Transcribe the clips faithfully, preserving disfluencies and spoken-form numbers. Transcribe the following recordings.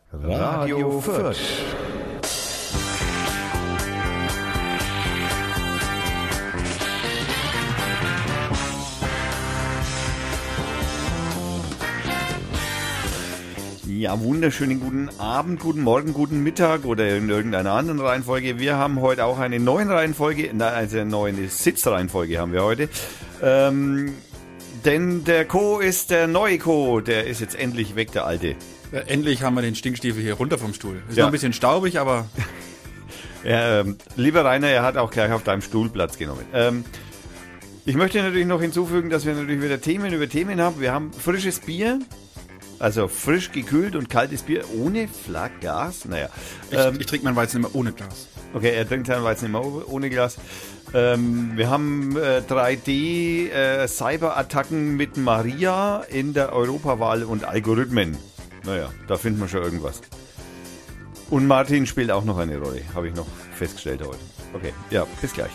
Radio Fürth. Ja, wunderschönen guten Abend, guten Morgen, guten Mittag oder in irgendeiner anderen Reihenfolge. Wir haben heute auch eine neue Reihenfolge, also eine neue Sitzreihenfolge haben wir heute. Ähm, denn der Co. ist der neue Co., der ist jetzt endlich weg, der alte. Ja, endlich haben wir den Stinkstiefel hier runter vom Stuhl. Ist ja. noch ein bisschen staubig, aber... ja, ähm, lieber Rainer, er hat auch gleich auf deinem Stuhl Platz genommen. Ähm, ich möchte natürlich noch hinzufügen, dass wir natürlich wieder Themen über Themen haben. Wir haben frisches Bier. Also frisch gekühlt und kaltes Bier ohne Flakgas. Naja. Ich, ähm, ich trinke mein Weizen immer ohne Glas. Okay, er trinkt seinen Weizen immer ohne Glas. Ähm, wir haben äh, drei D äh, Cyberattacken mit Maria in der Europawahl und Algorithmen. Naja, da finden wir schon irgendwas. Und Martin spielt auch noch eine Rolle, habe ich noch festgestellt heute. Okay, ja, bis gleich.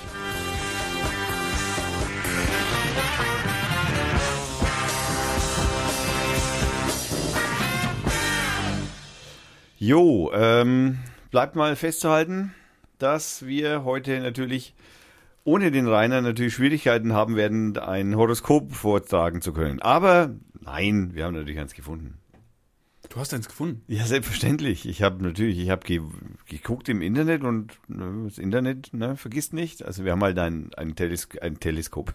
Jo, ähm, bleibt mal festzuhalten, dass wir heute natürlich ohne den Rainer natürlich Schwierigkeiten haben werden, ein Horoskop vortragen zu können. Aber nein, wir haben natürlich eins gefunden. Du hast eins gefunden? Ja, selbstverständlich. Ich habe natürlich, ich habe ge geguckt im Internet und ne, das Internet, ne, vergisst nicht. Also wir haben halt ein, ein, Teles ein Teleskop.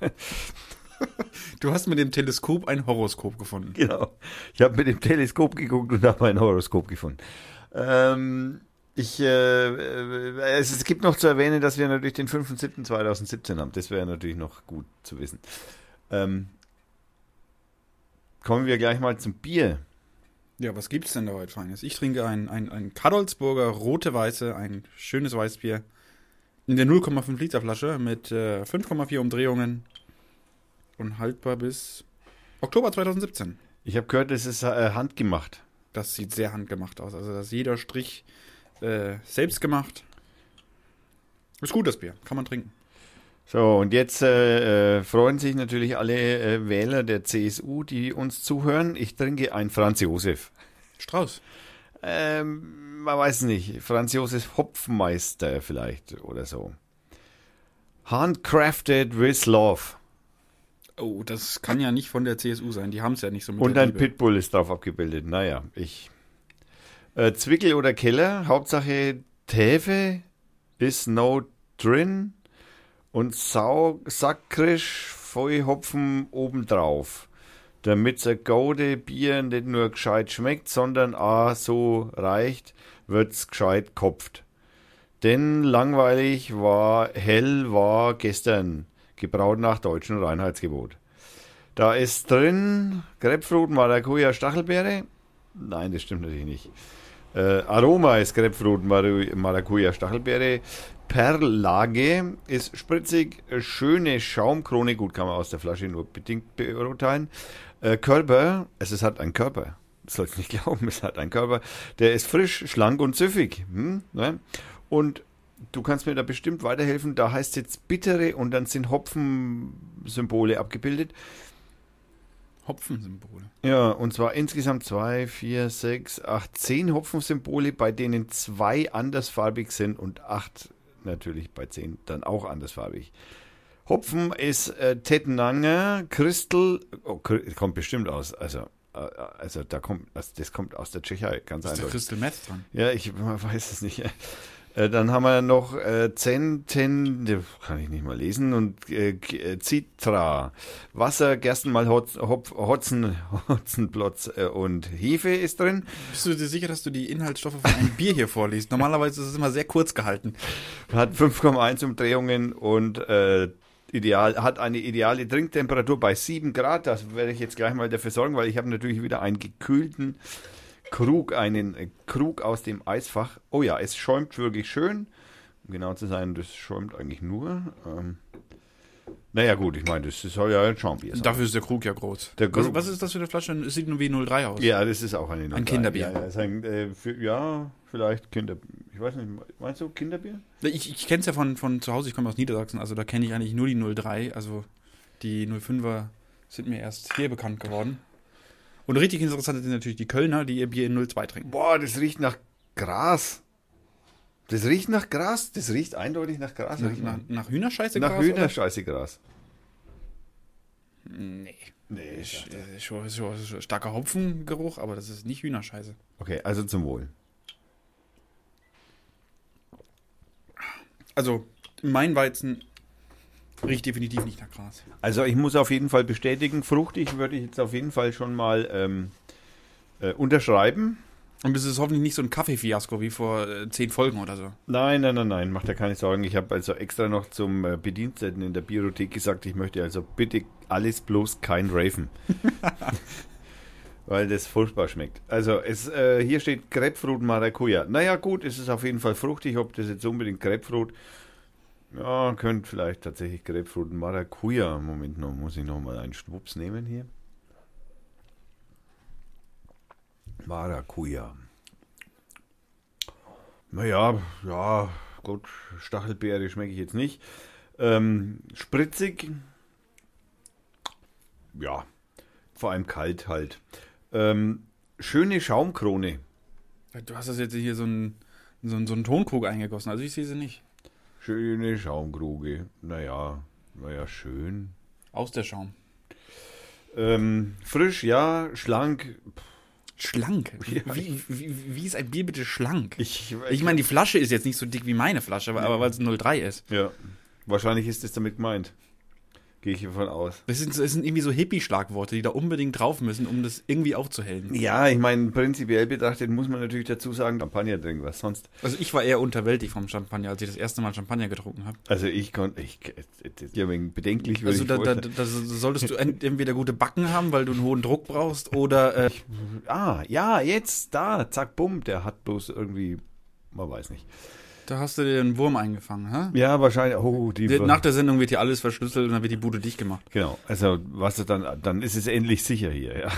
Du hast mit dem Teleskop ein Horoskop gefunden. Genau. Ich habe mit dem Teleskop geguckt und habe ein Horoskop gefunden. Ähm, ich, äh, es, es gibt noch zu erwähnen, dass wir natürlich den fünften siebten zweitausendsiebzehn haben. Das wäre natürlich noch gut zu wissen. Ähm, kommen wir gleich mal zum Bier. Ja, was gibt's denn da heute Feines? Ich trinke ein, ein, ein Kadolsburger rote Weiße, ein schönes Weißbier in der null Komma fünf Liter Flasche mit äh, fünf Komma vier Umdrehungen und haltbar bis Oktober zweitausendsiebzehn. Ich habe gehört, es ist äh, handgemacht. Das sieht sehr handgemacht aus. Also, dass jeder Strich äh, selbst gemacht. Ist gut, das Bier. Kann man trinken. So, und jetzt äh, äh, freuen sich natürlich alle äh, Wähler der C S U, die uns zuhören. Ich trinke ein Franz Josef. Strauß. Ähm, man weiß nicht. Franz Josef Hopfmeister vielleicht oder so. Handcrafted with Love. Oh, das kann ja nicht von der C S U sein. Die haben es ja nicht so mit Und der ein Liebe. Pitbull ist drauf abgebildet. Naja, ich... Äh, Zwickel oder Keller. Hauptsache Tefe ist no drin. Und Sau, Sackrisch, Vollhopfen obendrauf. Damit das gute Bier nicht nur gescheit schmeckt, sondern auch so reicht, wird's gescheit kopft. Denn langweilig war, hell war gestern. Gebraut nach deutschem Reinheitsgebot. Da ist drin Grapefruit, Maracuja, Stachelbeere. Nein, das stimmt natürlich nicht. Äh, Aroma ist Grapefruit, Maracuja, Stachelbeere. Perlage ist spritzig, schöne Schaumkrone. Gut, kann man aus der Flasche nur bedingt beurteilen. Äh, Körper, es ist, hat einen Körper. Das sollst du nicht glauben, es hat einen Körper. Der ist frisch, schlank und süffig. Hm? Ne? Und du kannst mir da bestimmt weiterhelfen. Da heißt jetzt bittere und dann sind Hopfensymbole abgebildet. Hopfensymbole? Ja, und zwar insgesamt zwei, vier, sechs, acht, zehn Hopfensymbole, bei denen zwei andersfarbig sind und acht natürlich bei zehn dann auch andersfarbig. Hopfen ist äh, Tettnanger, Christel, oh, kommt bestimmt aus, also, äh, also da kommt, also das kommt aus der Tschechei, ganz ist eindeutig. Ist der Crystal Meth dran? Ja, ich weiß es nicht. Äh, dann haben wir noch äh, Zenten, kann ich nicht mal lesen, und äh, Citra, Wasser, Gerstenmalz, Hopf, Hotzen, Hotzenplotz äh, und Hefe ist drin. Bist du dir sicher, dass du die Inhaltsstoffe von einem Bier hier vorliest? Normalerweise ist es immer sehr kurz gehalten. Hat fünf Komma eins Umdrehungen und äh, ideal, hat eine ideale Trinktemperatur bei sieben Grad. Das werde ich jetzt gleich mal dafür sorgen, weil ich habe natürlich wieder einen gekühlten Krug, einen Krug aus dem Eisfach. Oh ja, es schäumt wirklich schön. Um genau zu sein, das schäumt eigentlich nur. Ähm, naja gut, ich meine, das soll ja ein Schaumbier sein. Dafür ist der Krug ja groß. Der Krug. Was, was ist das für eine Flasche? Es sieht nur wie null drei aus. Ja, das ist auch eine null drei. Ein Kinderbier. Ja, ja, ist ein, äh, für, ja, vielleicht Kinderbier. Ich weiß nicht, meinst du Kinderbier? Ich, ich kenne es ja von, von zu Hause, ich komme aus Niedersachsen, also da kenne ich eigentlich nur die null drei. Also die null fünfer sind mir erst hier bekannt geworden. Und richtig interessant sind natürlich die Kölner, die ihr Bier in null Komma zwei trinken. Boah, das riecht nach Gras. Das riecht nach Gras. Das riecht eindeutig nach Gras. Nach, nach, nach Hühnerscheiße nach Gras, Hühnerscheiße Gras. Nee. Nee, Ist, ist schon, ist schon, ist schon starker Hopfengeruch, aber das ist nicht Hühnerscheiße. Okay, also zum Wohl. Also, mein Weizen riecht definitiv nicht nach Gras. Also ich muss auf jeden Fall bestätigen, fruchtig würde ich jetzt auf jeden Fall schon mal ähm, äh, unterschreiben. Und es ist hoffentlich nicht so ein Kaffee-Fiasko wie vor äh, zehn Folgen oder so. Nein, nein, nein, nein, macht dir keine Sorgen. Ich habe also extra noch zum äh, Bediensteten in der Biothek gesagt, ich möchte also bitte alles bloß kein Raven. Weil das furchtbar schmeckt. Also es äh, hier steht Grapefruit Maracuja. Naja gut, es ist auf jeden Fall fruchtig, ob das jetzt unbedingt Grapefruit... Ja, könnte vielleicht tatsächlich Grapefruit Maracuja. Moment noch, muss ich noch mal einen Schwupps nehmen hier. Maracuja. Naja, ja, gut, Stachelbeere schmecke ich jetzt nicht. Ähm, spritzig. Ja, vor allem kalt halt. Ähm, schöne Schaumkrone. Du hast das jetzt hier so einen so einen, so einen Tonkrug eingegossen, also ich sehe sie nicht. Schöne Schaumkruge. Naja, naja, schön. Aus der Schaum. Ähm, frisch, ja, schlank. Schlank? Ja. Wie, wie, wie ist ein Bier bitte schlank? Ich, Ich meine, die Flasche ist jetzt nicht so dick wie meine Flasche, aber, aber weil es null Komma drei ist. Ja, wahrscheinlich ist das damit gemeint. Gehe ich hiervon aus. Das sind, das sind irgendwie so Hippie-Schlagworte, die da unbedingt drauf müssen, um das irgendwie aufzuhellen. Ja, ich meine, prinzipiell betrachtet muss man natürlich dazu sagen, Champagner trinken, was sonst. Also ich war eher unterwältigt vom Champagner, als ich das erste Mal Champagner getrunken habe. Also ich konnte, ich, ja, wegen bedenklich würde Also ich da, da, vorstellen. da solltest du ent- entweder gute Backen haben, weil du einen hohen Druck brauchst, oder äh, Ah, ja, jetzt, da, zack, bumm, der hat bloß irgendwie, man weiß nicht. da hast du dir einen Wurm eingefangen, hä? Ja, wahrscheinlich, oh, die... Nach der Sendung wird hier alles verschlüsselt und dann wird die Bude dicht gemacht. Genau, also was du dann, dann ist es endlich sicher hier, ja.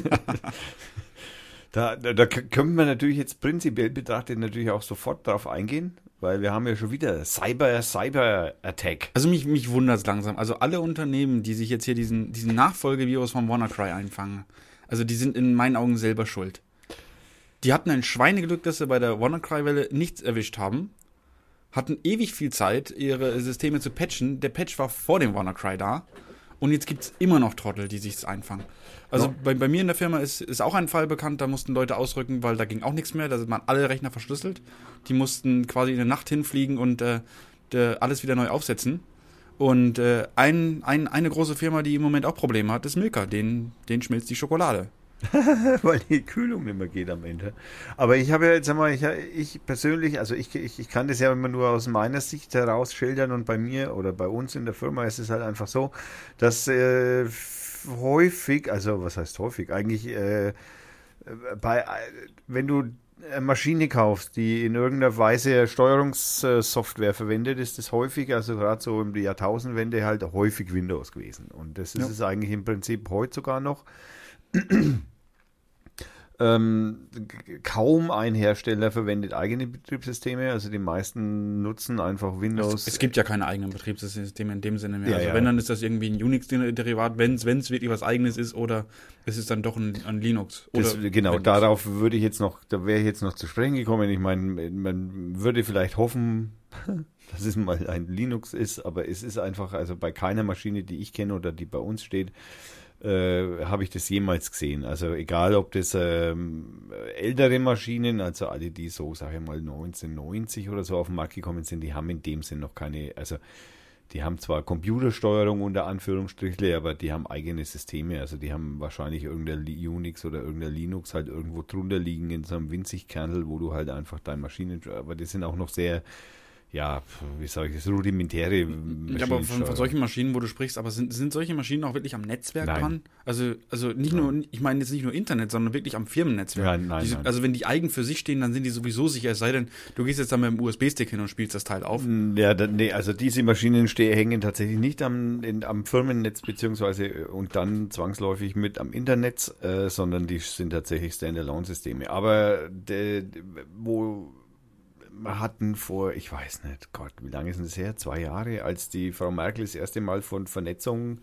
da, da, da können wir natürlich jetzt prinzipiell betrachtet natürlich auch sofort drauf eingehen, weil wir haben ja schon wieder Cyber, Cyber Attack. Also mich, mich wundert es langsam. Also alle Unternehmen, die sich jetzt hier diesen, diesen Nachfolgevirus vom WannaCry einfangen, also die sind in meinen Augen selber schuld. Die hatten ein Schweineglück, dass sie bei der WannaCry-Welle nichts erwischt haben, hatten ewig viel Zeit, ihre Systeme zu patchen. Der Patch war vor dem WannaCry da und jetzt gibt es immer noch Trottel, die sich einfangen. Also Ja. bei, bei mir in der Firma ist, ist auch ein Fall bekannt, da mussten Leute ausrücken, weil da ging auch nichts mehr, da sind man alle Rechner verschlüsselt. Die mussten quasi in der Nacht hinfliegen und äh, de, alles wieder neu aufsetzen. Und äh, ein, ein, eine große Firma, die im Moment auch Probleme hat, ist Milka. Den, den schmilzt die Schokolade. Weil die Kühlung nicht mehr geht am Ende. Aber ich habe ja jetzt einmal, ich, ich persönlich, also ich, ich, ich kann das ja immer nur aus meiner Sicht heraus schildern und bei mir oder bei uns in der Firma ist es halt einfach so, dass äh, häufig, also was heißt häufig, eigentlich äh, bei, wenn du eine Maschine kaufst, die in irgendeiner Weise Steuerungssoftware verwendet, ist das häufig, also gerade so um die Jahrtausendwende halt häufig Windows gewesen. Und das ist Ja. es eigentlich im Prinzip heute sogar noch. Ähm, g- kaum ein Hersteller verwendet eigene Betriebssysteme, also die meisten nutzen einfach Windows. Es, es gibt ja keine eigenen Betriebssysteme in dem Sinne mehr. Ja, also ja. wenn, dann ist das irgendwie ein Unix-Derivat, wenn es wirklich was eigenes ist, oder es ist dann doch ein, ein Linux. Oder Das, genau, Windows. darauf würde ich jetzt noch, da wäre ich jetzt noch zu sprechen gekommen. Ich meine, man würde vielleicht hoffen, dass es mal ein Linux ist, aber es ist einfach, also bei keiner Maschine, die ich kenne oder die bei uns steht, äh, habe ich das jemals gesehen. Also egal, ob das ähm, ältere Maschinen, also alle, die so, sage ich mal, neunzehnhundertneunzig oder so auf den Markt gekommen sind, die haben in dem Sinn noch keine, also die haben zwar Computersteuerung unter Anführungsstrichle, aber die haben eigene Systeme, also die haben wahrscheinlich irgendein Li- Unix oder irgendein Linux halt irgendwo drunter liegen in so einem winzig Kernel, wo du halt einfach deine Maschinen, aber die sind auch noch sehr, ja, wie sage ich das, rudimentäre Maschinen. Ja, aber von, von solchen Maschinen, wo du sprichst, aber sind, sind solche Maschinen auch wirklich am Netzwerk Nein. dran? Also, also nicht nur, ich meine jetzt nicht nur Internet, sondern wirklich am Firmennetzwerk. Ja, nein, die, sind- nein. Also wenn die eigen für sich stehen, dann sind die sowieso sicher, es sei denn, du gehst jetzt da mit dem U S B-Stick hin und spielst das Teil auf. Ja, dann, nee, also diese Maschinen ste- hängen tatsächlich nicht am, in, am Firmennetz beziehungsweise äh, und dann zwangsläufig mit am Internet, äh, sondern die sind tatsächlich Standalone-Systeme. Aber de, wo wir hatten vor, ich weiß nicht, Gott, wie lange ist denn das her? Zwei Jahre, als die Frau Merkel das erste Mal von Vernetzung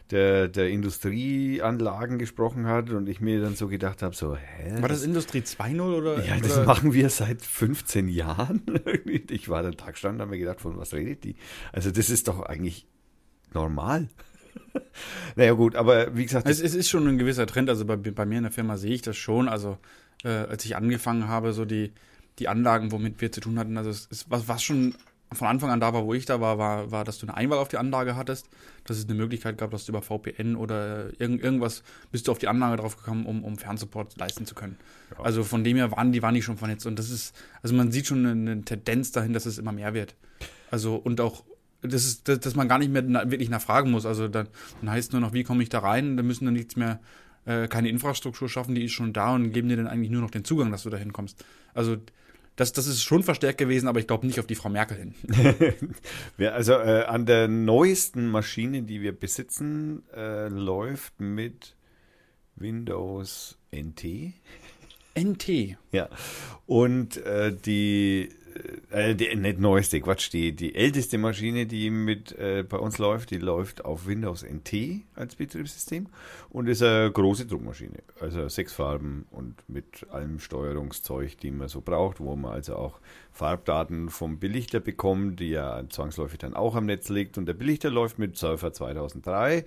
der, der Industrieanlagen gesprochen hat und ich mir dann so gedacht habe, so, hä? War das Industrie zwei Punkt null oder? Ja, das oder? machen wir seit fünfzehn Jahren. Ich war dann Tagstand und habe mir gedacht, von was redet die? Also das ist doch eigentlich normal. Naja gut, aber wie gesagt... Es, es ist schon ein gewisser Trend, also bei, bei mir in der Firma sehe ich das schon, also äh, als ich angefangen habe, so die, die Anlagen, womit wir zu tun hatten, also es ist was, was schon von Anfang an da war, wo ich da war, war, war, dass du eine Einwahl auf die Anlage hattest, dass es eine Möglichkeit gab, dass du über V P N oder irgend, irgendwas bist du auf die Anlage drauf gekommen, um, um Fernsupport leisten zu können. Ja. Also von dem her waren die, waren die schon vernetzt und das ist, also man sieht schon eine, eine Tendenz dahin, dass es immer mehr wird. Also und auch Das ist, dass, dass man gar nicht mehr na, wirklich nachfragen muss. Also dann, dann heißt nur noch, wie komme ich da rein? Da müssen dann nichts mehr, äh, keine Infrastruktur schaffen, die ist schon da und geben dir dann eigentlich nur noch den Zugang, dass du da hinkommst. Also das, das ist schon verstärkt gewesen, aber ich glaube nicht auf die Frau Merkel hin. Ja, also äh, an der neuesten Maschine, die wir besitzen, äh, läuft mit Windows N T. N T? Ja. Und äh, die Äh, die, nicht neueste, Quatsch, die, die älteste Maschine, die mit äh, bei uns läuft, die läuft auf Windows N T als Betriebssystem und ist eine große Druckmaschine. Also sechs Farben und mit allem Steuerungszeug, die man so braucht, wo man also auch Farbdaten vom Belichter bekommt, die ja zwangsläufig dann auch am Netz liegt und der Belichter läuft mit Surfer zweitausenddrei.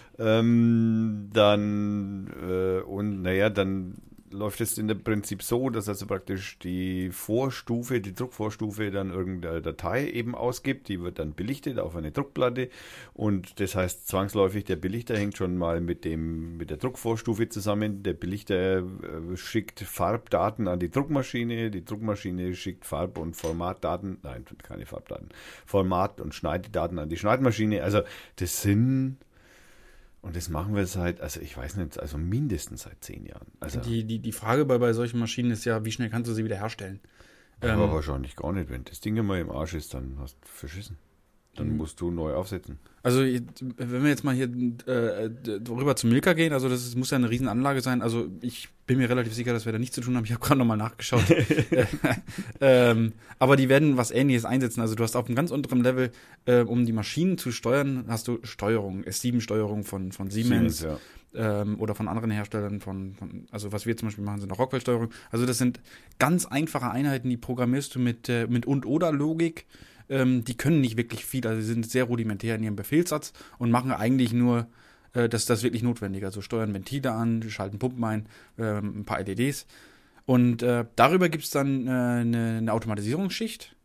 Ähm, dann äh, und naja, dann läuft es in dem Prinzip so, dass also praktisch die Vorstufe, die Druckvorstufe dann irgendeine Datei eben ausgibt, die wird dann belichtet auf eine Druckplatte und das heißt zwangsläufig, der Belichter hängt schon mal mit dem mit der Druckvorstufe zusammen, der Belichter äh, schickt Farbdaten an die Druckmaschine, die Druckmaschine schickt Farb- und Formatdaten, nein, keine Farbdaten, Format- und Schneidedaten an die Schneidmaschine, also das sind Und das machen wir seit, also ich weiß nicht, also mindestens seit zehn Jahren. Also die, die, die Frage bei, bei solchen Maschinen ist ja, wie schnell kannst du sie wieder herstellen? Aber ähm, wahrscheinlich gar nicht. Wenn das Ding mal im Arsch ist, dann hast du verschissen. Dann musst du neu aufsetzen. Also wenn wir jetzt mal hier äh, rüber zu Milka gehen, also das muss ja eine Riesenanlage sein. Also ich bin mir relativ sicher, dass wir da nichts zu tun haben. Ich habe gerade nochmal nachgeschaut. ähm, aber die werden was Ähnliches einsetzen. Also du hast auf einem ganz unteren Level, äh, um die Maschinen zu steuern, hast du Steuerung, S sieben Steuerung von, von Siemens, Siemens ja. ähm, oder von anderen Herstellern. Von, von also was wir zum Beispiel machen, sind auch Rockwell-Steuerung. Also das sind ganz einfache Einheiten, die programmierst du mit, äh, mit Und-Oder-Logik. Ähm, die können nicht wirklich viel, also sie sind sehr rudimentär in ihrem Befehlssatz und machen eigentlich nur, äh, dass das wirklich notwendig. Also steuern Ventile an, schalten Pumpen ein, äh, ein paar L E Ds. Und äh, darüber gibt es dann äh, eine, eine Automatisierungsschicht,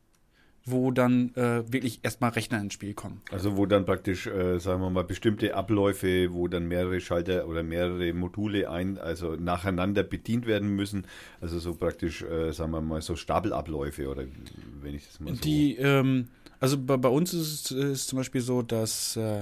wo dann äh, wirklich erstmal Rechner ins Spiel kommen. Also wo dann praktisch, äh, sagen wir mal, bestimmte Abläufe, wo dann mehrere Schalter oder mehrere Module ein, also nacheinander bedient werden müssen. Also so praktisch, äh, sagen wir mal, so Stapelabläufe oder wenn ich das mal so... Die, ähm, also bei, bei uns ist es ist zum Beispiel so, dass äh,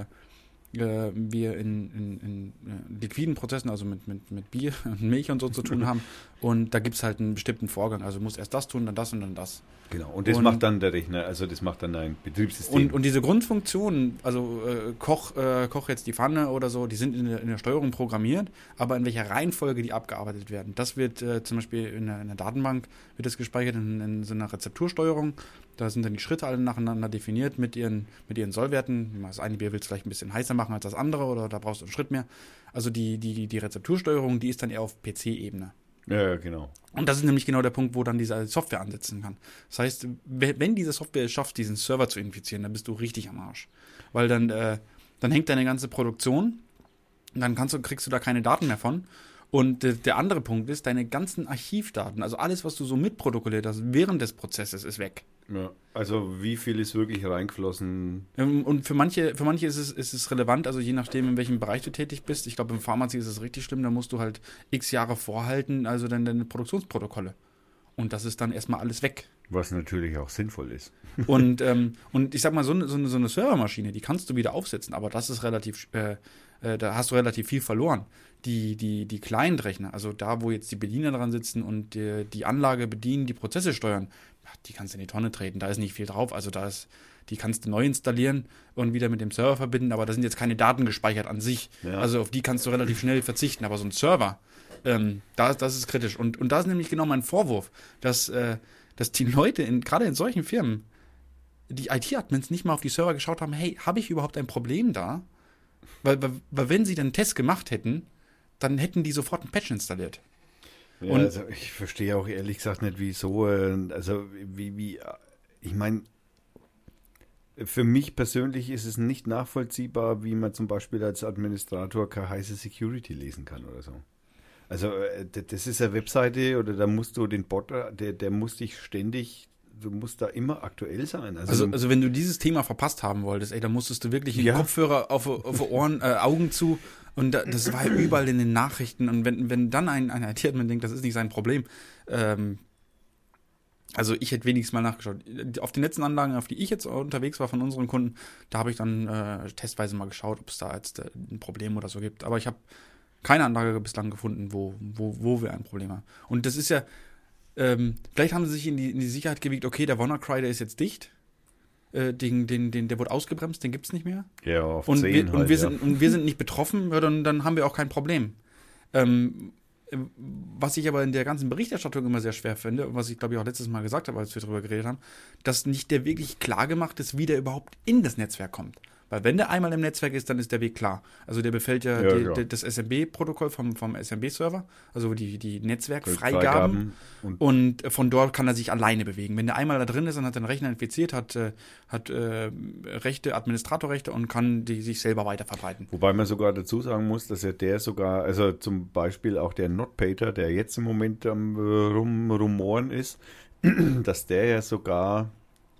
äh, wir in, in, in äh, liquiden Prozessen, also mit, mit, mit Bier und Milch und so zu tun haben. Und da gibt es halt einen bestimmten Vorgang. Also du musst erst das tun, dann das und dann das. Genau, und das und, macht dann der Rechner, also das macht dann ein Betriebssystem. Und, und diese Grundfunktionen, also äh, Koch, äh, Koch jetzt die Pfanne oder so, die sind in der, in der Steuerung programmiert, aber in welcher Reihenfolge die abgearbeitet werden, das wird äh, zum Beispiel in der, in der Datenbank, wird das gespeichert in, in so einer Rezeptursteuerung. Da sind dann die Schritte alle nacheinander definiert mit ihren, mit ihren Sollwerten. Das eine Bier willst du vielleicht ein bisschen heißer machen als das andere oder da brauchst du einen Schritt mehr. Also die, die, die Rezeptursteuerung, die ist dann eher auf P C-Ebene. Ja, genau. Und das ist nämlich genau der Punkt, wo dann diese Software ansetzen kann. Das heißt, wenn diese Software es schafft, diesen Server zu infizieren, dann bist du richtig am Arsch. Weil dann, äh, dann hängt deine ganze Produktion, dann kannst du, kriegst du da keine Daten mehr von. Und äh, der andere Punkt ist, deine ganzen Archivdaten, also alles, was du so mitprotokolliert hast während des Prozesses, ist weg. Ja, also wie viel ist wirklich reingeflossen? Und für manche, für manche ist es, ist es relevant, also je nachdem, in welchem Bereich du tätig bist. Ich glaube, im Pharmazie ist es richtig schlimm, da musst du halt x Jahre vorhalten, also dann deine Produktionsprotokolle. Und das ist dann erstmal alles weg. Was natürlich auch sinnvoll ist. Und, ähm, und ich sag mal, so eine, so eine, so eine Servermaschine, die kannst du wieder aufsetzen, aber das ist relativ, äh, äh, da hast du relativ viel verloren. Die, die, die Client-Rechner, also da, wo jetzt die Bediener dran sitzen und die, die Anlage bedienen, die Prozesse steuern, die kannst du in die Tonne treten, da ist nicht viel drauf, also da ist, die kannst du neu installieren und wieder mit dem Server verbinden, aber da sind jetzt keine Daten gespeichert an sich, ja. Also auf die kannst du relativ schnell verzichten, aber so ein Server, ähm, das, das ist kritisch und, und da ist nämlich genau mein Vorwurf, dass, äh, dass die Leute, in, gerade in solchen Firmen, die I T-Admins nicht mal auf die Server geschaut haben, hey, habe ich überhaupt ein Problem da? Weil, weil, weil wenn sie dann einen Test gemacht hätten, dann hätten die sofort einen Patch installiert. Ja, Und- also ich verstehe auch ehrlich gesagt nicht, wieso, äh, also wie, wie, ich meine, für mich persönlich ist es nicht nachvollziehbar, wie man zum Beispiel als Administrator keine heiße Security lesen kann oder so. Also äh, d- das ist eine Webseite oder da musst du den Bot, der, der muss dich ständig, du musst da immer aktuell sein. Also, Also, also wenn du dieses Thema verpasst haben wolltest, ey, da musstest du wirklich Ja. den Kopfhörer auf, auf die Ohren, äh, Augen zu und da, das war ja überall in den Nachrichten und wenn, wenn dann ein, ein I T-Admin denkt, das ist nicht sein Problem, ähm, also ich hätte wenigstens mal nachgeschaut. Auf den letzten Anlagen, auf die ich jetzt unterwegs war von unseren Kunden, da habe ich dann äh, testweise mal geschaut, ob es da jetzt äh, ein Problem oder so gibt. Aber ich habe keine Anlage bislang gefunden, wo, wo, wo wir ein Problem haben. Und das ist ja, ähm, vielleicht haben sie sich in die, in die Sicherheit gewiegt, okay, der WannaCry, der ist jetzt dicht. Äh, den, den, den, der wurde ausgebremst, den gibt's nicht mehr. ja, auf Und zehn wir, halt, und, wir ja. sind, und wir sind nicht betroffen, ja, dann, dann haben wir auch kein Problem. Ähm, äh, was ich aber in der ganzen Berichterstattung immer sehr schwer finde, und was ich glaube ich auch letztes Mal gesagt habe, als wir darüber geredet haben, dass nicht der wirklich klar gemacht ist, wie der überhaupt in das Netzwerk kommt. Weil wenn der einmal im Netzwerk ist, dann ist der Weg klar. Also der befällt ja, Ja, die, ja. die, das S M B-Protokoll vom, vom S M B-Server, also die, die Netzwerkfreigaben. Freigaben und Und von dort kann er sich alleine bewegen. Wenn der einmal da drin ist und hat den Rechner infiziert, hat, äh, hat äh, Rechte, Administratorrechte und kann die sich selber weiter verbreiten. Wobei man sogar dazu sagen muss, dass ja der sogar, also zum Beispiel auch der NotPater, der jetzt im Moment am äh, rum, rumoren ist, dass der ja sogar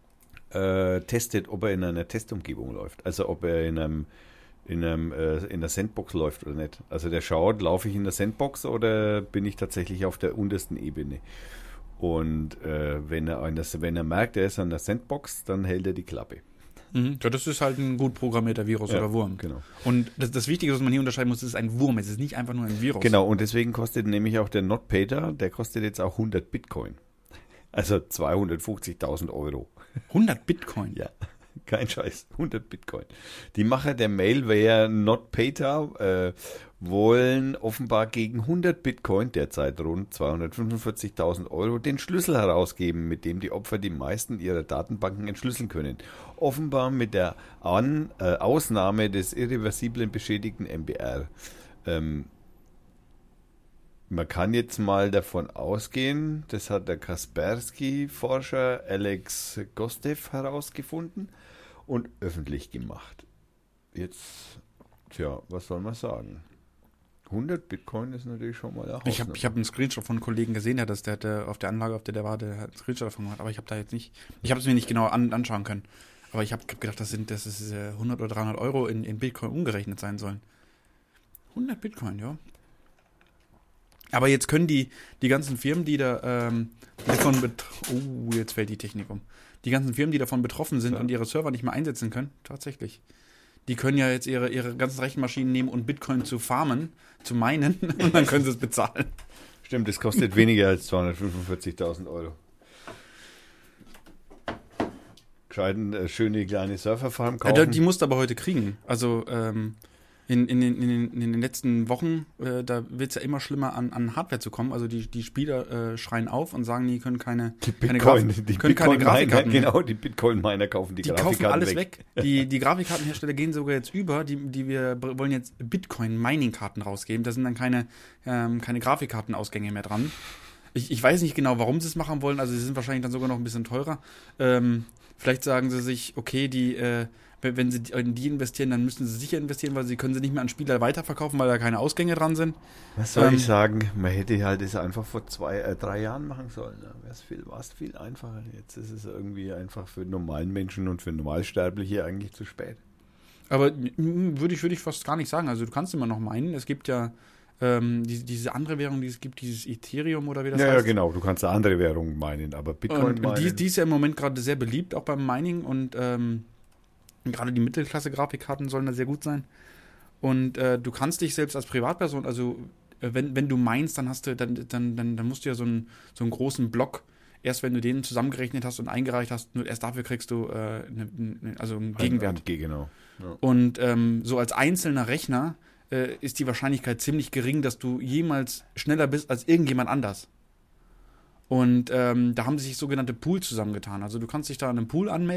äh, testet, ob er in einer Testumgebung läuft. Also ob er in einem in einem äh, in der Sandbox läuft oder nicht. Also der schaut, laufe ich in der Sandbox oder bin ich tatsächlich auf der untersten Ebene. Und äh, wenn er eine, wenn er merkt, er ist an der Sandbox, dann hält er die Klappe. Mhm. Ja, das ist halt ein gut programmierter Virus Ja, oder Wurm. genau. Und das, das Wichtige, was man hier unterscheiden muss, ist ein Wurm. Es ist nicht einfach nur ein Virus. Genau, und deswegen kostet nämlich auch der NotPater, der kostet jetzt auch hundert Bitcoin. Also zweihundertfünfzigtausend Euro. hundert Bitcoin. Ja, kein Scheiß, hundert Bitcoin. Die Macher der Malware NotPater äh, wollen offenbar gegen hundert Bitcoin, derzeit rund zweihundertfünfundvierzigtausend Euro, den Schlüssel herausgeben, mit dem die Opfer die meisten ihrer Datenbanken entschlüsseln können. Offenbar mit der An äh, Ausnahme des irreversiblen beschädigten M B R. Ähm, Man kann jetzt mal davon ausgehen, das hat der Kaspersky-Forscher Alex Gostev herausgefunden und öffentlich gemacht. Jetzt, tja, was soll man sagen? hundert Bitcoin ist natürlich schon mal eine Ich habe ich hab einen Screenshot von einem Kollegen gesehen, der das, der hatte auf der Anlage, auf der der war, der hat einen Screenshot davon gemacht, aber ich habe da jetzt nicht, ich habe es mir nicht genau an, anschauen können. Aber ich habe gedacht, das sind, das ist äh, hundert oder dreihundert Euro in, in Bitcoin umgerechnet sein sollen. hundert Bitcoin, ja. Aber jetzt können die, die ganzen Firmen, die da ähm, davon betroffen, oh, jetzt fällt die Technik um. Die ganzen Firmen, die davon betroffen sind Ja. und ihre Server nicht mehr einsetzen können, tatsächlich. Die können ja jetzt ihre, ihre ganzen Rechenmaschinen nehmen und Bitcoin zu farmen, zu minen und dann können sie es bezahlen. Stimmt, das kostet weniger als zweihundertfünfundvierzigtausend Euro. Gescheiten äh, schöne kleine Serverfarm Ja, kaufen. da- die musst du aber heute kriegen. Also ähm, in, in, den, in, den, in den letzten Wochen, äh, da wird es ja immer schlimmer, an, an Hardware zu kommen. Also die, die Spieler äh, schreien auf und sagen, die können keine, die keine, Bitcoin, Graf- die können keine Bitcoin-Miner, Grafikkarten mehr. genau, die Bitcoin-Miner kaufen die, Die kaufen Grafikkarten alles weg. Die, die Grafikkartenhersteller gehen sogar jetzt über. Die, die wir br- wollen jetzt Bitcoin-Mining-Karten rausgeben. Da sind dann keine, ähm, keine Grafikkartenausgänge mehr dran. Ich, ich weiß nicht genau, warum sie es machen wollen. Also sie sind wahrscheinlich dann sogar noch ein bisschen teurer. Ähm, vielleicht sagen sie sich, okay, die, äh, wenn wenn sie in die investieren, dann müssen sie sicher investieren, weil sie können sie nicht mehr an Spieler weiterverkaufen, weil da keine Ausgänge dran sind. Was soll Ähm, ich sagen? Man hätte halt das einfach vor zwei, äh, drei Jahren machen sollen. Ne? Wär's viel, war es viel einfacher. Jetzt ist es irgendwie einfach für normalen Menschen und für Normalsterbliche eigentlich zu spät. Aber mm, würde ich, würde ich fast gar nicht sagen. Also du kannst immer noch meinen. Es gibt ja ähm, die, diese andere Währung, die es gibt, dieses Ethereum oder wie das Ja, ja, heißt. genau. Du kannst eine andere Währung meinen, aber Bitcoin Und, und meinen. die, die ist ja im Moment gerade sehr beliebt, auch beim Mining. Und ähm, gerade die Mittelklasse-Grafikkarten sollen da sehr gut sein. Und äh, du kannst dich selbst als Privatperson, also äh, wenn, wenn du meinst, dann hast du, dann, dann, dann, dann musst du ja so einen, so einen großen Block, erst wenn du den zusammengerechnet hast und eingereicht hast, nur erst dafür kriegst du äh, ne, ne, also einen Gegenwert. Ge- Genau. Ja. Und ähm, so als einzelner Rechner äh, ist die Wahrscheinlichkeit ziemlich gering, dass du jemals schneller bist als irgendjemand anders. Und ähm, da haben sich sogenannte Pools zusammengetan. Also du kannst dich da in einem Pool anmelden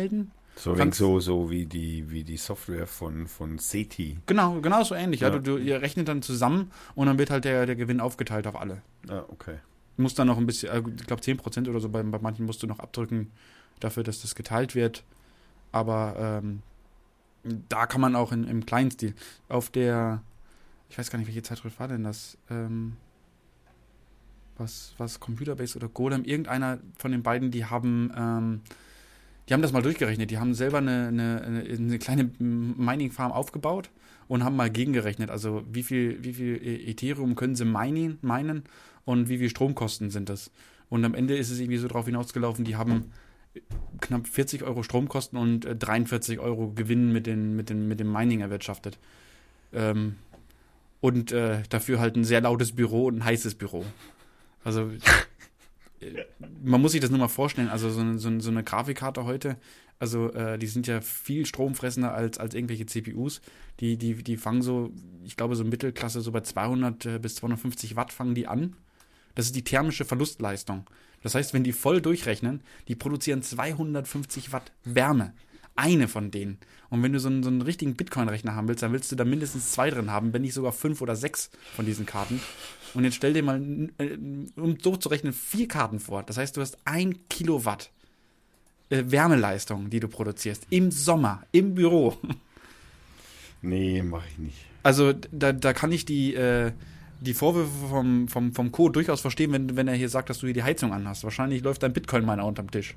So, Kannst- so, so wie die, wie die Software von, von SETI. Genau, genau so ähnlich. Ja. Ja. Du, du, ihr rechnet dann zusammen und dann wird halt der, der Gewinn aufgeteilt auf alle. Ah, okay. Du musst dann noch ein bisschen, äh, ich glaube zehn Prozent oder so, bei, bei manchen musst du noch abdrücken dafür, dass das geteilt wird. Aber ähm, da kann man auch in, im kleinen Stil. Auf der, ich weiß gar nicht, welche Zeitschrift war denn das? Ähm, was, was Computerbase oder Golem? Irgendeiner von den beiden, die haben, ähm, die haben das mal durchgerechnet. Die haben selber eine, eine, eine, eine kleine Mining-Farm aufgebaut und haben mal gegengerechnet. Also wie viel, wie viel Ethereum können sie minen, minen und wie viel Stromkosten sind das? Und am Ende ist es irgendwie so drauf hinausgelaufen, die haben knapp vierzig Euro Stromkosten und äh, dreiundvierzig Euro Gewinn mit, den, mit, den, mit dem Mining erwirtschaftet. Ähm, und äh, dafür halt ein sehr lautes Büro und ein heißes Büro. Also äh, man muss sich das nur mal vorstellen, also so eine, so eine, so eine Grafikkarte heute, also äh, die sind ja viel stromfressender als, als irgendwelche C P Us. Die, die, die fangen so, ich glaube so Mittelklasse, so bei zweihundert äh, bis zweihundertfünfzig Watt fangen die an. Das ist die thermische Verlustleistung. Das heißt, wenn die voll durchrechnen, die produzieren zweihundertfünfzig Watt Wärme. Eine von denen. Und wenn du so einen, so einen richtigen Bitcoin-Rechner haben willst, dann willst du da mindestens zwei drin haben, wenn nicht sogar fünf oder sechs von diesen Karten. Und jetzt stell dir mal, äh, um so zu rechnen, vier Karten vor. Das heißt, du hast ein Kilowatt äh, Wärmeleistung, die du produzierst. Im Sommer, im Büro. Nee, mache ich nicht. Also da, da kann ich die... Äh, die Vorwürfe vom, vom, vom Co. durchaus verstehen, wenn, wenn er hier sagt, dass du hier die Heizung anhast. Wahrscheinlich läuft dein Bitcoin-Miner unterm Tisch.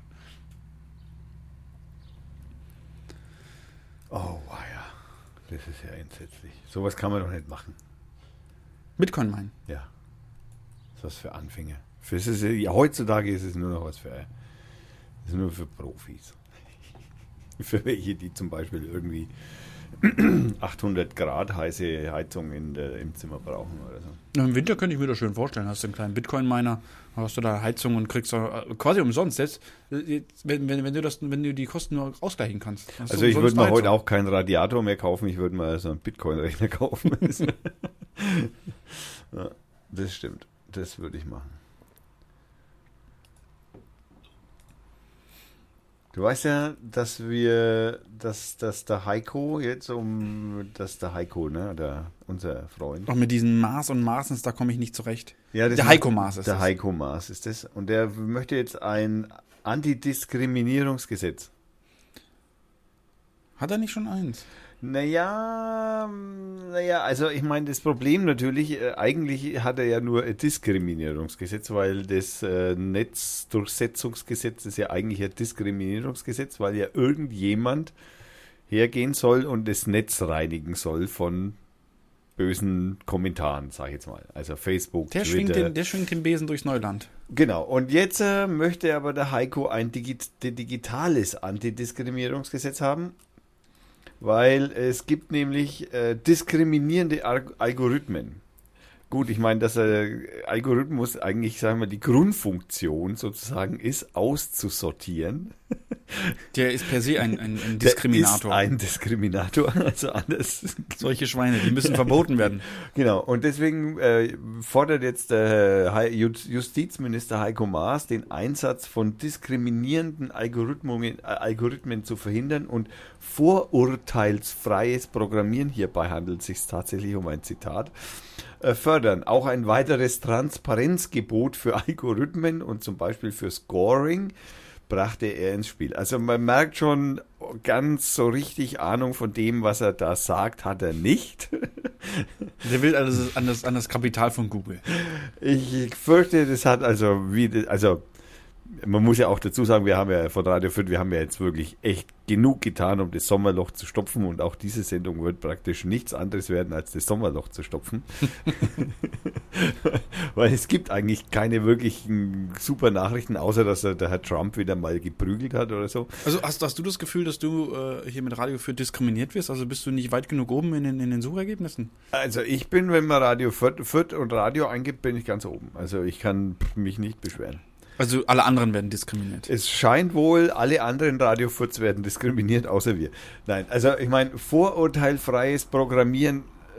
Oh, ja. Das ist ja entsetzlich. Sowas kann man doch nicht machen. Bitcoin-Minen? Ja. Das ist was für Anfänger. Für, es ist, ja, heutzutage ist es nur noch was für, das ist nur für Profis. Für welche, die zum Beispiel irgendwie achthundert Grad heiße Heizung in der, im Zimmer brauchen oder so. Im Winter könnte ich mir das schön vorstellen. Hast du einen kleinen Bitcoin-Miner, hast du da Heizung und kriegst da quasi umsonst jetzt, wenn, wenn, wenn, du das, wenn du die Kosten nur ausgleichen kannst. Also ich würde mir heute auch keinen Radiator mehr kaufen, ich würde mal so einen Bitcoin-Rechner kaufen. Ja, das stimmt. Das würde ich machen. Du weißt ja, dass wir, dass, dass der Heiko jetzt um, dass der Heiko, ne, der, unser Freund. Auch mit diesen Maß und Maßens, da komme ich nicht zurecht. Ja, das der Heiko Maas ist Der das. Heiko Maas ist das. Und der möchte jetzt ein Antidiskriminierungsgesetz. Hat er nicht schon eins? Naja, naja, also ich meine, das Problem natürlich, äh, eigentlich hat er ja nur ein Diskriminierungsgesetz, weil das äh, Netzdurchsetzungsgesetz ist ja eigentlich ein Diskriminierungsgesetz, weil ja irgendjemand hergehen soll und das Netz reinigen soll von bösen Kommentaren, sag ich jetzt mal. Also Facebook, Der Twitter. schwingt, den, der schwingt den Besen durchs Neuland. Genau, und jetzt äh, möchte aber der Heiko ein Digi- digitales Antidiskriminierungsgesetz haben. Weil es gibt nämlich äh, diskriminierende Al- Algorithmen. Gut, ich meine, dass der Algorithmus eigentlich, sagen wir, die Grundfunktion sozusagen ist, auszusortieren. Der ist per se ein, ein, ein Diskriminator. Der ist ein Diskriminator, also anders. Solche Schweine, die müssen verboten werden. Genau, und deswegen äh, fordert jetzt der He- Justizminister Heiko Maas, den Einsatz von diskriminierenden Algorithmen, äh, Algorithmen zu verhindern und vorurteilsfreies Programmieren, hierbei handelt es sich tatsächlich um ein Zitat, äh, fördern. Auch ein weiteres Transparenzgebot für Algorithmen und zum Beispiel für Scoring brachte er ins Spiel. Also man merkt schon, ganz so richtig Ahnung von dem, was er da sagt, hat er nicht. Der will also an das, an das Kapital von Google. Ich fürchte, das hat also wie, also man muss ja auch dazu sagen, wir haben ja von Radio fünf, wir haben ja jetzt wirklich echt genug getan, um das Sommerloch zu stopfen, und auch diese Sendung wird praktisch nichts anderes werden, als das Sommerloch zu stopfen. Weil es gibt eigentlich keine wirklichen super Nachrichten, außer dass er, der Herr Trump wieder mal geprügelt hat oder so. Also hast, hast du das Gefühl, dass du äh, hier mit Radio fünf diskriminiert wirst? Also bist du nicht weit genug oben in den, in den Suchergebnissen? Also ich bin, wenn man Radio fünf und Radio eingibt, bin ich ganz oben. Also ich kann mich nicht beschweren. Also alle anderen werden diskriminiert. Es scheint wohl, alle anderen Radio fünf werden diskriminiert, außer wir. Nein, also ich meine, vorurteilfreies Programmieren,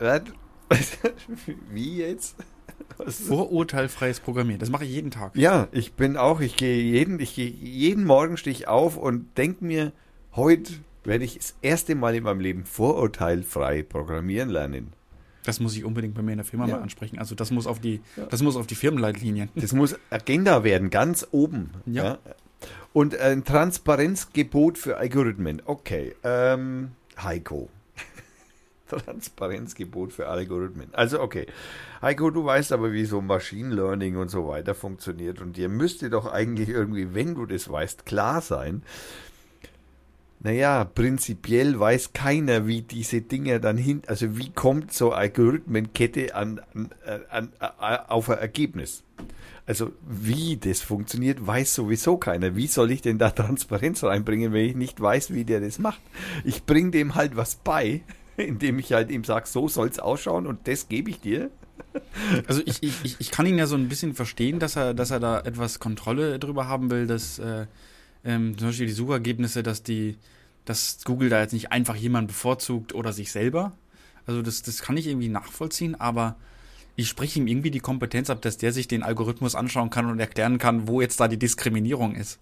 wie jetzt? Was? Vorurteilfreies Programmieren, das mache ich jeden Tag. Ja, ich bin auch, ich gehe jeden, ich gehe jeden Morgen stehe ich auf und denke mir, Heute werde ich das erste Mal in meinem Leben vorurteilfrei programmieren lernen. Das muss ich unbedingt bei mir in der Firma Ja. mal ansprechen. Also das muss auf die, Ja. das muss auf die Firmenleitlinien. Das muss Agenda werden, ganz oben. Ja. Ja. Und ein Transparenzgebot für Algorithmen. Okay, ähm, Heiko. Transparenzgebot für Algorithmen. Also okay, Heiko, du weißt aber, wie so Machine Learning und so weiter funktioniert. Und dir müsste doch eigentlich irgendwie, wenn du das weißt, klar sein. Naja, prinzipiell weiß keiner, wie diese Dinger dann hin, also wie kommt so Algorithmenkette an, an, an, an, auf ein Ergebnis. Also wie das funktioniert, weiß sowieso keiner. Wie soll ich denn da Transparenz reinbringen, wenn ich nicht weiß, wie der das macht? Ich bringe dem halt was bei, indem ich halt ihm sage, so soll es ausschauen und das gebe ich dir. Also ich, ich, ich- ich kann ihn ja so ein bisschen verstehen, dass er, dass er da etwas Kontrolle drüber haben will, dass äh, ähm, zum Beispiel die Suchergebnisse, dass die, dass Google da jetzt nicht einfach jemanden bevorzugt oder sich selber. Also das, das kann ich irgendwie nachvollziehen, aber ich spreche ihm irgendwie die Kompetenz ab, dass der sich den Algorithmus anschauen kann und erklären kann, wo jetzt da die Diskriminierung ist.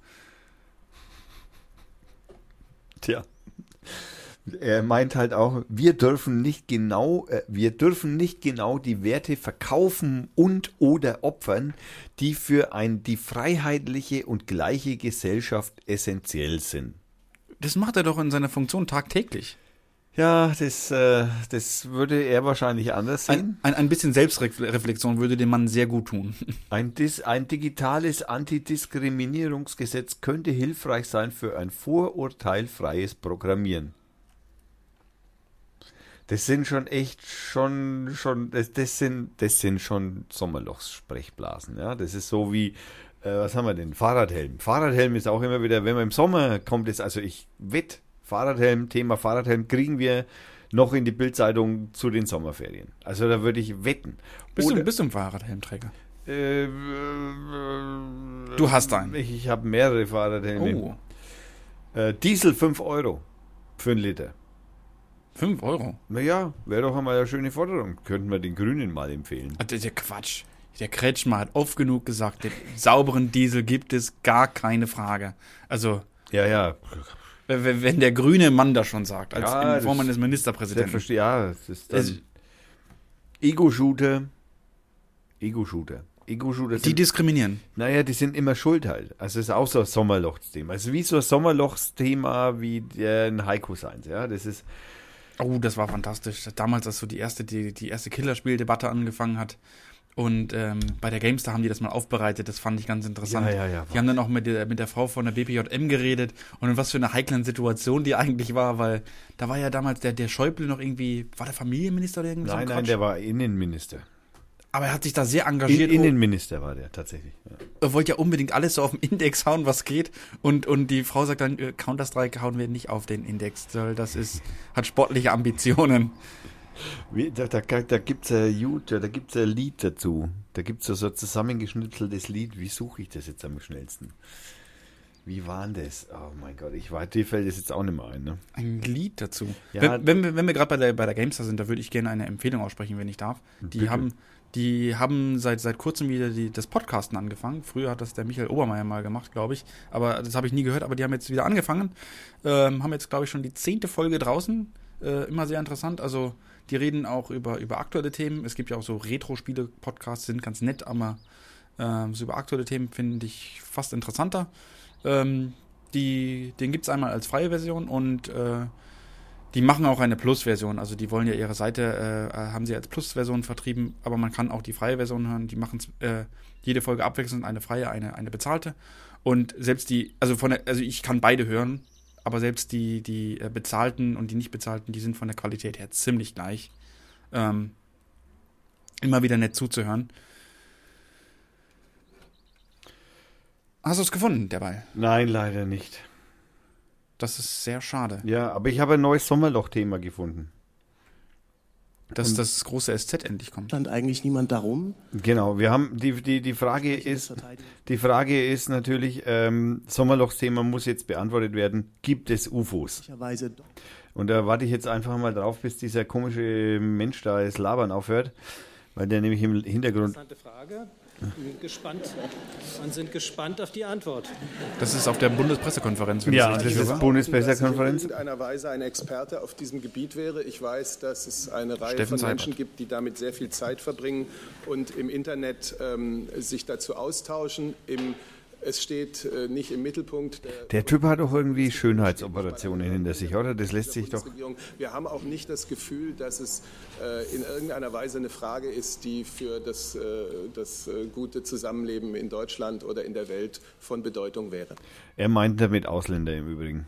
Tja. Er meint halt auch, wir dürfen nicht genau, äh, wir dürfen nicht genau die Werte verkaufen und oder opfern, die für ein, die freiheitliche und gleiche Gesellschaft essentiell sind. Das macht er doch in seiner Funktion tagtäglich. Ja, das, äh, das würde er wahrscheinlich anders sehen. Ein, ein, ein bisschen Selbstreflexion würde dem Mann sehr gut tun. Ein, Dis, ein digitales Antidiskriminierungsgesetz könnte hilfreich sein für ein vorurteilfreies Programmieren. Das sind schon echt schon, schon, das, das sind, das sind schon Sommerlochs-Sprechblasen, ja. Das ist so wie, äh, was haben wir denn? Fahrradhelm. Fahrradhelm ist auch immer wieder, wenn man im Sommer kommt, ist, also ich wett, Fahrradhelm, Thema Fahrradhelm kriegen wir noch in die Bildzeitung zu den Sommerferien. Also da würde ich wetten. Bist, Oder, du, bist du ein Fahrradhelmträger? äh, äh, Du hast einen. Ich, ich habe mehrere Fahrradhelme. Oh, Äh, Diesel fünf Euro für einen Liter. fünf Euro. Naja, wäre doch einmal eine schöne Forderung. Könnten wir den Grünen mal empfehlen. Ah, Der, der Quatsch. Der Kretschmer hat oft genug gesagt, den sauberen Diesel gibt es, gar keine Frage. Also, Ja, ja. wenn, wenn der grüne Mann das schon sagt, als Ja, in Form das- eines Ministerpräsidenten. Selbstverständlich, ja. Das ist dann Also- Ego-Shooter. Ego-Shooter. Ego-Shooter Die sind, diskriminieren. naja, die sind immer schuld halt. Also es ist auch so ein Sommerlochsthema. Also wie so ein Sommerlochsthema wie der ein Heiko seins, ja. Das ist, Oh, das war fantastisch. Damals, als so die erste, die, die erste Killerspieldebatte angefangen hat. Und ähm, bei der GameStar haben die das mal aufbereitet. Das fand ich ganz interessant. Ja, ja, ja. Die haben dann auch mit der, mit der Frau von der B P J M geredet und in was für eine heiklen Situation die eigentlich war, weil da war ja damals der, der Schäuble noch irgendwie, war der Familienminister oder irgendwie so nein, ein nein, Quatsch? der war Innenminister. Aber er hat sich da sehr In, engagiert. Innenminister war der tatsächlich. Ja. Er wollte ja unbedingt alles so auf den Index hauen, was geht. Und, und die Frau sagt dann, äh, Counter-Strike hauen wir nicht auf den Index. weil Das ist, hat sportliche Ambitionen. Wie, da da, da gibt es ein YouTube, da gibt's ein Lied dazu. Da gibt es so, so ein zusammengeschnitzeltes Lied. Wie suche ich das jetzt am schnellsten? Wie war denn das? Oh mein Gott, ich weiß, dir fällt das jetzt auch nicht mehr ein. Ne? Ein Lied dazu. Ja. wenn, wenn wir, wenn wir gerade bei der, bei der GameStar sind, da würde ich gerne eine Empfehlung aussprechen, wenn ich darf. Die Bitte. haben, die haben seit, seit kurzem wieder die, das Podcasten angefangen. Früher hat das der Michael Obermeier mal gemacht, glaube ich. Aber das habe ich nie gehört. Aber die haben jetzt wieder angefangen. Ähm, haben jetzt, glaube ich, schon die zehnte Folge draußen. Äh, immer sehr interessant. Also die reden auch über, über aktuelle Themen. Es gibt ja auch so Retro-Spiele-Podcasts, sind ganz nett, aber ähm, so über aktuelle Themen finde ich fast interessanter. Ähm, die, den gibt es einmal als freie Version und äh, die machen auch eine Plus-Version. Also die wollen ja ihre Seite, äh, haben sie als Plus-Version vertrieben, aber man kann auch die freie Version hören. Die machen äh, jede Folge abwechselnd, eine freie, eine, eine bezahlte. Und selbst die, also von der, also ich kann beide hören, aber selbst die, die äh, bezahlten und die nicht bezahlten, die sind von der Qualität her ziemlich gleich. Ähm, immer wieder nett zuzuhören. Hast du es gefunden, der Ball? Nein, leider nicht. Das ist sehr schade. Ja, aber ich habe ein neues Sommerloch-Thema gefunden. Dass Und- das große S Z endlich kommt. stand eigentlich niemand darum. Genau, wir haben die, die, die Frage ist, die Frage ist natürlich, ähm, Sommerlochsthema muss jetzt beantwortet werden. Gibt es U F Os? Möglicherweise doch. Und da warte ich jetzt einfach mal drauf, bis dieser komische Mensch da das Labern aufhört, weil der nämlich im Hintergrund. Interessante Frage. gespannt und sind gespannt auf die Antwort. Das ist auf der Bundespressekonferenz. Wenn Ja, das das richtig ist war. Bundespressekonferenz. Dass ich in irgendeiner Weise ein Experte auf diesem Gebiet wäre. Ich weiß, dass es eine Reihe Steffen von Seibert. Menschen gibt, die damit sehr viel Zeit verbringen und im Internet ähm, sich dazu austauschen. Im Es steht äh, nicht im Mittelpunkt. Der, Der Typ hat doch irgendwie Schönheitsoperationen hinter sich, oder? Das lässt sich doch... Wir haben auch nicht das Gefühl, dass es äh, in irgendeiner Weise eine Frage ist, die für das, äh, das äh, gute Zusammenleben in Deutschland oder in der Welt von Bedeutung wäre. Er meint damit Ausländer im Übrigen.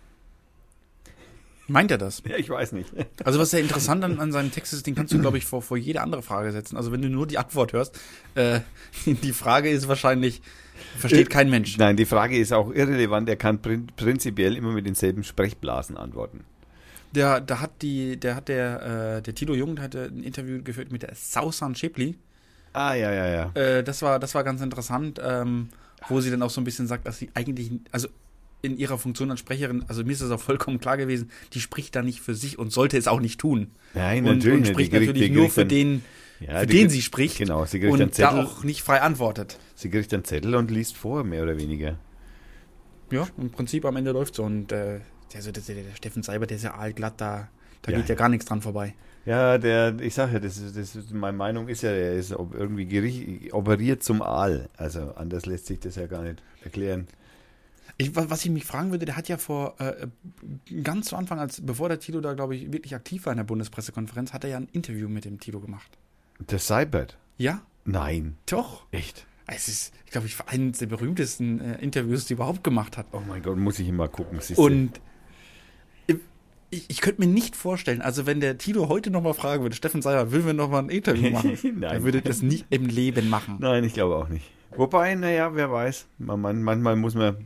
Meint er das? Ja, ich weiß nicht. Also was sehr interessant an, an seinem Text ist, den kannst du, glaube ich, vor, vor jede andere Frage setzen. Also wenn du nur die Antwort hörst, äh, die Frage ist wahrscheinlich, versteht kein Mensch. Nein, die Frage ist auch irrelevant. Er kann prin prinzipiell immer mit denselben Sprechblasen antworten. Der, da hat die, der hat der, äh, der Tilo Jung, der hatte ein Interview geführt mit der Sausan Schäpli. Ah, ja, ja, ja. Äh, das war, das war ganz interessant, ähm, wo sie dann auch so ein bisschen sagt, dass sie eigentlich, also in ihrer Funktion als Sprecherin, also mir ist das auch vollkommen klar gewesen, die spricht da nicht für sich und sollte es auch nicht tun. Nein, und, natürlich und nicht. spricht Die kriegt- natürlich die nur kriegt für dann- den, Ja, für die den kriegt- sie spricht. Genau, sie kriegt einen und da Zettel. auch nicht frei antwortet. Sie kriegt einen Zettel und liest vor, mehr oder weniger. Ja, im Prinzip am Ende läuft so. Und äh, der, so, der, der Steffen Seibert, der ist ja aalglatt, da, da Ja, geht ja ja. gar nichts dran vorbei. Ja, der, ich sage ja, das ist, das ist, meine Meinung ist ja, er ist ob irgendwie gericht, operiert zum Aal. Also anders lässt sich das ja gar nicht erklären. Ich, wa- was ich mich fragen würde, der hat ja vor, äh, ganz zu Anfang, als bevor der Tilo da, glaube ich, wirklich aktiv war in der Bundespressekonferenz, hat er ja ein Interview mit dem Tilo gemacht. Der Seibert? Ja, Nein. doch. Echt? Es ist, ich glaube, ich eines der berühmtesten äh, Interviews, die er überhaupt gemacht hat. Oh mein Gott, muss ich immer gucken. siehst du. Und ich, ich könnte mir nicht vorstellen, also wenn der Tilo heute nochmal fragen würde, Steffen Seibert, will wir nochmal ein Interview machen? Nein. Er würde das nie im Leben machen. Nein, ich glaube auch nicht. Wobei, naja, wer weiß. Man, man, manchmal muss man...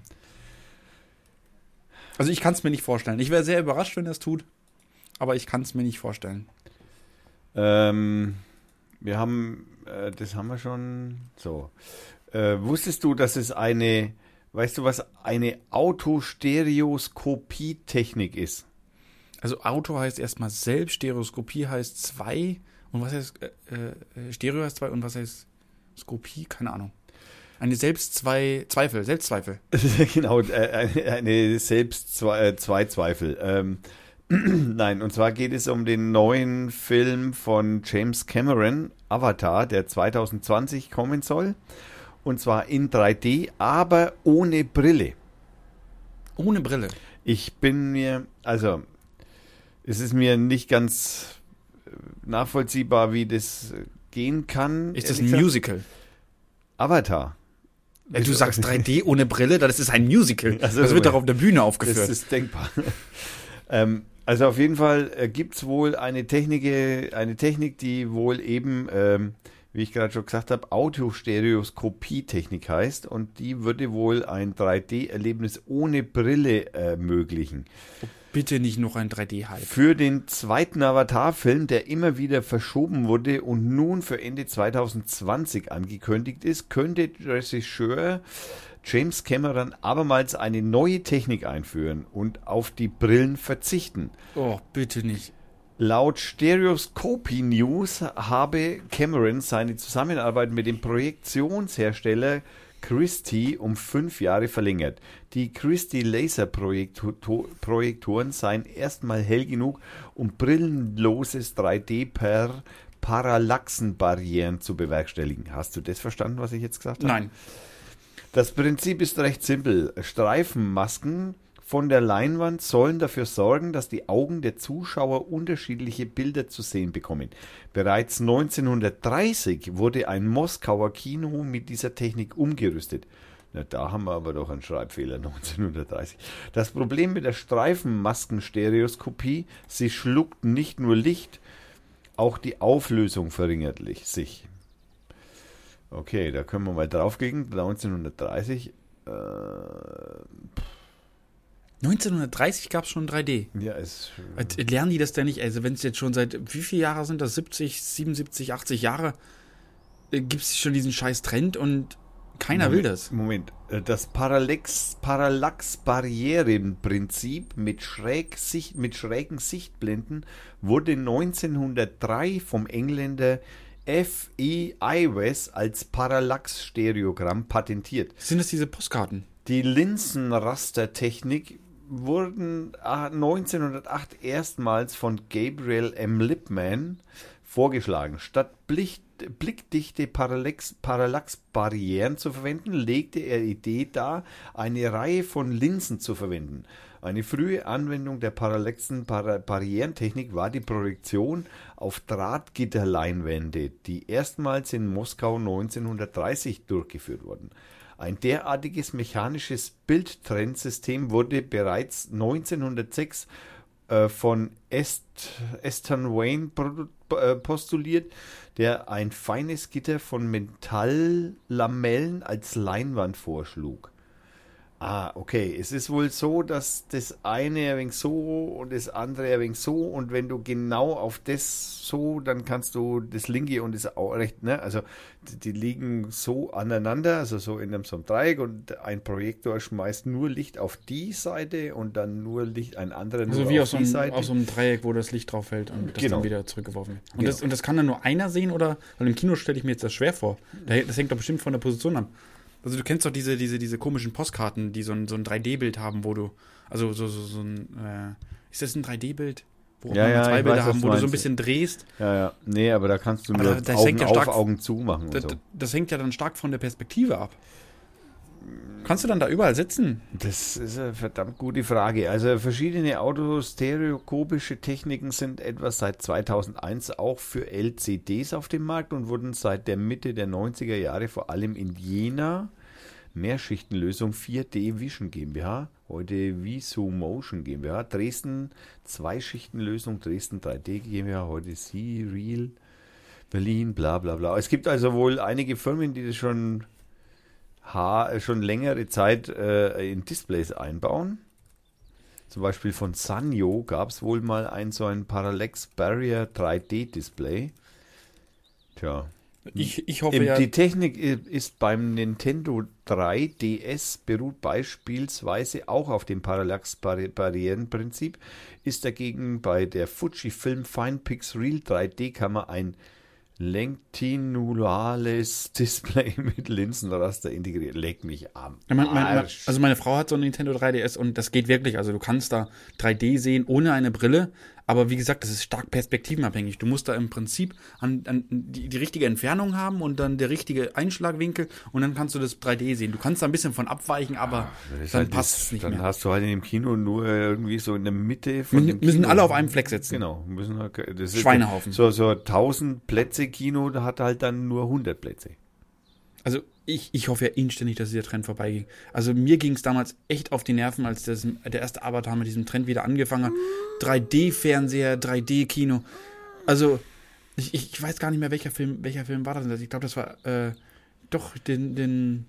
Also ich kann es mir nicht vorstellen. Ich wäre sehr überrascht, wenn er es tut, aber ich kann es mir nicht vorstellen. Ähm, wir haben, äh, das haben wir schon so. Äh, wusstest du, dass es eine, weißt du was, eine Autostereoskopietechnik ist? Also Auto heißt erstmal selbst, Stereoskopie heißt zwei und was heißt äh, äh, Stereo heißt zwei und was heißt Skopie? Keine Ahnung. Eine selbst zwei Zweifel, Selbstzweifel. Genau, äh, eine, eine selbst zwei, äh, zwei Zweifel. Ähm, nein, und zwar geht es um den neuen Film von James Cameron, Avatar, der zwanzig zwanzig kommen soll. Und zwar in drei D, aber ohne Brille. Ohne Brille. Ich bin mir, also, es ist mir nicht ganz äh, nachvollziehbar, wie das äh, gehen kann. Ist das ehrlich ein gesagt. Musical? Avatar. Ja, du sagst drei D ohne Brille, das ist ein Musical. Also, das wird doch auf der Bühne aufgeführt. Das ist denkbar. ähm, also auf jeden Fall äh, gibt es wohl eine Technik, eine Technik, die wohl eben, ähm, wie ich gerade schon gesagt habe, Autostereoskopie-Technik heißt und die würde wohl ein drei D-Erlebnis ohne Brille ermöglichen. Bitte nicht noch ein drei D-Hype. Für den zweiten Avatar-Film, der immer wieder verschoben wurde und nun für Ende zwanzig zwanzig angekündigt ist, könnte Regisseur James Cameron abermals eine neue Technik einführen und auf die Brillen verzichten. Oh, bitte nicht. Laut Stereoscopy News habe Cameron seine Zusammenarbeit mit dem Projektionshersteller Christie um fünf Jahre verlängert. Die Christie Laser Projektoren seien erstmal hell genug, um brillenloses drei D per Parallaxenbarrieren zu bewerkstelligen. Hast du das verstanden, was ich jetzt gesagt habe? Nein. Das Prinzip ist recht simpel. Streifenmasken von der Leinwand sollen dafür sorgen, dass die Augen der Zuschauer unterschiedliche Bilder zu sehen bekommen. Bereits neunzehnhundertdreißig wurde ein Moskauer Kino mit dieser Technik umgerüstet. Na, da haben wir aber doch einen Schreibfehler, neunzehnhundertdreißig. Das Problem mit der Streifenmaskenstereoskopie, sie schluckt nicht nur Licht, auch die Auflösung verringert sich. Okay, da können wir mal draufklicken. neunzehnhundertdreißig. Äh, neunzehnhundertdreißig gab es schon drei D. ja, es. Äh, Lernen die das denn nicht? Also wenn es jetzt schon seit, wie viele Jahre sind das? siebzig, siebenundsiebzig, achtzig Jahre? Äh, Gibt es schon diesen scheiß Trend und keiner Moment, will das. Moment. Das Parallax, Parallax-Barrierenprinzip mit, schräg Sicht, mit schrägen Sichtblenden wurde neunzehnhundertdrei vom Engländer F E I W E S als Parallax-Stereogramm patentiert. Sind das diese Postkarten? Die Linsenrastertechnik wurden neunzehnhundertacht erstmals von Gabriel M. Lippmann vorgeschlagen. Statt Blick, blickdichte Parallax, Parallax-Barrieren zu verwenden, legte er die Idee dar, eine Reihe von Linsen zu verwenden. Eine frühe Anwendung der parallaxen Par- Barrierentechnik war die Projektion auf Drahtgitterleinwände, die erstmals in Moskau neunzehnhundertdreißig durchgeführt wurden. Ein derartiges mechanisches Bildtrennsystem wurde bereits neunzehnhundertsechs äh, von Est, Eston Wayne produ- äh, postuliert, der ein feines Gitter von Metalllamellen als Leinwand vorschlug. Ah, okay. Es ist wohl so, dass das eine ein wenig so und das andere ein wenig so, und wenn du genau auf das so, dann kannst du das linke und das auch recht, ne? Also die, die liegen so aneinander, also so in einem, so einem Dreieck, und ein Projektor schmeißt nur Licht auf die Seite und dann nur Licht ein anderer nur Also wie auf aus so, die einem, Seite. aus so einem Dreieck, wo das Licht drauf fällt und das Genau. dann wieder zurückgeworfen wird. Und, Genau. das, und das kann dann nur einer sehen, oder? Weil im Kino stelle ich mir jetzt das schwer vor. Das hängt doch bestimmt von der Position ab. Also du kennst doch diese, diese, diese komischen Postkarten, die so ein, so ein drei D-Bild haben, wo du, also so, so, so ein, äh, ist das ein drei D-Bild? Wo auch Ja, manchmal ja, zwei ich Bilder weiß, was haben, du wo du so ein meinst. bisschen drehst. Ja, ja. Nee, aber da kannst du Aber nur da- das Augen hängt ja auf, stark- Augen zu machen und Das, so. das hängt ja dann stark von der Perspektive ab. Kannst du dann da überall sitzen? Das ist eine verdammt gute Frage. Also verschiedene autostereoskopische Techniken sind etwa seit zweitausendeins auch für L C Ds auf dem Markt und wurden seit der Mitte der neunziger Jahre vor allem in Jena, Mehrschichtenlösung vier D Vision GmbH, heute Visu Motion GmbH, Dresden Zweischichtenlösung, Dresden drei D GmbH, heute C-Real, Berlin, bla bla bla. Es gibt also wohl einige Firmen, die das schon Ha- schon längere Zeit äh, in Displays einbauen. Zum Beispiel von Sanyo gab es wohl mal ein so ein Parallax Barrier drei D Display. Tja. Ich, ich hoffe Im, ja. Die Technik i- ist beim Nintendo drei D S, beruht beispielsweise auch auf dem Parallax-Barrierenprinzip, ist dagegen bei der Fujifilm Finepix Real drei D-Kammer ein lenticulales Display mit Linsenraster integriert. Leck mich am Ja, mein, mein, mein, Arsch. also meine Frau hat so ein Nintendo drei D S und das geht wirklich. Also du kannst da drei D sehen ohne eine Brille. Aber wie gesagt, das ist stark perspektivenabhängig. Du musst da im Prinzip an, an die, die richtige Entfernung haben und dann der richtige Einschlagwinkel und dann kannst du das drei D sehen. Du kannst da ein bisschen von abweichen, aber Das ist dann halt passt das, es nicht dann mehr. hast du halt in dem Kino nur irgendwie so in der Mitte von Müssen, dem müssen Kino. alle auf einem Fleck sitzen. Genau, müssen halt, das ist Schweinehaufen. So so tausend Plätze Kino, da hat halt dann nur hundert Plätze. Also ich, ich hoffe ja inständig, dass dieser Trend vorbeiging. Also mir ging es damals echt auf die Nerven, als das, der erste Avatar mit diesem Trend wieder angefangen hat. drei D-Fernseher, drei D-Kino. Also ich, ich weiß gar nicht mehr, welcher Film, welcher Film war das denn? Ich glaube, das war äh, doch den, den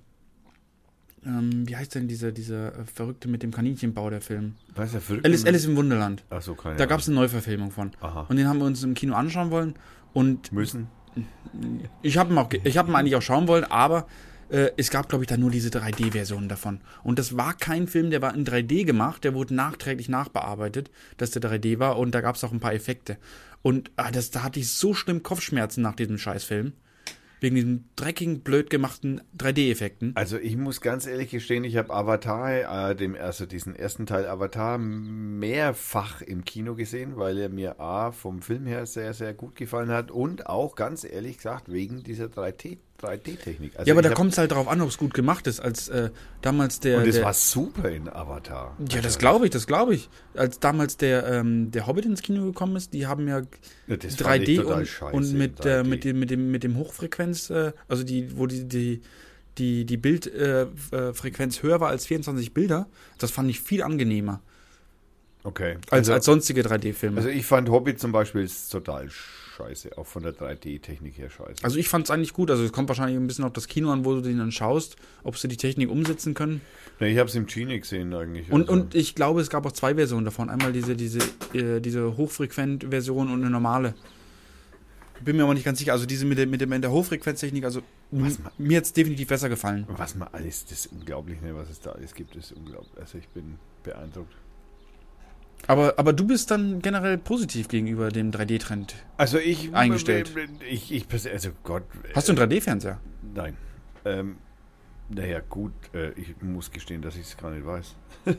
ähm, wie heißt denn dieser, dieser äh, Verrückte mit dem Kaninchenbau, der Film? Was ist verrückt? Alice, Alice im Wunderland. Ach so, keine Da gab es Ahnung. eine Neuverfilmung von. Aha. Und den haben wir uns im Kino anschauen wollen. Und Müssen. ich habe ihn, auch ge- ich hab ihn eigentlich auch schauen wollen, aber äh, es gab, glaube ich, da nur diese drei D-Version davon. Und das war kein Film, der war in drei D gemacht, der wurde nachträglich nachbearbeitet, dass der drei D war und da gab es auch ein paar Effekte. Und ah, das, da hatte ich so schlimm Kopfschmerzen nach diesem Scheißfilm. Wegen diesen dreckigen, blöd gemachten drei D-Effekten. Also ich muss ganz ehrlich gestehen, ich habe Avatar, äh, dem, also diesen ersten Teil Avatar, mehrfach im Kino gesehen, weil er mir A, vom Film her sehr, sehr gut gefallen hat und auch ganz ehrlich gesagt wegen dieser drei D Technik. Also Ja, aber ich da hab- kommt es halt darauf an, ob es gut gemacht ist, als äh, damals der... Und es der war super in Avatar. Ja, das glaube ich, das glaube ich. Als damals der, ähm, der Hobbit ins Kino gekommen ist, die haben ja Ja, das fand drei D ich total und, scheiße und in mit, drei D. äh, mit, dem, mit, dem, mit dem Hochfrequenz, äh, also die, wo die, die, die, die Bildfrequenz äh, Frequenz höher war als vierundzwanzig Bilder, das fand ich viel angenehmer Okay. als, Also, als sonstige drei D-Filme. also Also, ich fand Hobbit zum Beispiel ist total scheiße, auch von der drei D Technik her scheiße. ich fand es eigentlich gut, also es kommt wahrscheinlich ein bisschen auf das Kino an, wo du den dann schaust, ob sie die Technik umsetzen können. Ne, ich habe es im Genie gesehen eigentlich. Und, also. und ich glaube, es gab auch zwei Versionen davon. Einmal diese, diese, äh, diese Hochfrequent-Version und eine normale. Bin mir aber nicht ganz sicher. Also diese mit der, mit der, mit der Hochfrequenztechnik, also Was m- ma- mir hat es definitiv besser gefallen. Was man alles, das ist unglaublich, ne, was es da alles gibt, ist unglaublich. Also ich bin beeindruckt. Aber, aber du bist dann generell positiv gegenüber dem drei D-Trend. Also ich... Eingestellt. Ich, ich, also Gott... Hast du einen drei D-Fernseher? Nein. Ähm, naja, gut, äh, ich muss gestehen, dass ich es gar nicht weiß.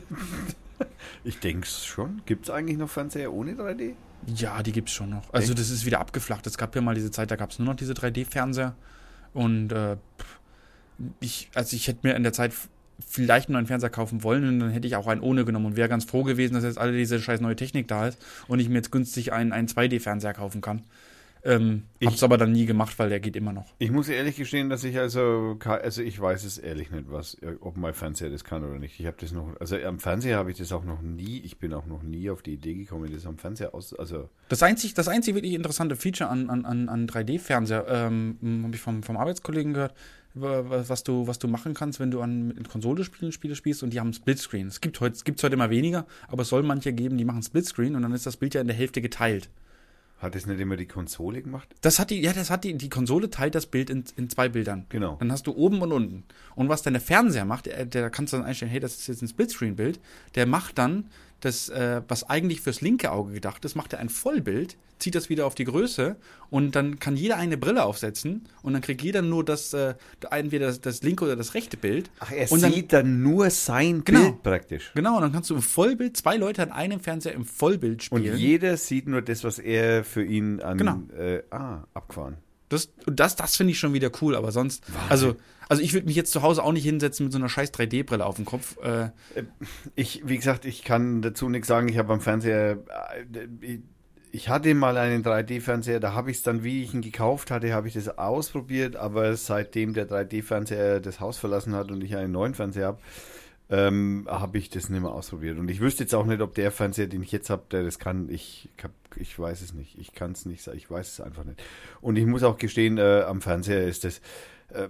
Ich denke es schon. Gibt es eigentlich noch Fernseher ohne drei D? Ja, die gibt's schon noch. Also Echt? das ist wieder abgeflacht. Es gab ja mal diese Zeit, da gab es nur noch diese drei D-Fernseher. Und äh, ich, also ich hätte mir in der Zeit vielleicht einen neuen Fernseher kaufen wollen und dann hätte ich auch einen ohne genommen und wäre ganz froh gewesen, dass jetzt alle diese scheiß neue Technik da ist und ich mir jetzt günstig einen, einen zwei D-Fernseher kaufen kann. Ähm, Ich- hab's aber dann nie gemacht, weil der geht immer noch. Ich muss ehrlich gestehen, dass ich also, ka- also ich weiß es ehrlich nicht, was, ob mein Fernseher das kann oder nicht. Ich habe das noch, also am Fernseher habe ich das auch noch nie, ich bin auch noch nie auf die Idee gekommen, das am Fernseher aus, also Das einzig, das einzig wirklich interessante Feature an, an, an, an drei D-Fernseher, ähm, habe ich vom, vom Arbeitskollegen gehört, wa- was du, was du machen kannst, wenn du an mit Konsole spielen, Spiele spielst und die haben Splitscreen. Es gibt heute, es gibt's heute immer weniger, aber es soll manche geben, die machen Splitscreen und dann ist das Bild ja in der Hälfte geteilt. hat das nicht immer die Konsole gemacht? Das hat die, ja, das hat die, die Konsole teilt das Bild in, in zwei Bildern. Genau. Dann hast du oben und unten. Und was dann der Fernseher macht, der, der kannst du dann einstellen, hey, das ist jetzt ein Splitscreen-Bild, der macht dann das, äh, was eigentlich fürs linke Auge gedacht ist, macht er ein Vollbild, zieht das wieder auf die Größe und dann kann jeder eine Brille aufsetzen und dann kriegt jeder nur das, äh, entweder das, das linke oder das rechte Bild. Ach, er und dann, sieht dann nur sein Genau. Bild praktisch. Genau, und dann kannst du im Vollbild, zwei Leute an einem Fernseher im Vollbild Und spielen. jeder sieht nur das, was er für ihn an, Genau. äh, ah, abgefahren. Das, und das, das finde ich schon wieder cool, aber sonst, also, also ich würde mich jetzt zu Hause auch nicht hinsetzen mit so einer scheiß drei D-Brille auf dem Kopf. Äh, Ich, wie gesagt, ich kann dazu nichts sagen. Ich habe am Fernseher, äh, ich hatte mal einen drei D-Fernseher, da habe ich es dann, wie ich ihn gekauft hatte, habe ich das ausprobiert, aber seitdem der drei D-Fernseher das Haus verlassen hat und ich einen neuen Fernseher habe, ähm, habe ich das nicht mehr ausprobiert. Und ich wüsste jetzt auch nicht, ob der Fernseher, den ich jetzt habe, der das kann. Ich, hab, ich weiß es nicht. Ich kann es nicht sagen. Ich weiß es einfach nicht. Und ich muss auch gestehen, äh, am Fernseher ist das... Äh,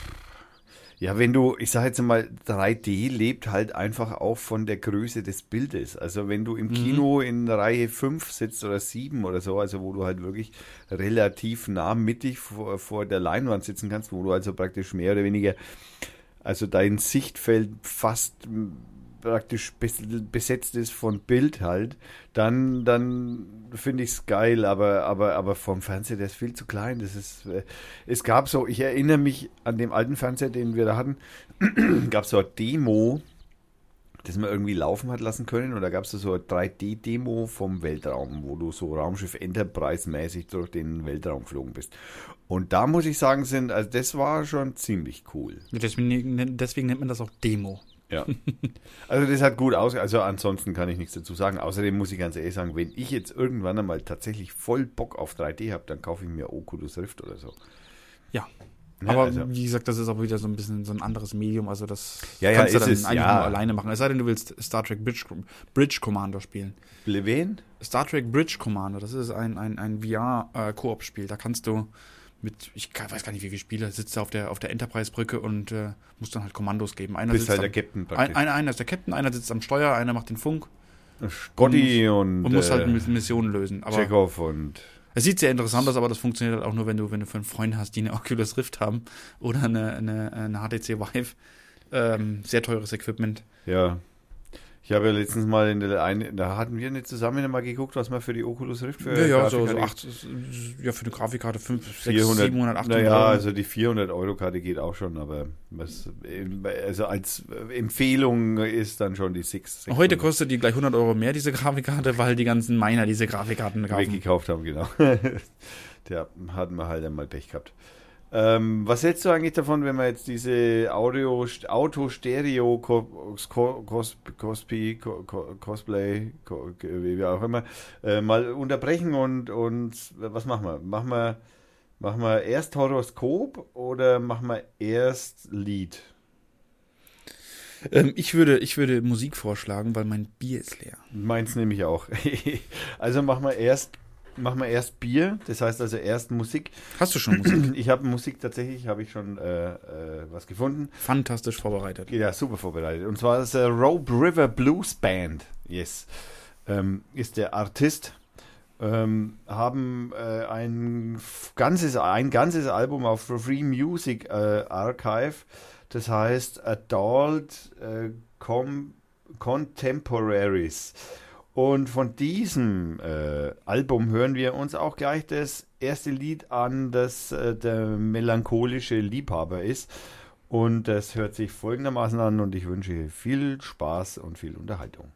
Ja, wenn du, ich sage jetzt mal, drei D lebt halt einfach auch von der Größe des Bildes. Also wenn du im Kino in Reihe fünf sitzt oder sieben oder so, also wo du halt wirklich relativ nah mittig vor, vor der Leinwand sitzen kannst, wo du also praktisch mehr oder weniger, also dein Sichtfeld fast m, praktisch bes- besetzt ist von Bild halt, dann, dann finde ich es geil, aber, aber, aber vom Fernseher, der ist viel zu klein. Das ist, äh, es gab so, ich erinnere mich an dem alten Fernseher, den wir da hatten, gab es so eine Demo, das man irgendwie laufen hat lassen können, und da gab es so eine drei D-Demo vom Weltraum, wo du so Raumschiff Enterprise-mäßig durch den Weltraum geflogen bist. Und da muss ich sagen, sind, also das war schon ziemlich cool. deswegen, deswegen nennt man das auch Demo. Ja. Also das hat gut aus. Also ansonsten kann ich nichts dazu sagen. Außerdem muss ich ganz ehrlich sagen, wenn ich jetzt irgendwann einmal tatsächlich voll Bock auf drei D habe, dann kaufe ich mir Oculus Rift oder so. Ja. Ja, Aber also- wie gesagt, das ist auch wieder so ein bisschen so ein anderes Medium. Also das Ja, ja, kannst du ist dann es, eigentlich ja. nur alleine machen. Es sei denn, du willst Star Trek Bridge, Bridge Commander spielen. Wen? Star Trek Bridge Commander, das ist ein, ein, ein V R-Koop-Spiel. Da kannst du mit, ich weiß gar nicht, wie viele Spieler, sitzt da auf der, auf der Enterprise-Brücke und äh, musst dann halt Kommandos geben. Einer Bist sitzt halt am, der Captain ein, praktisch. einer, einer ist der Captain, einer sitzt am Steuer, einer macht den Funk Scotty und, und muss halt äh, mit Missionen lösen. Aber Chekhov und es sieht sehr interessant aus, aber das funktioniert halt auch nur, wenn du, wenn du fünf Freunde hast, die eine Oculus Rift haben oder eine, eine, eine H T C Vive. Ähm, sehr teures Equipment. ja. Ich habe ja letztens mal in der einen, da hatten wir nicht zusammen mal geguckt, was man für die Oculus Rift für Ja, ja, so, so Grafikkarte- acht, ja, für eine Grafikkarte fünf, sechs, vierhundert, siebenhundert, achthundert naja, Euro. also die vierhundert Euro Karte geht auch schon, aber was, also als Empfehlung ist dann schon die sechs. Heute kostet die gleich hundert Euro mehr, diese Grafikkarte, weil die ganzen Miner diese Grafikkarten kaufen. weggekauft haben, genau. Der hatten wir halt einmal Pech gehabt. Ähm, was hältst du eigentlich davon, wenn wir jetzt diese Audio, Auto-Stereo, Cos, Cos, Cosplay, Cosplay, wie auch immer, äh, mal unterbrechen und, und was machen wir? Machen wir, machen wir erst Horoskop oder machen wir erst Lied? Ähm, ich würde, ich würde Musik vorschlagen, weil mein Bier ist leer. Meins nämlich auch. Also machen wir erst Machen wir erst Bier, das heißt also erst Musik. Hast du schon Musik? Ich habe Musik tatsächlich, habe ich schon äh, äh, was gefunden. Fantastisch vorbereitet. Ja, super vorbereitet. Und zwar ist äh, Rope River Blues Band. Yes. Ähm, ist der Artist. Ähm, haben äh, ein f- ganzes ein ganzes Album auf Free Music äh, Archive. Das heißt Adult äh, Com- Contemporaries. Und von diesem äh, Album hören wir uns auch gleich das erste Lied an, das äh, der melancholische Liebhaber ist. Und das hört sich folgendermaßen an und ich wünsche viel Spaß und viel Unterhaltung.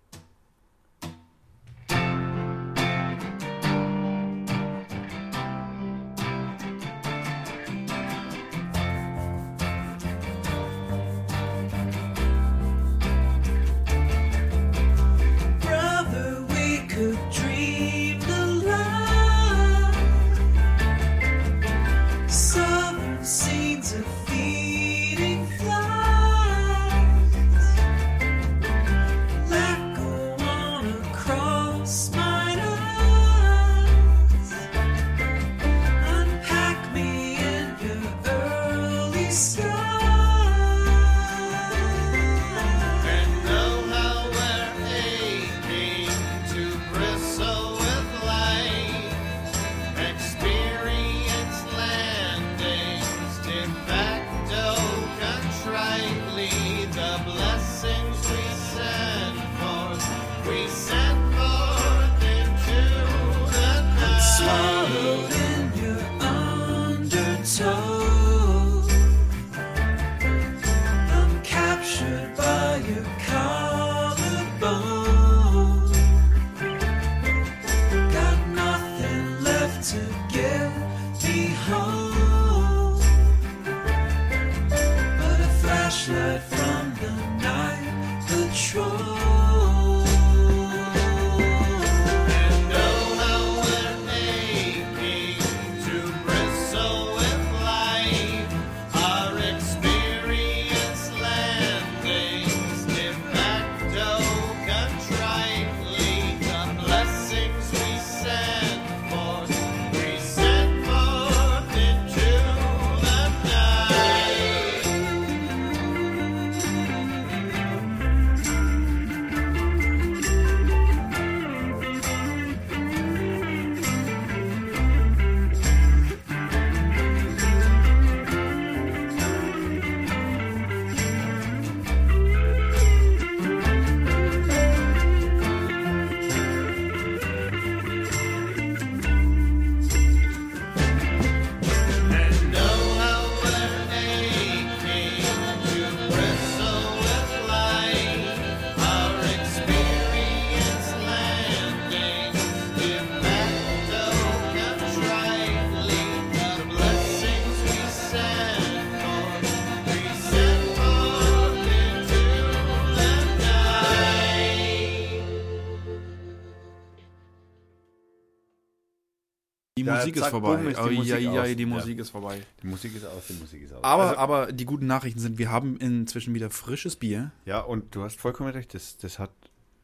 Die Ja, Musik zack, ist vorbei. bumm, ist die oh, Musik ja, ja, aus. die Ja. Musik ist vorbei. Die Musik ist aus, die Musik ist aus. Aber, Also, aber die guten Nachrichten sind, wir haben inzwischen wieder frisches Bier. ja, und du hast vollkommen recht, das, das hat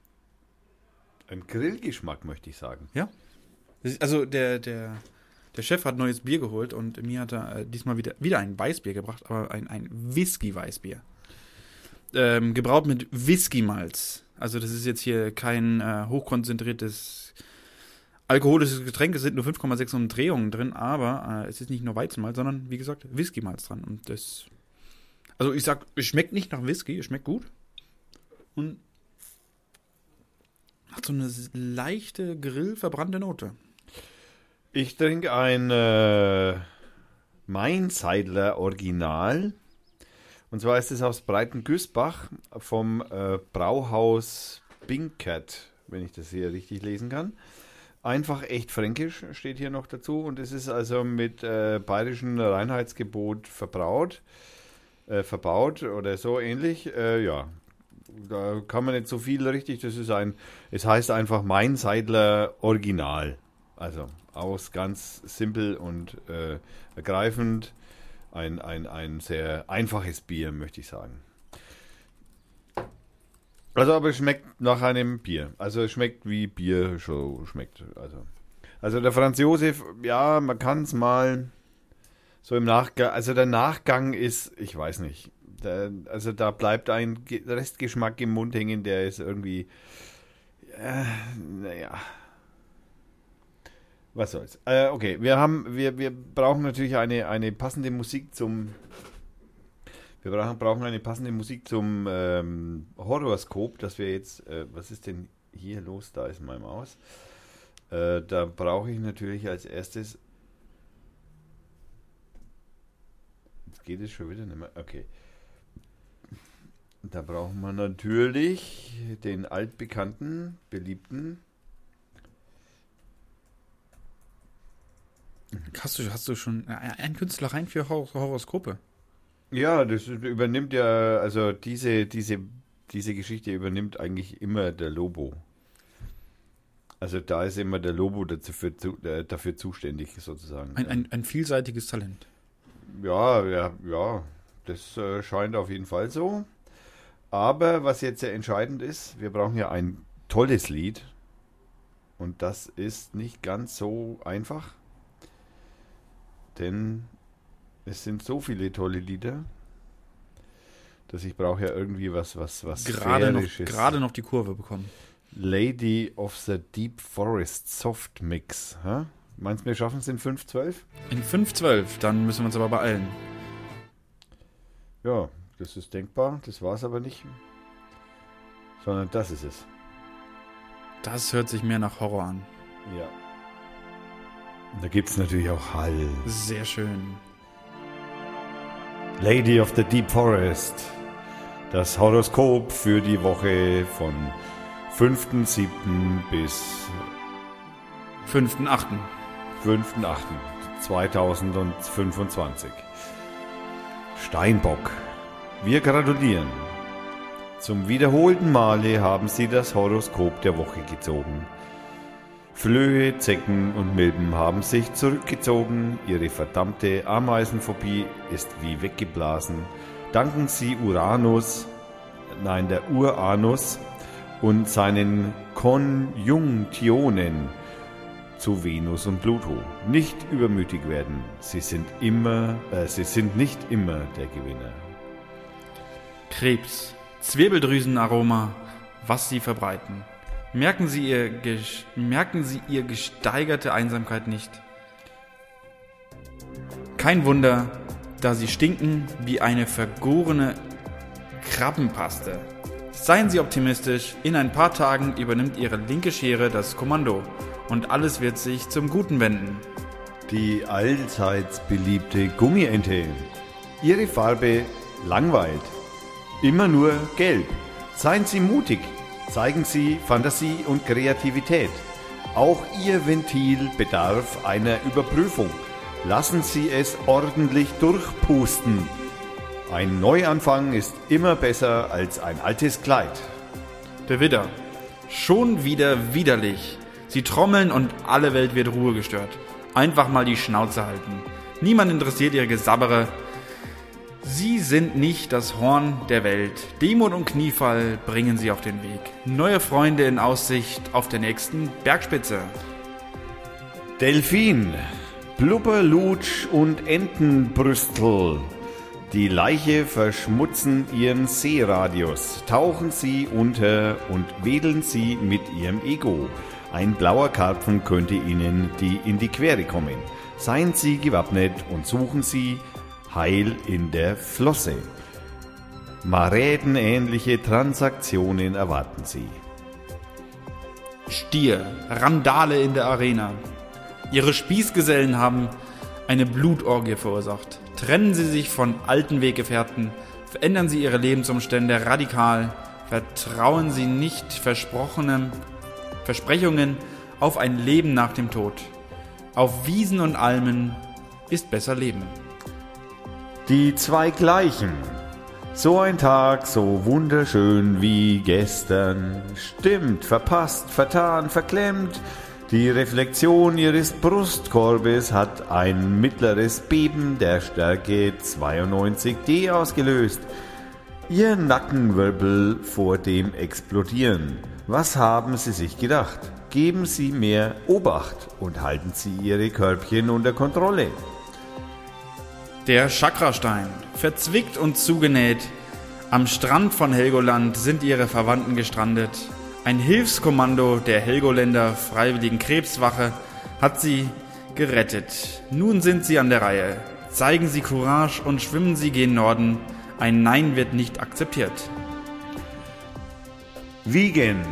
einen Grillgeschmack, möchte ich sagen. Ja. Das ist, also der, der, der Chef hat neues Bier geholt und mir hat er äh, diesmal wieder, wieder ein Weißbier gebracht, aber ein, ein Whisky-Weißbier. Ähm, gebraut mit Whisky-Malz. Also das ist jetzt hier kein äh, hochkonzentriertes alkoholisches Getränk. Es sind nur fünf Komma sechs Umdrehungen drin, aber äh, es ist nicht nur Weizenmalz, sondern wie gesagt Whisky-Malz dran. Und das, also ich sag, es schmeckt nicht nach Whisky, es schmeckt gut. Und hat so eine leichte grillverbrannte Note. Ich trinke ein äh, Mainzeidler Original. Und zwar ist es aus Breitengüßbach vom äh, Brauhaus Binkert, wenn ich das hier richtig lesen kann. Einfach echt fränkisch steht hier noch dazu. Und es ist also mit äh, bayerischem Reinheitsgebot verbraut, äh, verbaut oder so ähnlich. Äh, ja, da kann man nicht so viel richtig. Das ist ein, es heißt einfach Mainzeidler Original. Also aus ganz simpel und äh, ergreifend. Ein, ein, ein sehr einfaches Bier, möchte ich sagen. Also, aber es schmeckt nach einem Bier. Also, es schmeckt wie Bier schon schmeckt. Also, also der Franz Josef, ja, man kann es mal so im Nachgang, also der Nachgang ist, ich weiß nicht, der, also da bleibt ein Restgeschmack im Mund hängen, der ist irgendwie, äh, naja. Was soll's. Äh, okay, wir haben, wir, wir brauchen natürlich eine, eine passende Musik zum. Wir brauchen, brauchen eine passende Musik zum ähm, Horoskop, dass wir jetzt. Äh, was ist denn hier los? Da ist meine Maus. Äh, da brauche ich natürlich als erstes. Jetzt geht es schon wieder nicht mehr. Okay. Da brauchen wir natürlich den altbekannten, beliebten. Hast du, hast du schon einen Künstler rein für Hor- Horoskope? Ja, das übernimmt ja, also diese, diese, diese Geschichte übernimmt eigentlich immer der Lobo. Also da ist immer der Lobo dafür, äh, dafür zuständig, sozusagen. Ein, ein, ein vielseitiges Talent. Ja, ja, ja, das äh, scheint auf jeden Fall so. Aber was jetzt sehr entscheidend ist, wir brauchen ja ein tolles Lied. Und das ist nicht ganz so einfach. Denn es sind so viele tolle Lieder, dass ich brauche ja irgendwie was, was, was Gerade noch, Sphärisches. gerade noch die Kurve bekommen. Lady of the Deep Forest Soft Mix. Hä? Meinst du, wir schaffen es in fünf zwölf? In fünf zwölf, dann müssen wir uns aber beeilen. Ja, das ist denkbar. Das war es aber nicht. Sondern das ist es. Das hört sich mehr nach Horror an. Ja. Da gibt es natürlich auch Hall. Sehr schön. Lady of the Deep Forest. Das Horoskop für die Woche von fünften siebten bis fünften achten fünften achten zweitausendfünfundzwanzig. Steinbock. Wir gratulieren. Zum wiederholten Male haben Sie das Horoskop der Woche gezogen. Flöhe, Zecken und Milben haben sich zurückgezogen. Ihre verdammte Ameisenphobie ist wie weggeblasen. Danken Sie Uranus, nein, der Uranus und seinen Konjunktionen zu Venus und Pluto. Nicht übermütig werden. Sie sind immer, äh, sie sind nicht immer der Gewinner. Krebs. Zwirbeldrüsenaroma, was Sie verbreiten. Merken Sie, ihr, merken Sie Ihr gesteigerte Einsamkeit nicht? Kein Wunder, da Sie stinken wie eine vergorene Krabbenpaste. Seien Sie optimistisch, in ein paar Tagen übernimmt Ihre linke Schere das Kommando und alles wird sich zum Guten wenden. Die allseits beliebte Gummiente. Ihre Farbe langweilt. Immer nur gelb. Seien Sie mutig. Zeigen Sie Fantasie und Kreativität. Auch Ihr Ventil bedarf einer Überprüfung. Lassen Sie es ordentlich durchpusten. Ein Neuanfang ist immer besser als ein altes Kleid. Der Widder. Schon wieder widerlich. Sie trommeln und alle Welt wird Ruhe gestört. Einfach mal die Schnauze halten. Niemand interessiert Ihre Gesabbere. Sie sind nicht das Horn der Welt. Demut und Kniefall bringen Sie auf den Weg. Neue Freunde in Aussicht auf der nächsten Bergspitze. Delfin, Blubberlutsch und Entenbrüstel. Die Leiche verschmutzen ihren Seeradius. Tauchen Sie unter und wedeln Sie mit Ihrem Ego. Ein blauer Karpfen könnte Ihnen die in die Quere kommen. Seien Sie gewappnet und suchen Sie Heil in der Flosse. Marädenähnliche Transaktionen erwarten Sie. Stier, Randale in der Arena. Ihre Spießgesellen haben eine Blutorgie verursacht. Trennen Sie sich von alten Weggefährten, verändern Sie Ihre Lebensumstände radikal, vertrauen Sie nicht versprochenen Versprechungen auf ein Leben nach dem Tod. Auf Wiesen und Almen ist besser Leben. Die zwei Gleichen. So ein Tag, so wunderschön wie gestern. Stimmt, verpasst, vertan, verklemmt. Die Reflexion ihres Brustkorbes hat ein mittleres Beben der Stärke zweiundneunzig D ausgelöst. Ihr Nackenwirbel vor dem Explodieren. Was haben Sie sich gedacht? Geben Sie mehr Obacht und halten Sie Ihre Körbchen unter Kontrolle. Der Chakrastein, verzwickt und zugenäht. Am Strand von Helgoland sind ihre Verwandten gestrandet. Ein Hilfskommando der Helgoländer Freiwilligen Krebswache hat sie gerettet. Nun sind sie an der Reihe. Zeigen Sie Courage und schwimmen Sie gen Norden. Ein Nein wird nicht akzeptiert. Vegan.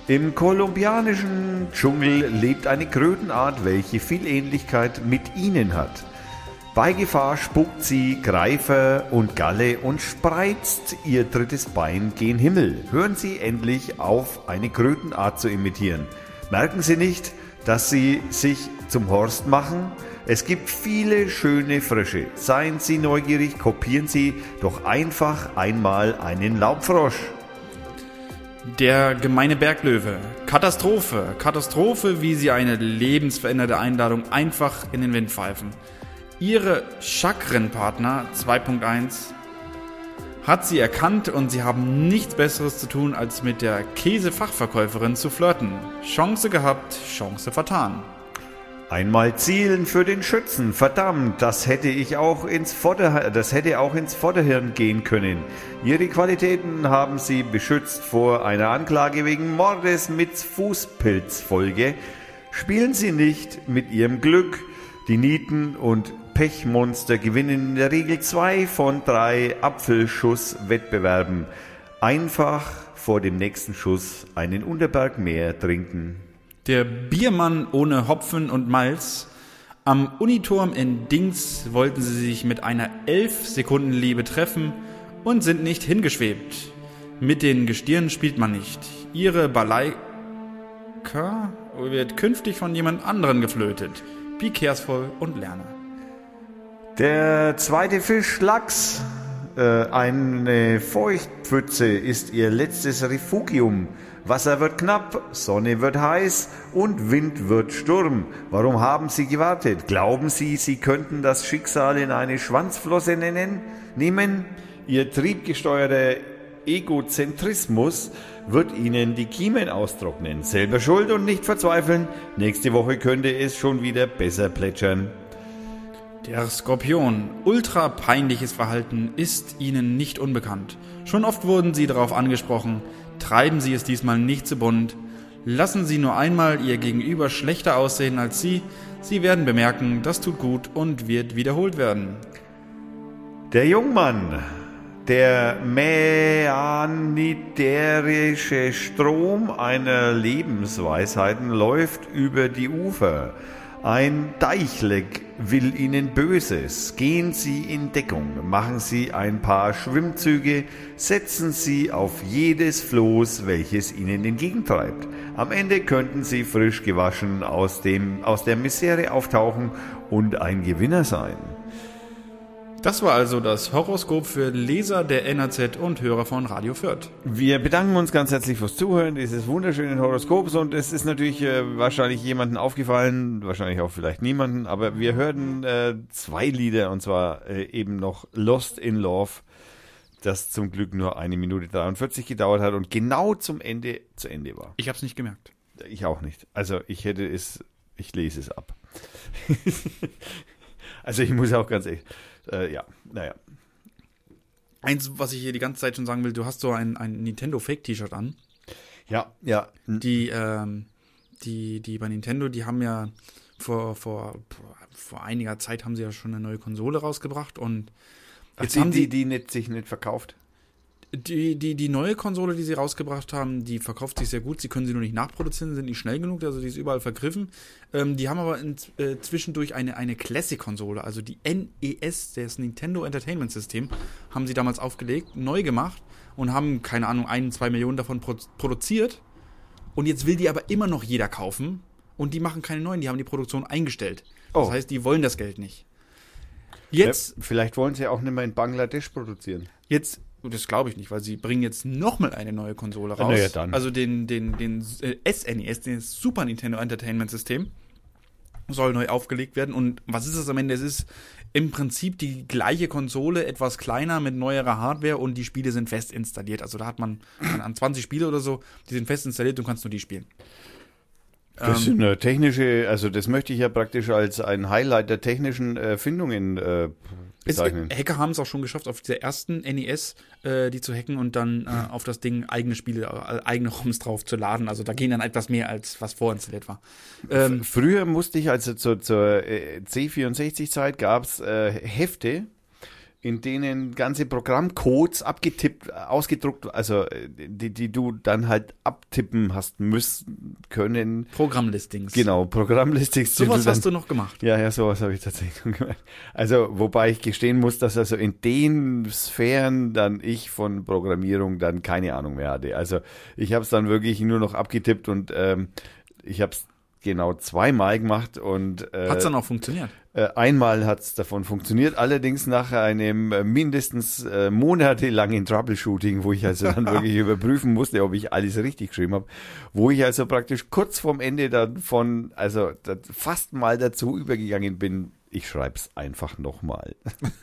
Im kolumbianischen Dschungel lebt eine Krötenart, welche viel Ähnlichkeit mit ihnen hat. Bei Gefahr spuckt sie Greifer und Galle und spreizt ihr drittes Bein gen Himmel. Hören Sie endlich auf, eine Krötenart zu imitieren. Merken Sie nicht, dass Sie sich zum Horst machen? Es gibt viele schöne Frösche. Seien Sie neugierig, kopieren Sie doch einfach einmal einen Laubfrosch. Der gemeine Berglöwe. Katastrophe. Katastrophe, wie Sie eine lebensveränderte Einladung einfach in den Wind pfeifen. Ihre Chakrenpartner zwei Punkt eins hat sie erkannt und sie haben nichts Besseres zu tun, als mit der Käsefachverkäuferin zu flirten. Chance gehabt, Chance vertan. Einmal zielen für den Schützen. Verdammt, das hätte ich auch ins Vorder- das hätte auch ins Vorderhirn gehen können. Ihre Qualitäten haben sie beschützt vor einer Anklage wegen Mordes mit Fußpilzfolge. Spielen Sie nicht mit Ihrem Glück. Die Nieten und Pechmonster gewinnen in der Regel zwei von drei Apfelschusswettbewerben. Einfach vor dem nächsten Schuss einen Unterberg mehr trinken. Der Biermann ohne Hopfen und Malz. Am Uniturm in Dings wollten sie sich mit einer elf-Sekunden-Liebe treffen und sind nicht hingeschwebt. Mit den Gestirnen spielt man nicht. Ihre Balaika wird künftig von jemand anderen geflötet. Be careful und lerne. Der zweite Fisch, Lachs. Äh, eine Feuchtpfütze ist ihr letztes Refugium. Wasser wird knapp, Sonne wird heiß und Wind wird Sturm. Warum haben Sie gewartet? Glauben Sie, Sie könnten das Schicksal in eine Schwanzflosse nennen, nehmen? Ihr triebgesteuerter Egozentrismus wird Ihnen die Kiemen austrocknen. Selber schuld und nicht verzweifeln. Nächste Woche könnte es schon wieder besser plätschern. Der Skorpion. Ultra peinliches Verhalten ist Ihnen nicht unbekannt. Schon oft wurden Sie darauf angesprochen. Treiben Sie es diesmal nicht zu bunt. Lassen Sie nur einmal Ihr Gegenüber schlechter aussehen als Sie. Sie werden bemerken, das tut gut und wird wiederholt werden. Der Jungmann. Der mäanitärische Strom einer Lebensweisheiten läuft über die Ufer. Ein Deichleck will Ihnen Böses. Gehen Sie in Deckung, machen Sie ein paar Schwimmzüge, setzen Sie auf jedes Floß, welches Ihnen entgegentreibt. Am Ende könnten Sie frisch gewaschen aus, dem, aus der Misere auftauchen und ein Gewinner sein. Das war also das Horoskop für Leser der N R Z und Hörer von Radio Fürth. Wir bedanken uns ganz herzlich fürs Zuhören dieses wunderschönen Horoskops und es ist natürlich äh, wahrscheinlich jemandem aufgefallen, wahrscheinlich auch vielleicht niemanden, aber wir hörten äh, zwei Lieder und zwar äh, eben noch Lost in Love, das zum Glück nur eine Minute dreiundvierzig gedauert hat und genau zum Ende zu Ende war. Ich habe es nicht gemerkt. Ich auch nicht. Also ich hätte es, ich lese es ab. Also ich muss auch ganz ehrlich... Äh, ja, naja. Eins, was ich hier die ganze Zeit schon sagen will, du hast so ein, ein Nintendo-Fake-T-Shirt an. Ja, ja. Die, ähm, die, die bei Nintendo, die haben ja vor, vor, vor einiger Zeit haben sie ja schon eine neue Konsole rausgebracht und jetzt Ach, die, haben sie die nicht, sich nicht verkauft. Die, die, die neue Konsole, die sie rausgebracht haben, die verkauft sich sehr gut. Sie können sie nur nicht nachproduzieren, sind nicht schnell genug, also die ist überall vergriffen. Ähm, die haben aber in, äh, zwischendurch eine, eine Classic-Konsole, also die N E S, das Nintendo Entertainment System, haben sie damals aufgelegt, neu gemacht und haben, keine Ahnung, ein, zwei Millionen davon pro- produziert. Und jetzt will die aber immer noch jeder kaufen und die machen keine neuen, die haben die Produktion eingestellt. Das oh. heißt, die wollen das Geld nicht. Jetzt, ja, vielleicht wollen sie auch nicht mehr in Bangladesch produzieren. Jetzt Das glaube ich nicht, weil sie bringen jetzt nochmal eine neue Konsole raus. Ja, dann. Also den, den, den äh, S N E S, den Super Nintendo Entertainment System, soll neu aufgelegt werden. Und was ist das am Ende? Es ist im Prinzip die gleiche Konsole, etwas kleiner, mit neuerer Hardware und die Spiele sind fest installiert. Also da hat man an zwanzig Spiele oder so, die sind fest installiert und kannst nur die spielen. Das ist eine technische, also das möchte ich ja praktisch als ein Highlight der technischen Erfindungen äh, bezeichnen. Es, Hacker haben es auch schon geschafft, auf dieser ersten N E S äh, die zu hacken und dann äh, auf das Ding eigene Spiele, äh, eigene ROMs drauf zu laden. Also da gehen dann etwas mehr, als was vorinstalliert war. Ähm, Früher musste ich, also zur, zur äh, C vierundsechzig-Zeit gab es äh, Hefte, in denen ganze Programmcodes abgetippt, ausgedruckt, also die, die du dann halt abtippen hast müssen können. Programmlistings. Genau, Programmlistings. Sowas du hast du noch gemacht. Ja, ja, sowas habe ich tatsächlich schon gemacht. Also, wobei ich gestehen muss, dass also in den Sphären dann ich von Programmierung dann keine Ahnung mehr hatte. Also ich habe es dann wirklich nur noch abgetippt und ähm, ich habe es genau zweimal gemacht und äh, Hat es dann auch funktioniert? Äh, einmal hat es davon funktioniert, allerdings nach einem äh, mindestens äh, monatelangen Troubleshooting, wo ich also dann wirklich überprüfen musste, ob ich alles richtig geschrieben habe, wo ich also praktisch kurz vorm Ende dann von, also fast mal dazu übergegangen bin, ich schreib's einfach nochmal.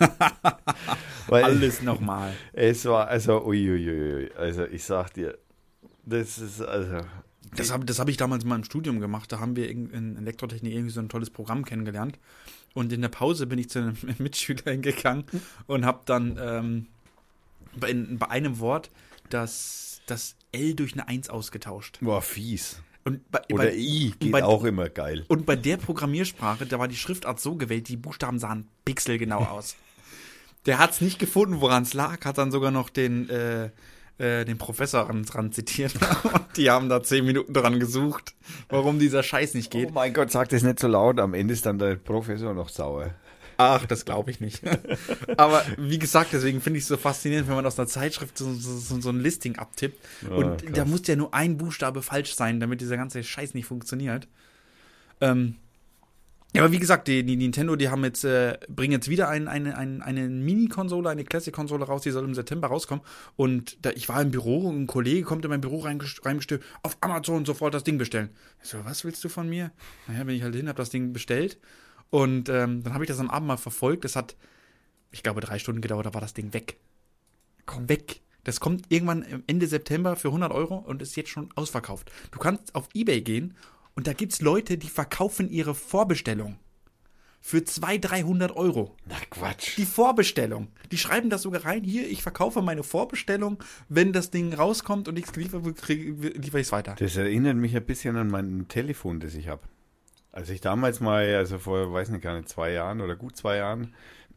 Alles nochmal. Es war, also, uiuiui, also ich sag dir, das ist, also... Das habe das hab ich damals mal im Studium gemacht. Da haben wir in, in Elektrotechnik irgendwie so ein tolles Programm kennengelernt. Und in der Pause bin ich zu einem Mitschüler hingegangen und habe dann ähm, bei, in, bei einem Wort das, das L durch eine eins ausgetauscht. Boah, fies. Und bei, Oder bei, I geht bei, auch immer geil. Und bei der Programmiersprache, da war die Schriftart so gewählt, die Buchstaben sahen pixelgenau aus. Der hat es nicht gefunden, woran es lag, hat dann sogar noch den... Äh, den Professor ran, ran zitiert und die haben da zehn Minuten dran gesucht, warum dieser Scheiß nicht geht. Oh mein Gott, sag das nicht so laut, am Ende ist dann der Professor noch sauer. Ach, das glaube ich nicht. Aber wie gesagt, deswegen finde ich es so faszinierend, wenn man aus einer Zeitschrift so, so, so ein Listing abtippt und oh, da muss ja nur ein Buchstabe falsch sein, damit dieser ganze Scheiß nicht funktioniert. Ähm, Ja, aber wie gesagt, die, die Nintendo, die haben jetzt, äh, bringen jetzt wieder ein, eine, ein, eine Mini-Konsole, eine Classic-Konsole raus, die soll im September rauskommen. Und da, ich war im Büro und ein Kollege kommt in mein Büro reingestürmt, auf Amazon sofort das Ding bestellen. Ich so, was willst du von mir? Naja, bin ich halt hin, hab das Ding bestellt. Und ähm, dann habe ich das am Abend mal verfolgt. Das hat, ich glaube, drei Stunden gedauert, da war das Ding weg. Komm, weg. Das kommt irgendwann Ende September für hundert Euro und ist jetzt schon ausverkauft. Du kannst auf eBay gehen. Und da gibt's Leute, die verkaufen ihre Vorbestellung für zweihundert, dreihundert Euro. Na Quatsch. Die Vorbestellung. Die schreiben das sogar rein. Hier, ich verkaufe meine Vorbestellung. Wenn das Ding rauskommt und ich es liefere, liefere ich es weiter. Das erinnert mich ein bisschen an mein Telefon, das ich habe. Als ich damals mal, also vor, weiß nicht, gar nicht, zwei Jahren oder gut zwei Jahren,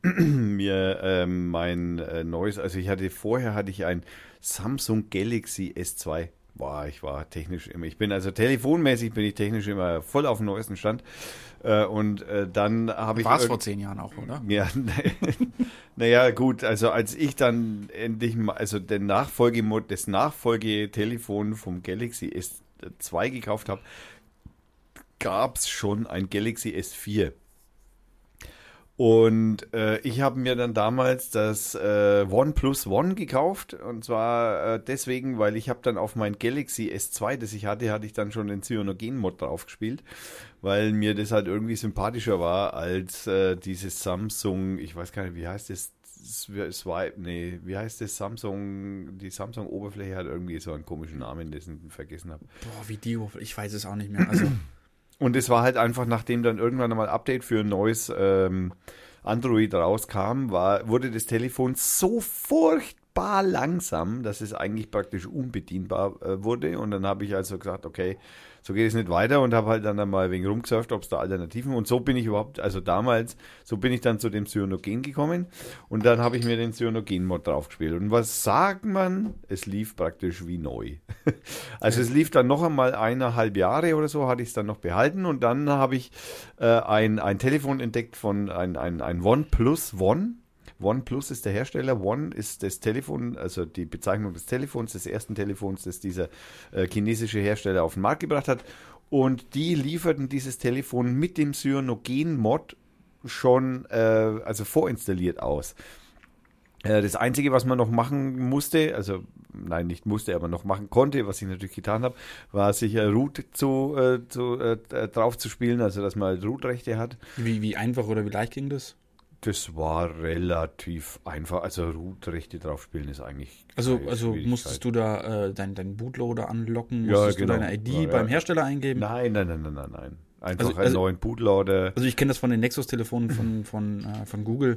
mir ähm, mein äh, neues, also ich hatte, vorher hatte ich ein Samsung Galaxy S zwei. Boah, ich war technisch immer, ich bin also telefonmäßig bin ich technisch immer voll auf dem neuesten Stand. Äh, und äh, dann habe ich... War es vor zehn Jahren auch, oder? Ja, naja, gut, also als ich dann endlich mal, also den Nachfolge, das Nachfolgetelefon vom Galaxy S zwei gekauft habe, gab es schon ein Galaxy S vier. Und äh, ich habe mir dann damals das äh, OnePlus One gekauft und zwar äh, deswegen, weil ich habe dann auf mein Galaxy S zwei, das ich hatte, hatte ich dann schon den Cyanogen-Mod draufgespielt, weil mir das halt irgendwie sympathischer war als äh, dieses Samsung, ich weiß gar nicht, wie heißt das, Swipe, nee, wie heißt das Samsung, die Samsung-Oberfläche hat irgendwie so einen komischen Namen, den ich vergessen habe. Boah, wie die Oberfläche, ich weiß es auch nicht mehr, also... Und es war halt einfach, nachdem dann irgendwann einmal Update für ein neues ähm, Android rauskam, war, wurde das Telefon so furchtbar langsam, dass es eigentlich praktisch unbedienbar äh, wurde. Und dann habe ich also gesagt, okay, so geht es nicht weiter und habe halt dann einmal ein wenig rumgesurft, ob es da Alternativen. Und so bin ich überhaupt, also damals, so bin ich dann zu dem Cyanogen gekommen und dann habe ich mir den Cyanogen-Mod draufgespielt. Und was sagt man? Es lief praktisch wie neu. Also es lief dann noch einmal eineinhalb Jahre oder so, hatte ich es dann noch behalten und dann habe ich äh, ein, ein Telefon entdeckt von ein, ein, ein OnePlus One. OnePlus ist der Hersteller, One ist das Telefon, also die Bezeichnung des Telefons, des ersten Telefons, das dieser äh, chinesische Hersteller auf den Markt gebracht hat. Und die lieferten dieses Telefon mit dem Cyanogen-Mod schon äh, also vorinstalliert aus. Äh, das Einzige, was man noch machen musste, also nein, nicht musste, aber noch machen konnte, was ich natürlich getan habe, war sich äh, Root zu, äh, zu, äh, drauf zu spielen, also dass man halt Root-Rechte hat. Wie, wie einfach oder wie leicht ging das? Das war relativ einfach. Also Root-Rechte drauf spielen ist eigentlich Also, keine also Schwierigkeit. Musstest du da äh, deinen dein Bootloader anlocken? Ja, Musstest genau. du deine I D Ja, ja. beim Hersteller eingeben? Nein, nein, nein, nein, nein, nein. Einfach Also- einen also- neuen Bootloader. Also ich kenne das von den Nexus-Telefonen von, von, äh, von Google.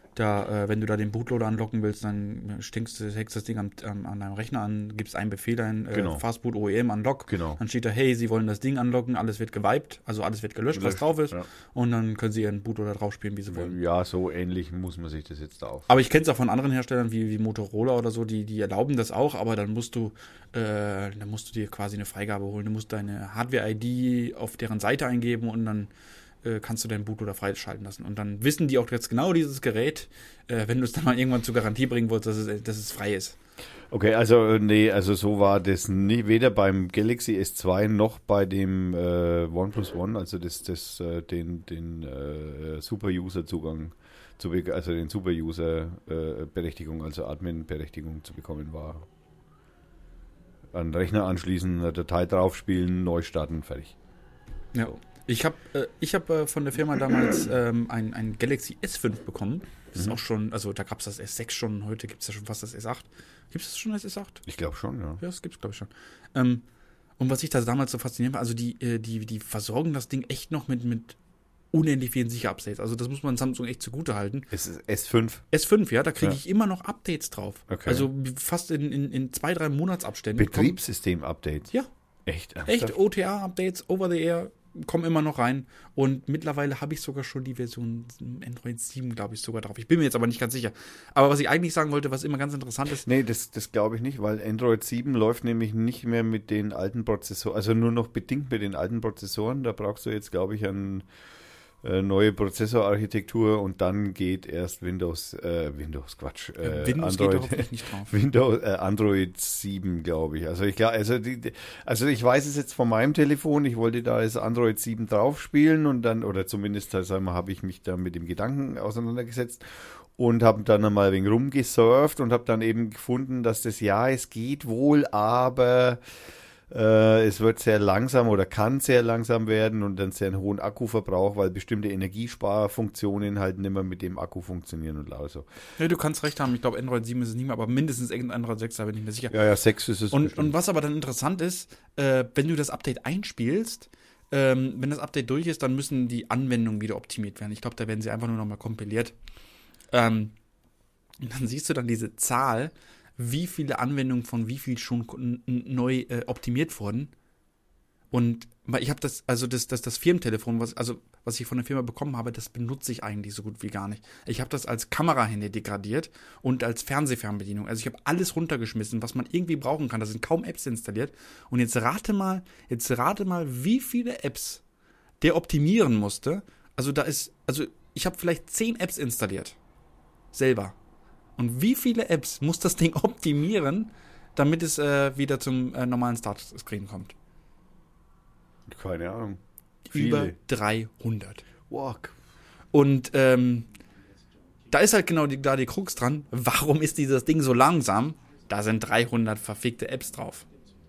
Da, äh, wenn du da den Bootloader anlocken willst, dann stinkst du, hängst das Ding am, ähm, an deinem Rechner an, gibst einen Befehl ein, äh, Genau. Fastboot O E M Unlock. Genau. Dann steht da, hey, sie wollen das Ding anlocken, alles wird gewiped, also alles wird gelöscht, was Gelöscht, drauf ist. ja. Und dann können sie ihren Bootloader drauf spielen, wie sie wollen. Ja, so ähnlich muss man sich das jetzt auf. Aber ich kenne es auch von anderen Herstellern, wie, wie Motorola oder so, die, die erlauben das auch, aber dann musst du, äh, dann musst du dir quasi eine Freigabe holen. Du musst deine Hardware-I D auf deren Seite eingeben und dann äh, kannst du deinen Bootloader freischalten lassen. Und dann wissen die auch jetzt genau dieses Gerät, äh, wenn du es dann mal irgendwann zur Garantie bringen willst, dass es, dass es frei ist. Okay, also nee, also so war das nie, weder beim Galaxy S zwei noch bei dem äh, OnePlus One, also das, das, äh, den, den äh, Super-User-Zugang, zu be- also den Super-User-Berechtigung, also Admin-Berechtigung zu bekommen war. An den Rechner anschließen, eine Datei draufspielen, neu starten, fertig. Ja. Ich habe äh, ich hab, äh, von der Firma damals ähm, ein, ein Galaxy S fünf bekommen. Das Mhm. ist auch schon, also da gab es das S sechs schon, heute gibt es ja schon fast das S acht. Gibt es das schon das S acht? Ich glaube schon, ja. Ja, das gibt es, glaube ich, schon. Ähm, und was ich da damals so faszinierend war, also die, äh, die, die versorgen das Ding echt noch mit, mit unendlich vielen Sicher-Updates. Also das muss man Samsung echt zugute halten. Es ist S fünf. S fünf, ja, da kriege Ja. ich immer noch Updates drauf. Okay. Also fast in, in, in zwei, drei Monatsabständen. Betriebssystem-Update. Ja. Echt? Echt, ernsthaft? O T A-Updates, over the air, kommen immer noch rein. Und mittlerweile habe ich sogar schon die Version Android sieben, glaube ich, sogar drauf. Ich bin mir jetzt aber nicht ganz sicher. Aber was ich eigentlich sagen wollte, was immer ganz interessant ist, Nee, das, das glaube ich nicht, weil Android sieben läuft nämlich nicht mehr mit den alten Prozessoren, also nur noch bedingt mit den alten Prozessoren. Da brauchst du jetzt, glaube ich, eine äh, neue Prozessorarchitektur und dann geht erst Windows, äh, Windows, Quatsch, äh, Windows geht Android, da hoffentlich nicht drauf. Windows, äh, Android sieben, glaube ich. Also ich glaube, also, die, die- also ich weiß es jetzt von meinem Telefon, ich wollte da das Android sieben drauf spielen und dann, oder zumindest, also einmal habe ich mich da mit dem Gedanken auseinandergesetzt und habe dann einmal ein wenig rumgesurft und habe dann eben gefunden, dass das, ja, es geht wohl, aber äh, es wird sehr langsam oder kann sehr langsam werden und dann sehr einen hohen Akkuverbrauch, weil bestimmte Energiesparfunktionen halt nicht mehr mit dem Akku funktionieren und so. Ja, du kannst recht haben, ich glaube Android sieben ist es nicht mehr, aber mindestens irgendein Android sechs, da bin ich mir sicher. Ja, ja, sechs ist es Und, bestimmt. und was aber dann interessant ist, äh, wenn du das Update einspielst, ähm, wenn das Update durch ist, dann müssen die Anwendungen wieder optimiert werden. Ich glaube, da werden sie einfach nur nochmal kompiliert. Ähm, und dann siehst du dann diese Zahl, wie viele Anwendungen von wie viel schon n- n- neu äh, optimiert wurden. Und weil ich habe das, also das, das, das Firmentelefon, was, also was ich von der Firma bekommen habe, das benutze ich eigentlich so gut wie gar nicht. Ich habe das als Kamerahandy degradiert und als Fernsehfernbedienung. Also ich habe alles runtergeschmissen, was man irgendwie brauchen kann. Da sind kaum Apps installiert. Und jetzt rate mal, jetzt rate mal, wie viele Apps der optimieren musste. Also da ist, also ich habe vielleicht zehn Apps installiert. Selber. Und wie viele Apps muss das Ding optimieren, damit es äh, wieder zum äh, normalen Startscreen kommt? Keine Ahnung. Über Viele. dreihundert. Walk. Und ähm, da ist halt genau die, da die Krux dran. Warum ist dieses Ding so langsam? Da sind dreihundert verfickte Apps drauf.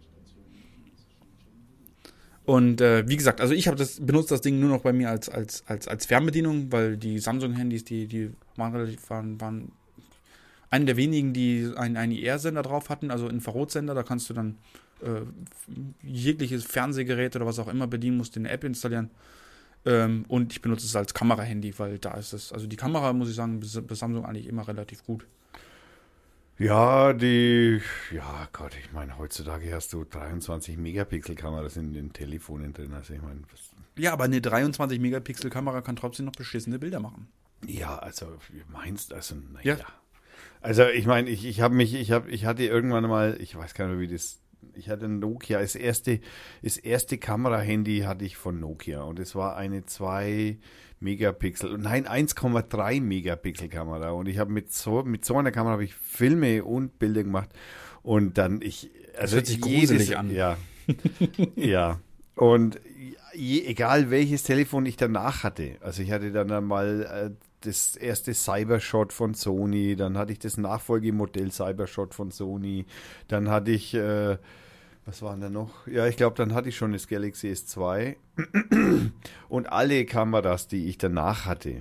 Und äh, wie gesagt, also ich habe das benutzt das Ding nur noch bei mir als als als als Fernbedienung, weil die Samsung-Handys, die die waren relativ waren, waren eine der wenigen, die einen, einen I R-Sender drauf hatten, also Infrarotsender. Da kannst du dann äh, jegliches Fernsehgerät oder was auch immer bedienen, musst dir eine App installieren. Ähm, und ich benutze es als Kamerahandy, weil da ist es, also die Kamera, muss ich sagen, bei Samsung eigentlich immer relativ gut. Ja, die, ja Gott, ich meine, heutzutage hast du dreiundzwanzig Megapixel Kameras in den Telefonen drin. Also ich meine, was, Ja, aber eine dreiundzwanzig Megapixel Kamera kann trotzdem noch beschissene Bilder machen. ja, also wie meinst also, naja. Ja. Also ich meine, ich, ich habe mich, ich habe, ich hatte irgendwann mal, ich weiß gar nicht mehr, wie das, ich hatte ein Nokia, das erste, das erste Kamerahandy hatte ich von Nokia und es war eine zwei Megapixel, nein, eins Komma drei Megapixel Kamera und ich habe mit so, mit so einer Kamera habe ich Filme und Bilder gemacht und dann ich, also hört sich gruselig an. Ja, ja. Und je, egal welches Telefon ich danach hatte, also ich hatte dann mal äh, das erste Cybershot von Sony, dann hatte ich das Nachfolgemodell Cybershot von Sony, dann hatte ich, äh, was waren da noch? Ja, ich glaube, dann hatte ich schon das Galaxy S zwei und alle Kameras, die ich danach hatte,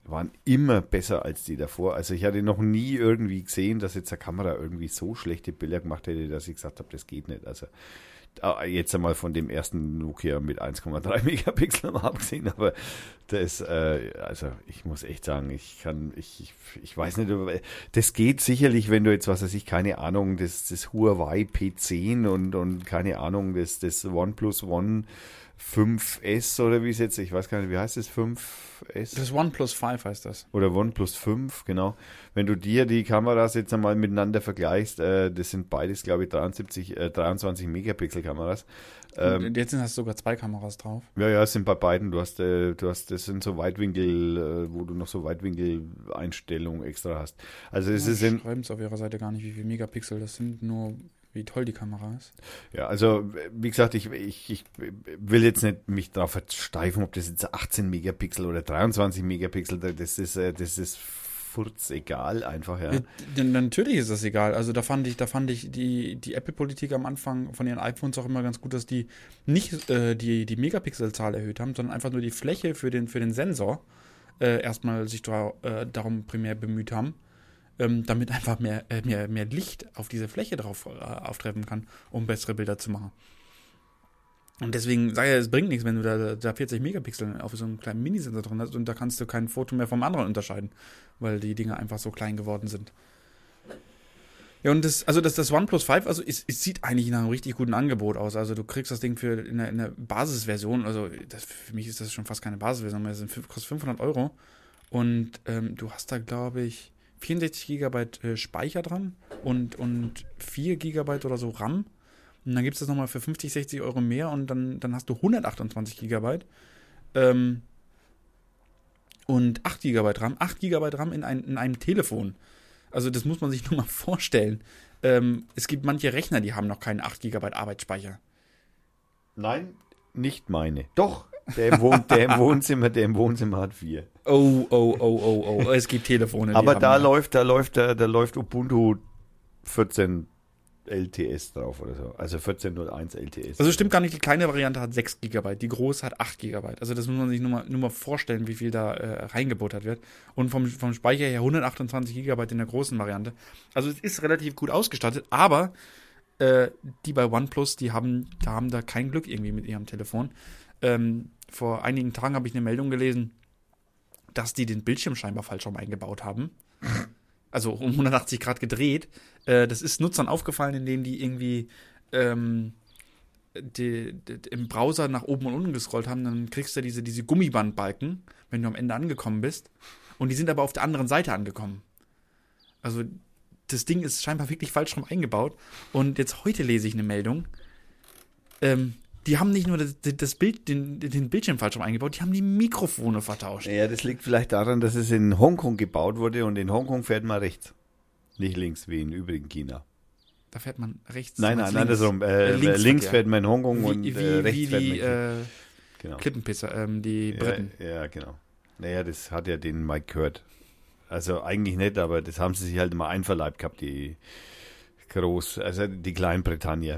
waren immer besser als die davor. Also ich hatte noch nie irgendwie gesehen, dass jetzt eine Kamera irgendwie so schlechte Bilder gemacht hätte, dass ich gesagt habe, das geht nicht. Also jetzt einmal von dem ersten Nokia mit eins Komma drei Megapixel abgesehen, aber das, äh, also ich muss echt sagen, ich kann, ich, ich, ich weiß nicht, das geht sicherlich, wenn du jetzt, was weiß ich, keine Ahnung, das, das Huawei P zehn und, und keine Ahnung, das, das OnePlus One fünf S oder wie es jetzt, ich weiß gar nicht, wie heißt das, fünf S? Das OnePlus fünf heißt das. Oder OnePlus fünf, genau. Wenn du dir die Kameras jetzt einmal miteinander vergleichst, äh, das sind beides, glaube ich, dreiundsiebzig, äh, dreiundzwanzig Megapixel Kameras. Ähm, Und jetzt hast du sogar zwei Kameras drauf. Ja, ja, es sind bei beiden. Du hast, äh, du hast, das sind so Weitwinkel, äh, wo du noch so Weitwinkel-Einstellungen extra hast. Also es Ja, ist in, schreiben es auf ihrer Seite gar nicht, wie viele Megapixel das sind, nur wie toll die Kamera ist. Ja, also wie gesagt, ich, ich, ich will jetzt nicht mich darauf versteifen, ob das jetzt achtzehn Megapixel oder dreiundzwanzig Megapixel, das ist, das ist furzegal einfach, ja. Ja, natürlich ist das egal. Also da fand ich, da fand ich die, die Apple-Politik am Anfang von ihren iPhones auch immer ganz gut, dass die nicht äh, die, die Megapixelzahl erhöht haben, sondern einfach nur die Fläche für den, für den Sensor äh, erstmal sich da, äh, darum primär bemüht haben. Ähm, damit einfach mehr, äh, mehr, mehr Licht auf diese Fläche drauf äh, auftreffen kann, um bessere Bilder zu machen. Und deswegen sage ich, es bringt nichts, wenn du da, da vierzig Megapixel auf so einem kleinen Minisensor drin hast und da kannst du kein Foto mehr vom anderen unterscheiden, weil die Dinger einfach so klein geworden sind. Ja, und das, also das, das OnePlus fünf, also es, es sieht eigentlich nach einem richtig guten Angebot aus. Also du kriegst das Ding für in der, in der Basisversion, also das, für mich ist das schon fast keine Basisversion, es kostet fünfhundert Euro und ähm, du hast da, glaube ich, vierundsechzig Gigabyte äh, Speicher dran und, und vier Gigabyte oder so RAM. Und dann gibt es das nochmal für fünfzig, sechzig Euro mehr und dann, dann hast du hundertachtundzwanzig Gigabyte. Ähm, und acht Gigabyte RAM. acht Gigabyte RAM in, ein, in einem Telefon. Also das muss man sich nur mal vorstellen. Ähm, es gibt manche Rechner, die haben noch keinen acht Gigabyte Arbeitsspeicher. Nein, nicht meine. Doch, der im, Wohn- der im Wohnzimmer, der im Wohnzimmer hat vier. Oh, oh, oh, oh, oh. Es gibt Telefone. die Aber haben da mehr. läuft, da läuft, da, da läuft Ubuntu vierzehn L T S drauf oder so. Also vierzehn Punkt null eins L T S. Also stimmt gar nicht, die kleine Variante hat sechs Gigabyte, die große hat acht Gigabyte. Also das muss man sich nur mal, nur mal vorstellen, wie viel da äh, reingebuttert wird. Und vom, vom Speicher her hundertachtundzwanzig Gigabyte in der großen Variante. Also es ist relativ gut ausgestattet, aber äh, die bei OnePlus, die haben, da haben da kein Glück irgendwie mit ihrem Telefon. Ähm, vor einigen Tagen habe ich eine Meldung gelesen, dass die den Bildschirm scheinbar falsch rum eingebaut haben. Also um hundertachtzig Grad gedreht. Äh, das ist Nutzern aufgefallen, indem die irgendwie ähm, die, die, im Browser nach oben und unten gescrollt haben. Dann kriegst du diese, diese Gummibandbalken, wenn du am Ende angekommen bist. Und die sind aber auf der anderen Seite angekommen. Also das Ding ist scheinbar wirklich falsch rum eingebaut. Und jetzt heute lese ich eine Meldung. Ähm, die haben nicht nur das, das Bild, den, den Bildschirm falsch rum eingebaut, die haben die Mikrofone vertauscht. Ja, das liegt vielleicht daran, dass es in Hongkong gebaut wurde und in Hongkong fährt man rechts. Nicht links, wie in übrigen China. Da fährt man rechts. Nein, links. nein, andersrum. Äh, Äh, äh, Linksverkehr. links fährt man in Hongkong Wie, und wie, äh, rechts wie fährt die man in äh, genau. Klippenpisser, ähm, die Briten. Ja, ja, genau. Naja, das hat ja den Mike gehört. Also eigentlich nicht, aber das haben sie sich halt immer einverleibt gehabt, die groß, also die Kleinbritannier.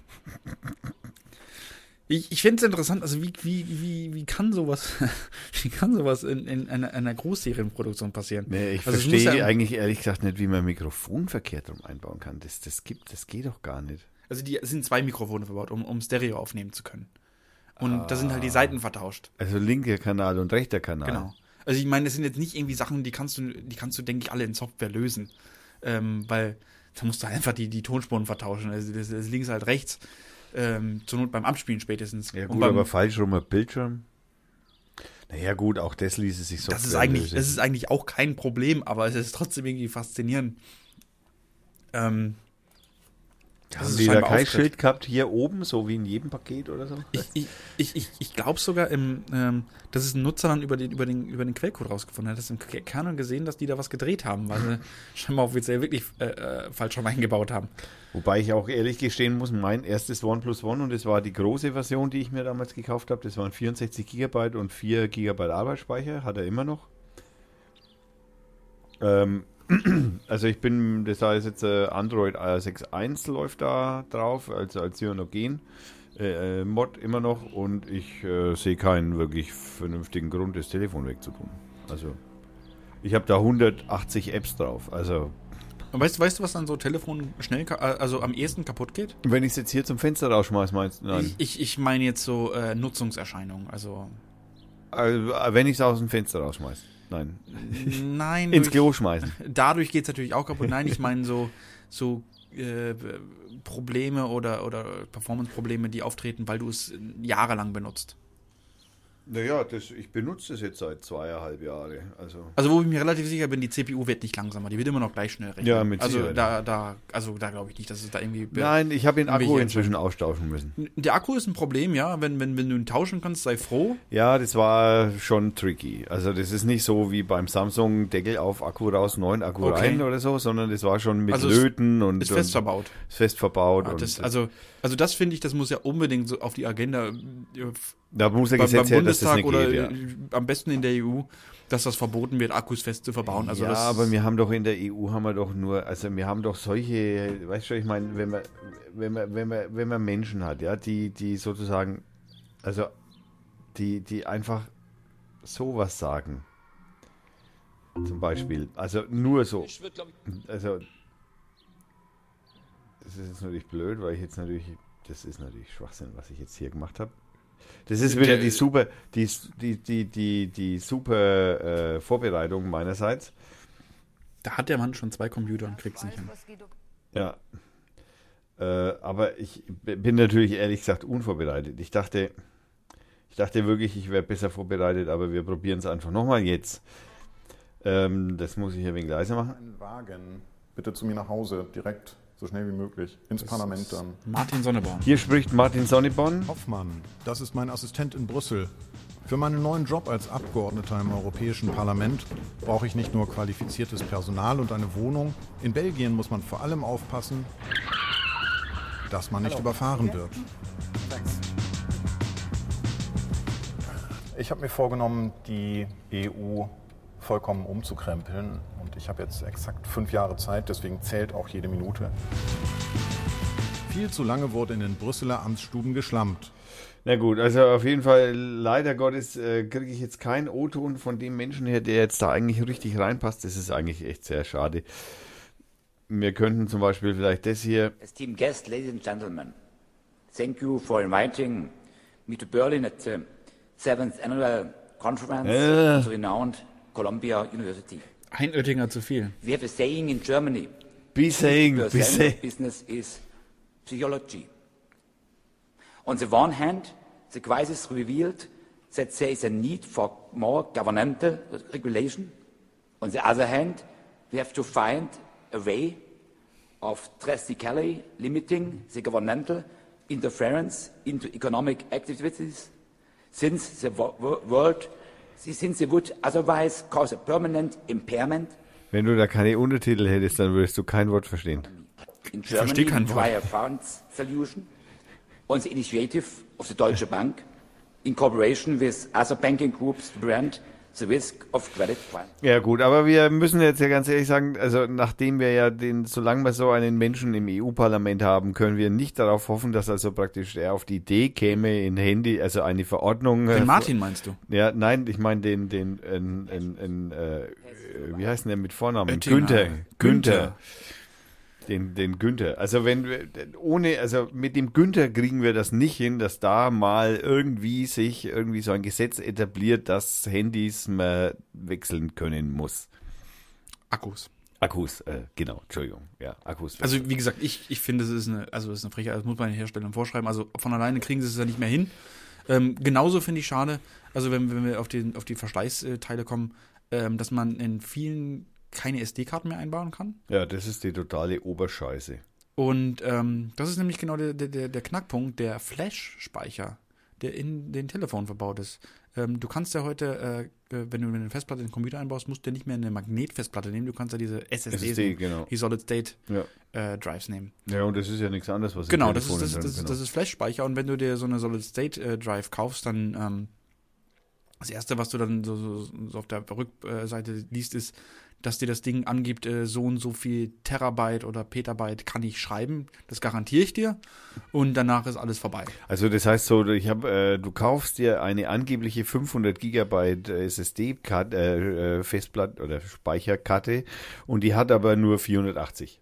Ich, ich finde es interessant, also wie, wie, wie, wie kann sowas, wie kann sowas in, in einer, einer Großserienproduktion passieren? Nee, ich Also es muss verstehe ja- eigentlich ehrlich gesagt nicht, wie man Mikrofon verkehrt rum einbauen kann. Das, das gibt, das geht doch gar nicht. Also die sind zwei Mikrofone verbaut, um, um Stereo aufnehmen zu können. Und da sind halt die Seiten vertauscht. Also linker Kanal und rechter Kanal. Genau. Also ich meine, das sind jetzt nicht irgendwie Sachen, die kannst du, die kannst du, denke ich, alle in Software lösen. Ähm, weil da musst du einfach die, die Tonspuren vertauschen. Also das, das links halt rechts. Ähm, zur Not beim Abspielen spätestens. Ja Und gut, beim, aber falsch rum am Bildschirm. Naja gut, auch das ließe sich so. das ist eigentlich, das ist eigentlich auch kein Problem, aber es ist trotzdem irgendwie faszinierend. Ähm, das Haben ist die da scheinbar kein Auftritt. Schild gehabt hier oben, so wie in jedem Paket oder so? Ich, ich, ich, ich, ich glaube sogar, im, ähm, dass es ein Nutzer dann über den, über den, über den Quellcode rausgefunden hat. Das im K- Kernel gesehen, dass die da was gedreht haben, weil sie scheinbar offiziell wirklich äh, äh, falsch rum eingebaut haben. Wobei ich auch ehrlich gestehen muss, mein erstes OnePlus One, und das war die große Version, die ich mir damals gekauft habe, das waren vierundsechzig Gigabyte und vier Gigabyte Arbeitsspeicher, hat er immer noch. Ähm, also ich bin, das heißt jetzt äh, Android sechs Punkt eins läuft da drauf, also als Cyanogen äh, äh, Mod immer noch, und ich äh, sehe keinen wirklich vernünftigen Grund, das Telefon wegzutun. Also Ich habe da hundertachtzig Apps drauf. Also Und weißt, weißt du, was an so Telefonen schnell, ka- also am ehesten kaputt geht? wenn ich es jetzt hier zum Fenster rausschmeiße, meinst du? Nein. Ich, ich meine jetzt so äh, Nutzungserscheinungen. Also Also, wenn ich es aus dem Fenster rausschmeiße. Nein. nein. Ins durch- Klo schmeißen. Dadurch geht es natürlich auch kaputt. Nein, ich meine so, so äh, Probleme oder, oder Performance-Probleme, die auftreten, weil du es jahrelang benutzt. Naja, das, ich benutze es jetzt seit zweieinhalb Jahren. Also Also wo ich mir relativ sicher bin, die C P U wird nicht langsamer, die wird immer noch gleich schnell rechnen. Ja, mit also Sicherheit. da, da, also da glaube ich nicht, dass es da irgendwie... be- Nein, ich habe den Akku Irgendwelche inzwischen austauschen müssen. Der Akku ist ein Problem, ja. Wenn, wenn, wenn du ihn tauschen kannst, sei froh. Ja, das war schon tricky. Also das ist nicht so wie beim Samsung Deckel auf, Akku raus, neuen Akku Okay. rein oder so, sondern das war schon mit Also es Löten und Ist fest und verbaut. ist fest verbaut. Ja, und das, also, also das finde ich, das muss ja unbedingt so auf die Agenda äh, da muss der beim, beim Gesetz her, dass das Bundestag nicht oder geht, ja. äh, am besten in der E U, dass das verboten wird, Akkus fest zu verbauen. Also ja, das, aber wir haben doch in der E U haben wir doch nur, also wir haben doch solche, weißt du, ich meine, wenn man, wenn man, wenn man, wenn man Menschen hat, ja, die, die sozusagen, also die, die einfach sowas sagen. Zum Beispiel. Also nur so. Also das ist jetzt natürlich blöd, weil ich jetzt natürlich, das ist natürlich Schwachsinn, was ich jetzt hier gemacht habe. Das ist wieder die super, die, die, die, die, die super äh, Vorbereitung meinerseits. da hat der Mann schon zwei Computer und kriegt es nicht hin. Ja. Äh, aber ich b- bin natürlich ehrlich gesagt unvorbereitet. Ich dachte, ich dachte wirklich, ich wäre besser vorbereitet, aber wir probieren es einfach nochmal jetzt. Ähm, das muss ich ein wenig leiser machen. Einen Wagen bitte zu mir nach Hause, direkt, so schnell wie möglich, ins Parlament dann. Martin Sonneborn. Hier spricht Martin Sonneborn. Hoffmann, das ist mein Assistent in Brüssel. Für meinen neuen Job als Abgeordneter im Europäischen Parlament brauche ich nicht nur qualifiziertes Personal und eine Wohnung. In Belgien muss man vor allem aufpassen, dass man nicht überfahren wird. Ich habe mir vorgenommen, die E U vollkommen umzukrempeln. Und ich habe jetzt exakt fünf Jahre Zeit, deswegen zählt auch jede Minute. Viel zu lange wurde in den Brüsseler Amtsstuben geschlammt. Na gut, also auf jeden Fall, leider Gottes, äh, kriege ich jetzt keinen O-Ton von dem Menschen her, der jetzt da eigentlich richtig reinpasst. Das ist eigentlich echt sehr schade. Wir könnten zum Beispiel vielleicht das hier. Esteemed guests, ladies and gentlemen, thank you for inviting me to Berlin at the seventh annual conference Äh. of the renowned Columbia University. Ein Oettinger zu viel. We have a saying in Germany, Be saying, be percent saying. of business is psychology. On the one hand, the crisis revealed that there is a need for more governmental regulation. On the other hand, we have to find a way of drastically limiting the governmental interference into economic activities, since the wo- wo- world, since they would otherwise cause a permanent impairment Wenn du da keine Untertitel hättest, dann würdest du kein Wort verstehen. in verstehe Germany kein Wort. via funds solution on the initiative of the Deutsche Bank in cooperation with other banking groups to prevent the risk of credit crime. Ja gut, aber wir müssen jetzt ja ganz ehrlich sagen, also nachdem wir ja den, solange wir so einen Menschen im E U-Parlament haben, können wir nicht darauf hoffen, dass also praktisch er auf die Idee käme, in Handy, also eine Verordnung. Den äh, Martin meinst du? Ja, nein, ich meine den, den, in, in, in, äh, wie heißt denn der mit Vornamen? Oettinger. Günther. Günther. Günther. Den, den Günther. Also wenn wir, ohne, also mit dem Günther kriegen wir das nicht hin, dass da mal irgendwie sich irgendwie so ein Gesetz etabliert, dass Handys man wechseln können muss. Akkus. Akkus, äh, genau, Entschuldigung, ja, Akkus. Also wie gesagt, ich, ich finde, es ist eine, also es ist eine Frechheit, das muss man den Herstellern vorschreiben. Also von alleine kriegen sie es ja nicht mehr hin. Ähm, genauso finde ich schade, also wenn, wenn wir auf, den, auf die Verschleißteile kommen, ähm, dass man in vielen keine S D-Karten mehr einbauen kann. Ja, das ist die totale Oberscheiße. Und ähm, das ist nämlich genau der, der, der Knackpunkt, der Flash-Speicher, der in den Telefonen verbaut ist. Ähm, du kannst ja heute, äh, wenn du eine Festplatte in den Computer einbaust, musst du ja nicht mehr eine Magnetfestplatte nehmen, du kannst ja diese S S Ds, S S D, nehmen, genau. die Solid-State Ja. äh, Drives nehmen. Ja, und das ist ja nichts anderes, was Genau, in das ist, Telefonen das, ist, das, drin- ist, das ist Flash-Speicher und wenn du dir so eine Solid-State-Drive kaufst, dann ähm, das Erste, was du dann so, so, so auf der Rückseite liest, ist, dass dir das Ding angibt, äh, so und so viel Terabyte oder Petabyte kann ich schreiben. Das garantiere ich dir. Und danach ist alles vorbei. Also das heißt so, ich hab, äh, du kaufst dir eine angebliche fünfhundert Gigabyte S S D-Karte, äh, Festplatte oder Speicherkarte und die hat aber nur vierhundertachtzig.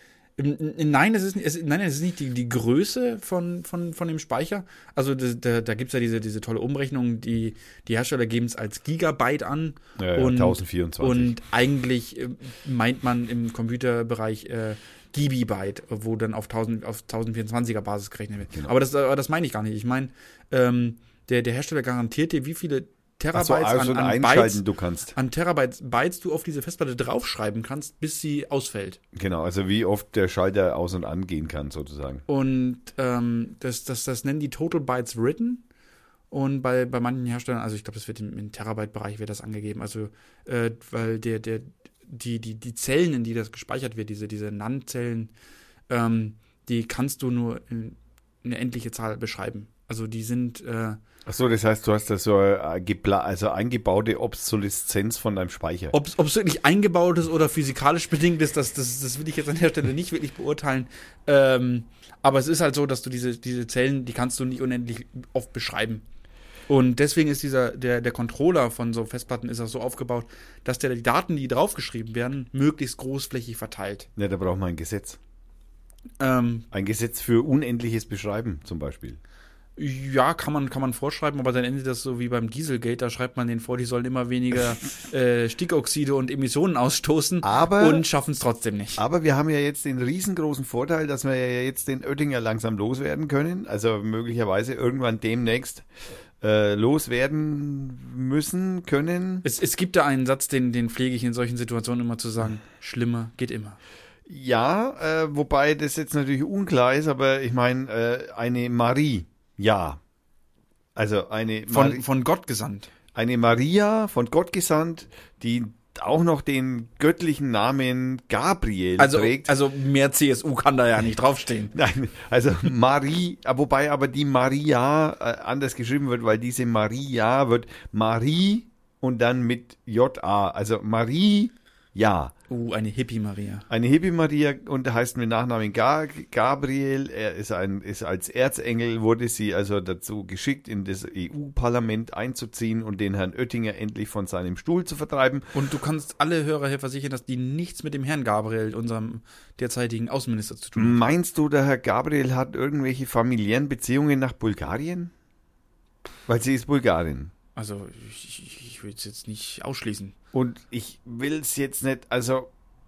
Nein, das ist nicht, es, nein, das ist nicht die, die Größe von, von, von dem Speicher. Also das, da, da gibt es ja diese, diese tolle Umrechnung, die, die Hersteller geben es als Gigabyte an. Ja, ja, und, tausendvierundzwanzig. Und eigentlich äh, meint man im Computerbereich äh, Gigabyte, wo dann auf, tausend, auf tausendvierundzwanziger Basis gerechnet wird. Genau. Aber, das, aber das meine ich gar nicht. Ich meine, ähm, der, der Hersteller garantiert dir, wie viele Terabytes Ach so, also an, an, einschalten Bytes, du kannst. an Terabytes Bytes du auf diese Festplatte draufschreiben kannst, bis sie ausfällt. Genau, also wie oft der Schalter aus- und angehen kann sozusagen. Und ähm, das, das, das nennen die Total Bytes Written. Und bei, bei manchen Herstellern, also ich glaube, das wird im, im Terabyte-Bereich wird das angegeben. Also, äh, weil der, der, die, die, die Zellen, in die das gespeichert wird, diese, diese N A N-Zellen, ähm, die kannst du nur in eine endliche Zahl beschreiben. Also die sind äh, Ach so, das heißt, du hast da so eine gepla- also eingebaute Obsoleszenz von deinem Speicher. Ob es wirklich eingebaut ist oder physikalisch bedingt ist, das, das, das will ich jetzt an der Stelle nicht wirklich beurteilen. Ähm, aber es ist halt so, dass du diese, diese Zellen, die kannst du nicht unendlich oft beschreiben. Und deswegen ist dieser, der, der Controller von so Festplatten ist auch so aufgebaut, dass der die Daten, die draufgeschrieben werden, möglichst großflächig verteilt. Ja, da braucht man ein Gesetz. Ähm, Ein Gesetz für unendliches Beschreiben zum Beispiel. Ja, kann man, kann man vorschreiben, aber dann endet das so wie beim Dieselgate, da schreibt man denen vor, die sollen immer weniger äh, Stickoxide und Emissionen ausstoßen Aber- und schaffen es trotzdem nicht. Aber wir haben ja jetzt den riesengroßen Vorteil, dass wir ja jetzt den Oettinger langsam loswerden können. Also möglicherweise irgendwann demnächst äh, loswerden müssen können. Es, es gibt da einen Satz, den, den pflege ich in solchen Situationen immer zu sagen, schlimmer geht immer. Ja, äh, wobei das jetzt natürlich unklar ist, aber ich meine, äh, eine Marie, ja. Also eine, Von, Mari- von Gott gesandt. eine Maria von Gott gesandt, die auch noch den göttlichen Namen Gabriel Also, trägt. also mehr C S U kann da ja nicht draufstehen. Nein, also Marie, wobei aber die Maria äh, anders geschrieben wird, weil diese Maria wird Marie und dann mit J A, also Marie, ja. Uh, eine Hippie-Maria. Eine Hippie-Maria und heißt mit Nachnamen Ga- Gabriel. Er ist ein, ist als Erzengel, wurde sie also dazu geschickt, in das E U-Parlament einzuziehen und den Herrn Oettinger endlich von seinem Stuhl zu vertreiben. Und du kannst alle Hörer hier versichern, dass die nichts mit dem Herrn Gabriel, unserem derzeitigen Außenminister, zu tun haben. Meinst du, der Herr Gabriel hat irgendwelche familiären Beziehungen nach Bulgarien? Weil sie ist Bulgarin. Also, ich, ich, ich will es jetzt nicht ausschließen. Und ich will es jetzt nicht, also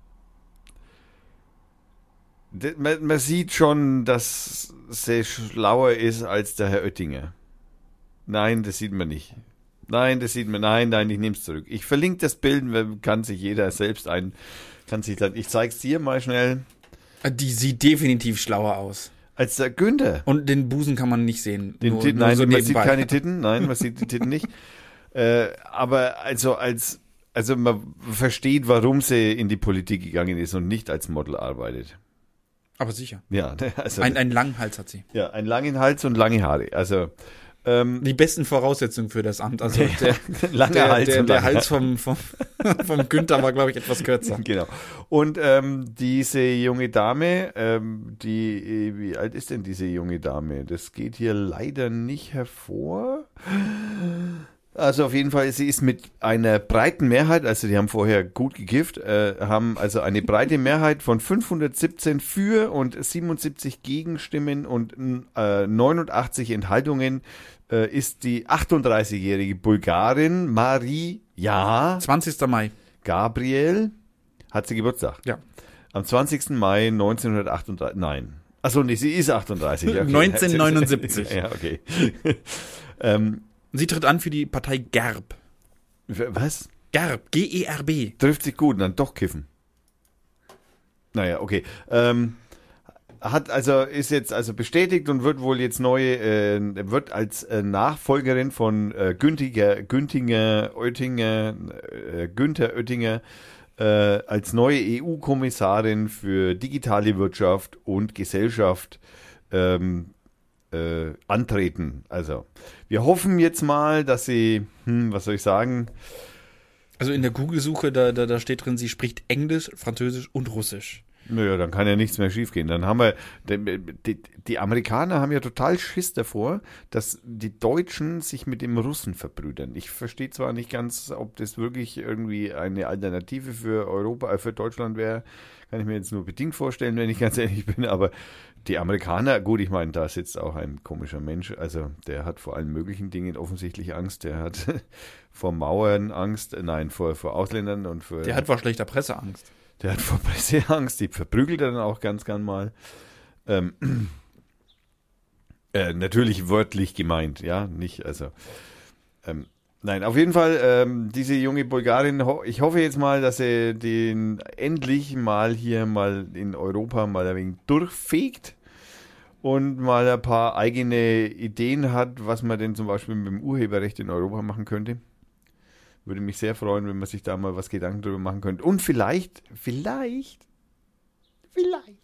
d- man, man sieht schon, dass sie schlauer ist als der Herr Oettinger. Nein, das sieht man nicht. Nein, das sieht man, nein, nein, ich nehme es zurück. Ich verlinke das Bild, kann sich jeder selbst ein, kann sich dann, ich zeig's dir mal schnell. Die sieht definitiv schlauer aus. Als der Günther. Und den Busen kann man nicht sehen. Den Nur- Titten, nur nein, so man sieht nebenbei. keine Titten, nein, man sieht die Titten nicht. Äh, aber also als, also man versteht, warum sie in die Politik gegangen ist und nicht als Model arbeitet. Aber sicher. Ja, also Ein, einen langen Hals hat sie. ja, einen langen Hals und lange Haare. Also ähm, Die besten Voraussetzungen für das Amt. Also der, langer der, Hals der, und der lange Hals vom, vom, vom Günther war, glaube ich, etwas kürzer. Genau. Und ähm, diese junge Dame, ähm, die, äh, wie alt ist denn diese junge Dame? Das geht hier leider nicht hervor. Also auf jeden Fall, sie ist mit einer breiten Mehrheit, also die haben vorher gut gekifft, äh, haben also eine breite Mehrheit von fünfhundertsiebzehn für und siebenundsiebzig Gegenstimmen und äh, neunundachtzig Enthaltungen äh, ist die achtunddreißigjährige Bulgarin Maria zwanzigster Mai. Gabriel, hat sie Geburtstag? Ja. Am zwanzigsten Mai neunzehnhundertachtunddreißig, nein. Achso, nee, sie ist achtunddreißig. Okay. neunzehnhundertneunundsiebzig. Ja, okay. ähm, Sie tritt an für die Partei GERB. was? GERB, G E R B. Trifft sich gut, dann doch kiffen. Naja, okay. Ähm, hat also, ist jetzt also bestätigt und wird wohl jetzt neu, äh, wird als äh, Nachfolgerin von äh, Güntiger, Güntinger, Oettinger, äh, Günther Oettinger äh, als neue E U-Kommissarin für digitale Wirtschaft und Gesellschaft ähm, äh, antreten. Also, wir hoffen jetzt mal, dass sie, hm, was soll ich sagen, Also in der Google-Suche, da, da, da steht drin, sie spricht Englisch, Französisch und Russisch. Naja, dann kann ja nichts mehr schiefgehen. Dann haben wir, die, die Amerikaner haben ja total Schiss davor, dass die Deutschen sich mit dem Russen verbrüdern. Ich verstehe zwar nicht ganz, ob das wirklich irgendwie eine Alternative für Europa, äh, für Deutschland wäre, kann ich mir jetzt nur bedingt vorstellen, wenn ich ganz ehrlich bin, aber die Amerikaner, gut, ich meine, da sitzt auch ein komischer Mensch, also der hat vor allen möglichen Dingen offensichtlich Angst, der hat vor Mauern Angst, nein, vor, vor Ausländern und vor... Der hat vor schlechter Presse Angst. Der hat vor Presseangst, die verprügelt er dann auch ganz gern mal. Ähm, äh, natürlich wörtlich gemeint, ja, nicht, also. Ähm, nein, auf jeden Fall, ähm, diese junge Bulgarin, ho- ich hoffe jetzt mal, dass sie den endlich mal hier mal in Europa mal ein wenig durchfegt und mal ein paar eigene Ideen hat, was man denn zum Beispiel mit dem Urheberrecht in Europa machen könnte. Würde mich sehr freuen, wenn man sich da mal was Gedanken drüber machen könnte. Und vielleicht, vielleicht, vielleicht,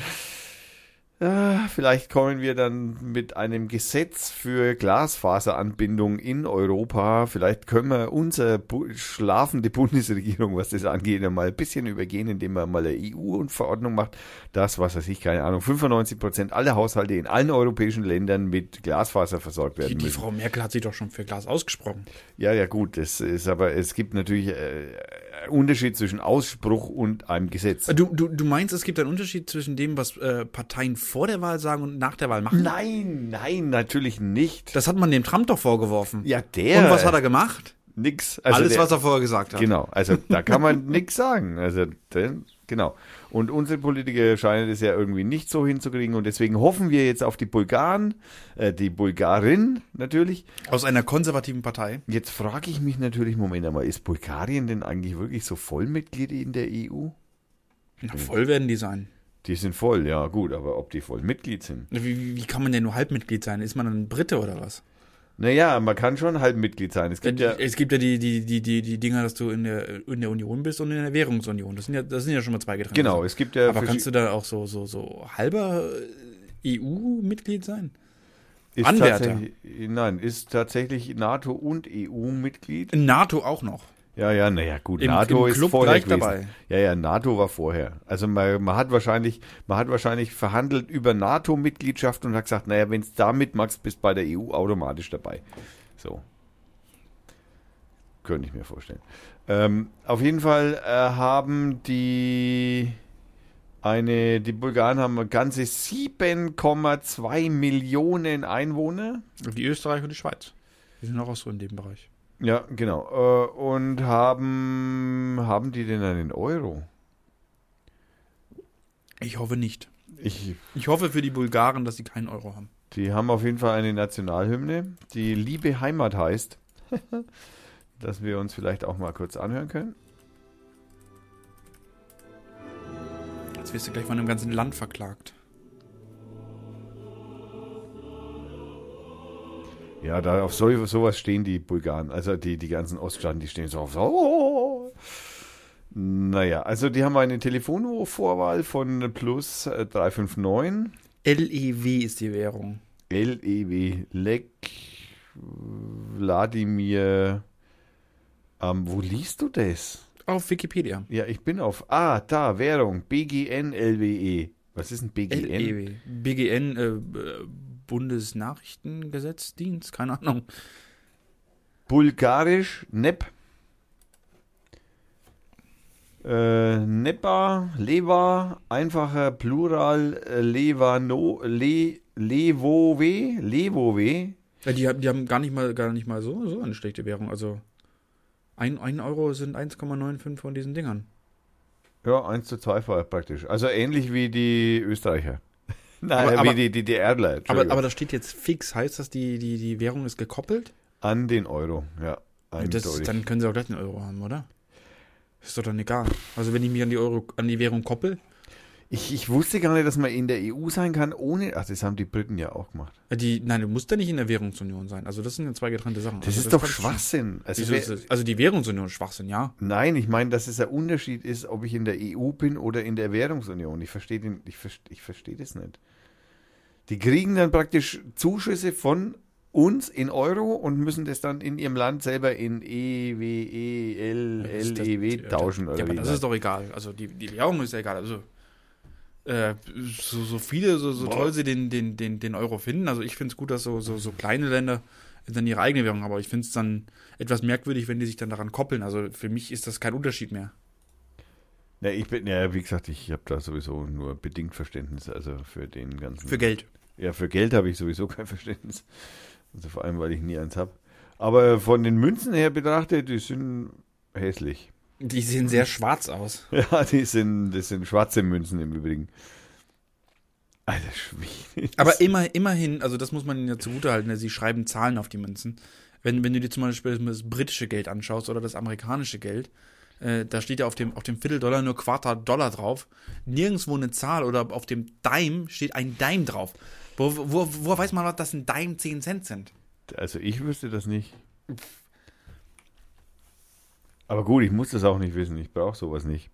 äh, vielleicht kommen wir dann mit einem Gesetz für Glasfaseranbindung in Europa. Vielleicht können wir unsere bu- schlafende Bundesregierung, was das angeht, mal ein bisschen übergehen, indem man mal eine E U-Verordnung macht. Das, was weiß ich, keine Ahnung, fünfundneunzig Prozent aller Haushalte in allen europäischen Ländern mit Glasfaser versorgt werden Die, die müssen. Frau Merkel hat sich doch schon für Glas ausgesprochen. Ja, ja, gut, das ist aber, es gibt natürlich äh, einen Unterschied zwischen Ausspruch und einem Gesetz. Du, du, du meinst, es gibt einen Unterschied zwischen dem, was äh, Parteien vor der Wahl sagen und nach der Wahl machen? Nein, nein, natürlich nicht. Das hat man dem Trump doch vorgeworfen. Ja, der. Und was hat er gemacht? Nix. Also Alles, der, was er vorher gesagt hat. Genau, also da kann man nichts sagen. Also, denn, genau. Und unsere Politiker scheinen das ja irgendwie nicht so hinzukriegen und deswegen hoffen wir jetzt auf die Bulgaren, äh, die Bulgarin natürlich. Aus einer konservativen Partei. Jetzt frage ich mich natürlich, Moment einmal, ist Bulgarien denn eigentlich wirklich so Vollmitglied in der E U? Na, voll werden die sein. Die sind voll, ja gut, aber ob die voll Mitglied sind? Wie, wie, wie kann man denn nur Halbmitglied sein? Ist man dann ein Brite oder was? Naja, man kann schon halb Mitglied sein. Es gibt ja, Es gibt ja die, die, die, die, die Dinger, dass du in der, in der Union bist und in der Währungsunion. Das sind ja, das sind ja schon mal zwei getrennte genau, Sachen. es gibt ja Aber verschi- kannst du da auch so, so, so halber E U-Mitglied sein? ist Anwärter? tatsächlich- Nein, ist tatsächlich NATO und E U-Mitglied. In NATO auch noch. Ja, ja, naja, gut, Im- NATO im ist Club vorher gleich gewesen. dabei. Ja, ja, NATO war vorher. Also man, man hat wahrscheinlich, man hat wahrscheinlich verhandelt über NATO-Mitgliedschaft und hat gesagt, naja, wenn es da mitmachst, bist bei der E U automatisch dabei. So. Könnte ich mir vorstellen. Ähm, auf jeden Fall äh, haben die eine, die Bulgaren haben ganze sieben Komma zwei Millionen Einwohner. Die Österreich und die Schweiz. Die sind auch so in dem Bereich. Ja, genau. Äh, und haben, haben die denn einen Euro? Ich hoffe nicht. Ich, Ich hoffe für die Bulgaren, dass sie keinen Euro haben. die haben auf jeden Fall eine Nationalhymne, die Liebe Heimat heißt. Dass wir uns vielleicht auch mal kurz anhören können. Jetzt wirst du gleich von einem ganzen Land verklagt. Ja, da auf so, sowas stehen die Bulgaren, also die, die ganzen Oststaaten, die stehen so auf so. Oh. Naja, also die haben eine Telefonvorwahl von plus äh, drei fünf neun. L E W ist die Währung. L E W, Lek, Wladimir. Ähm, wo liest du das? Auf Wikipedia. Ja, ich bin auf. Ah, da, Währung. B G N L W E. Was ist ein B G N? L E W. B G N, äh, äh, Bundesnachrichtengesetzdienst, keine Ahnung. Bulgarisch, Nep. Äh, Nepa, Leva, einfacher Plural, äh, Levano, Le, Levove, Levove. Ja, die, haben- die haben gar nicht mal, gar nicht mal so, so eine schlechte Währung. Also ein, ein Euro sind eins Komma fünfundneunzig von diesen Dingern. Ja, eins zu zwei praktisch. Also ähnlich wie die Österreicher. Nein, Aber- wie aber- die, die DRler. Aber, Entschuldigung. aber das steht jetzt fix. Heißt das, die, die, die Währung ist gekoppelt? An den Euro, ja. Das, Eindeutig. dann können sie auch gleich einen Euro haben, oder? Ist doch dann egal. Also wenn ich mich an die Euro, an die Währung koppel, Ich, ich wusste gar nicht, dass man in der E U sein kann, ohne. Ach, das haben die Briten ja auch gemacht. äh, die, nein, du musst ja nicht in der Währungsunion sein. Also das sind ja zwei getrennte Sachen. Das also ist doch kannst du- Schwachsinn. Also, Wieso wer- ist das? Also die Währungsunion ist Schwachsinn, ja. Nein, ich meine, dass es ein Unterschied ist, ob ich in der E U bin oder in der Währungsunion. Ich verstehe ich verstehe, ich verstehe das nicht. Die kriegen dann praktisch Zuschüsse von uns in Euro und müssen das dann in ihrem Land selber in E W E L L E W tauschen. Ja, oder aber wie? das ist doch egal. Also die, die Währung ist ja egal. Also äh, so, so viele, so, so toll sie den, den, den, den Euro finden. Also ich finde es gut, dass so, so, so kleine Länder dann ihre eigene Währung haben. Aber ich finde es dann etwas merkwürdig, wenn die sich dann daran koppeln. Also für mich ist das kein Unterschied mehr. Ja, ich bin, ja, wie gesagt, ich habe da sowieso nur bedingt Verständnis, also für den ganzen. Für Geld. Ja, für Geld habe ich sowieso kein Verständnis. Also vor allem, weil ich nie eins habe. Aber von den Münzen her betrachtet, die sind hässlich. Die sehen sehr schwarz aus. Ja, die sind, das sind schwarze Münzen im Übrigen. Alter Schwede. Aber immer, immerhin, also das muss man ihnen ja zugutehalten, sie schreiben Zahlen auf die Münzen. Wenn, wenn du dir zum Beispiel das britische Geld anschaust oder das amerikanische Geld, äh, da steht ja auf dem, auf dem Vierteldollar nur Quarter Dollar drauf. Nirgendwo eine Zahl oder auf dem Dime steht ein Dime drauf. Wo, wo, wo weiß man, dass ein Dime zehn Cent sind? Also ich wüsste das nicht. Aber gut, ich muss das auch nicht wissen. Ich brauche sowas nicht.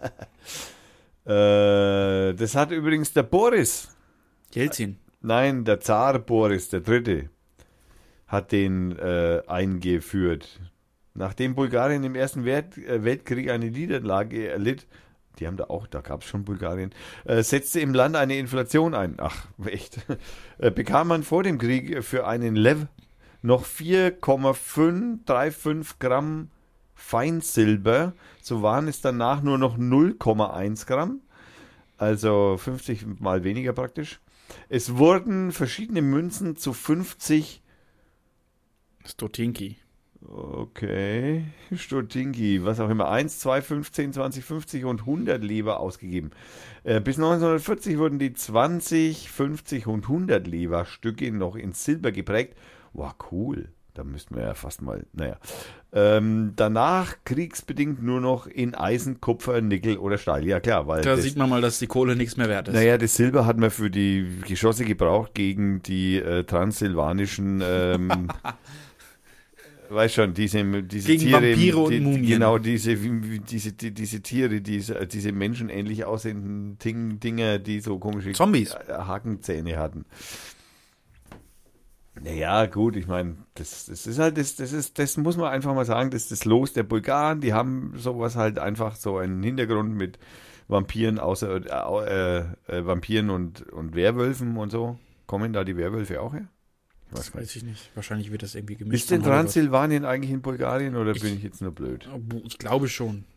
äh, das hat übrigens der Boris. Jelzin. Nein, der Zar Boris, der Dritte, hat den äh, eingeführt. Nachdem Bulgarien im Ersten Welt, äh, Weltkrieg eine Niederlage erlitt, die haben da auch, da gab es schon Bulgarien, äh, setzte im Land eine Inflation ein. Ach, echt. äh, bekam man vor dem Krieg für einen Lev noch vier Komma fünf drei fünf Gramm Feinsilber, so waren es danach nur noch null Komma eins Gramm, also fünfzig mal weniger praktisch. Es wurden verschiedene Münzen zu fünfzig Stotinki. Okay, Stotinki, was auch immer, eins, zwei, fünf, zehn, zwanzig, fünfzig und hundert Leber ausgegeben. Äh, bis neunzehnhundertvierzig wurden die zwanzig, fünfzig und hundert Leber Stücke noch in Silber geprägt. Wow, cool, da müssten wir ja fast mal, naja. Ähm, danach kriegsbedingt nur noch in Eisen, Kupfer, Nickel oder Stahl, ja klar. Weil Da das, sieht man mal, dass die Kohle nichts mehr wert ist. Naja, das Silber hat man für die Geschosse gebraucht gegen die äh, transsilvanischen ähm, weißt schon, diese, diese Gegen Tiere, Vampire und die, Mumien. Genau, diese, diese, die, diese Tiere, diese, diese menschenähnlich aussehenden Ding, Dinger, die so komische Zombies. Hakenzähne hatten. Naja, gut, ich meine, das, das ist halt, das, das ist, das muss man einfach mal sagen, das ist das Los der Bulgaren, die haben sowas halt einfach so einen Hintergrund mit Vampiren, außer äh, äh, Vampiren und, und Werwölfen und so. Kommen da die Werwölfe auch her? Ich Das weiß ich nicht. Wahrscheinlich wird das irgendwie gemischt. Ist denn von Hollywood. Transsilvanien eigentlich in Bulgarien oder Ich- bin ich jetzt nur blöd? Ich glaube schon.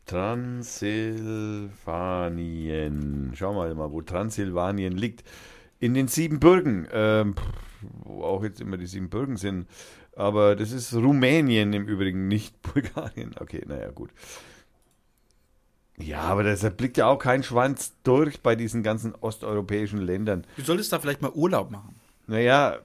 Transsilvanien. Schauen wir mal, wo Transsilvanien liegt. In den Siebenbürgen, ähm, wo auch jetzt immer die Siebenbürgen sind. Aber das ist Rumänien im Übrigen, nicht Bulgarien. Okay, naja, gut. Ja, aber da blickt ja auch kein Schwanz durch bei diesen ganzen osteuropäischen Ländern. Du solltest da vielleicht mal Urlaub machen. Naja,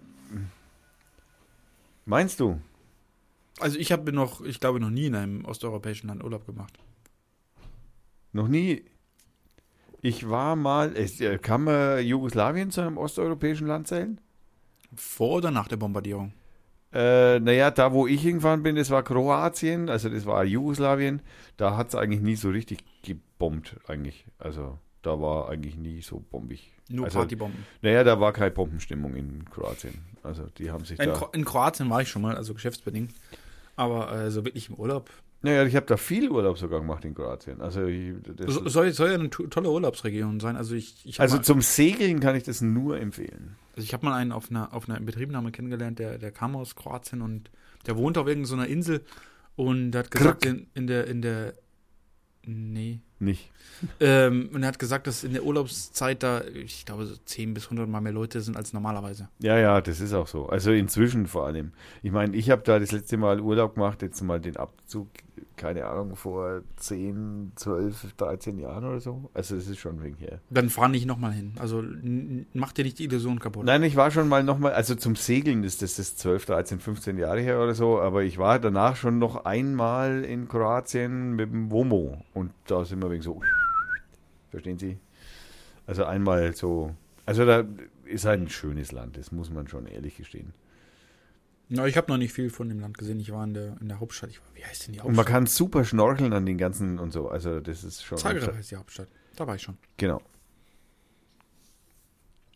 meinst du? Also ich habe noch, ich glaube, noch nie in einem osteuropäischen Land Urlaub gemacht. Noch nie. Ich war mal, es, äh, kann man Jugoslawien zu einem osteuropäischen Land zählen? Vor oder nach der Bombardierung? Äh, naja, da wo ich hingefahren bin, das war Kroatien, also das war Jugoslawien. Da hat es eigentlich nie so richtig gebombt, eigentlich. Also da war eigentlich nie so bombig. Nur also, Partybomben. Naja, da war keine Bombenstimmung in Kroatien. Also die haben sich In, da... Kro in Kroatien war ich schon mal, also geschäftsbedingt. Aber äh, so wirklich im Urlaub. Naja, ich habe da viel Urlaub sogar gemacht in Kroatien. Also, ich, das So, soll, soll ja eine to tolle Urlaubsregion sein. Also ich, ich habe also mal, zum Segeln kann ich das nur empfehlen. also ich hab mal einen auf einer, auf einer Betriebnahme kennengelernt, der, der kam aus Kroatien und der wohnt auf irgendeiner Insel und der hat gesagt, in, in der, in der, nee, Nicht. ähm, und er hat gesagt, dass in der Urlaubszeit da, ich glaube, so zehn bis hundert Mal mehr Leute sind als normalerweise. Ja, ja, das ist auch so. Also inzwischen vor allem. Ich meine, ich habe da das letzte Mal Urlaub gemacht, jetzt mal den Abzug, keine Ahnung, vor zehn, zwölf, dreizehn Jahren oder so. Also das ist schon wegen her. Dann fahr nicht nochmal hin. Also n- mach dir nicht die Illusion kaputt. Nein, ich war schon mal nochmal, also zum Segeln ist das, das zwölf, dreizehn, fünfzehn Jahre her oder so, aber ich war danach schon noch einmal in Kroatien mit dem Womo und da sind wir wegen so, verstehen Sie? Also einmal so, also da ist halt ein schönes Land, das muss man schon ehrlich gestehen. Na, ich habe noch nicht viel von dem Land gesehen. Ich war in der, in der Hauptstadt. Ich war, wie heißt denn die Und man Hauptstadt? kann super schnorcheln an den ganzen und so, also das ist schon... Zagreb heißt die Hauptstadt. Da war ich schon. Genau.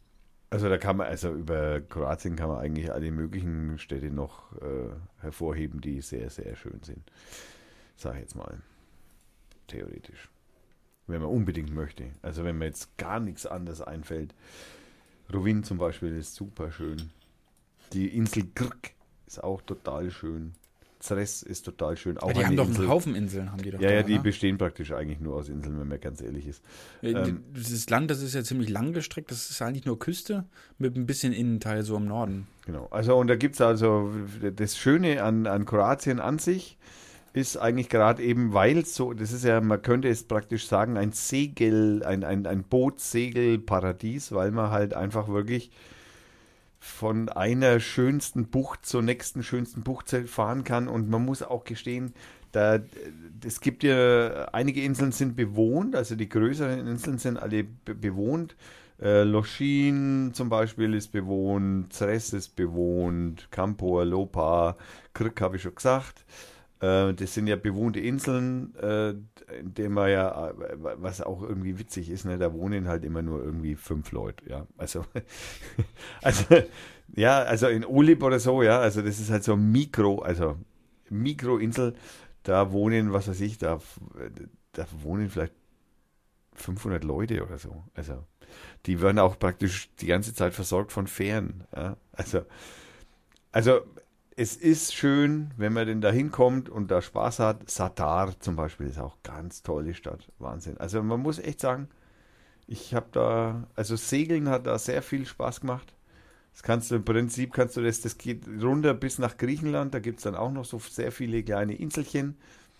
Also da kann man, also über Kroatien kann man eigentlich alle möglichen Städte noch äh, hervorheben, die sehr, sehr schön sind. Sag ich jetzt mal. Theoretisch. Wenn man unbedingt möchte. Also wenn mir jetzt gar nichts anderes einfällt. Rovinj zum Beispiel ist super schön. Die Insel Krk ist auch total schön. Zres ist total schön. Auch Ja, die eine haben doch Insel. einen Haufen Inseln, haben die doch Ja, da, ja, die ne? bestehen praktisch eigentlich nur aus Inseln, wenn man ganz ehrlich ist. Äh, Ähm, Dieses Land, das ist ja ziemlich lang gestreckt, das ist eigentlich nur Küste mit ein bisschen Innenteil so im Norden. Genau. Also und da gibt es also das Schöne an, an Kroatien an sich ist eigentlich gerade eben, weil es so, das ist ja, man könnte es praktisch sagen, ein Segel, ein, ein, ein Bootsegelparadies, weil man halt einfach wirklich von einer schönsten Bucht zur nächsten schönsten Bucht fahren kann. Und man muss auch gestehen, da, es gibt ja, einige Inseln sind bewohnt, also die größeren Inseln sind alle be bewohnt. Äh, Lošinj zum Beispiel ist bewohnt, Zres ist bewohnt, Kampor, Lopa, Krk habe ich schon gesagt. Äh, das sind ja bewohnte Inseln, äh, in denen man ja, was auch irgendwie witzig ist, ne, da wohnen halt immer nur irgendwie fünf Leute, ja. Also, also ja, also in Olib oder so, ja, also das ist halt so ein Mikro, also Mikroinsel, da wohnen, was weiß ich, da, da wohnen vielleicht fünfhundert Leute oder so. Also die werden auch praktisch die ganze Zeit versorgt von Fähren. Ja? Also, also es ist schön, wenn man denn da hinkommt und da Spaß hat. Zadar zum Beispiel ist auch ganz tolle Stadt. Wahnsinn. Also man muss echt sagen, ich habe da, also Segeln hat da sehr viel Spaß gemacht. Das kannst du im Prinzip, kannst du das, das geht runter bis nach Griechenland. Da gibt es dann auch noch so sehr viele kleine Inselchen,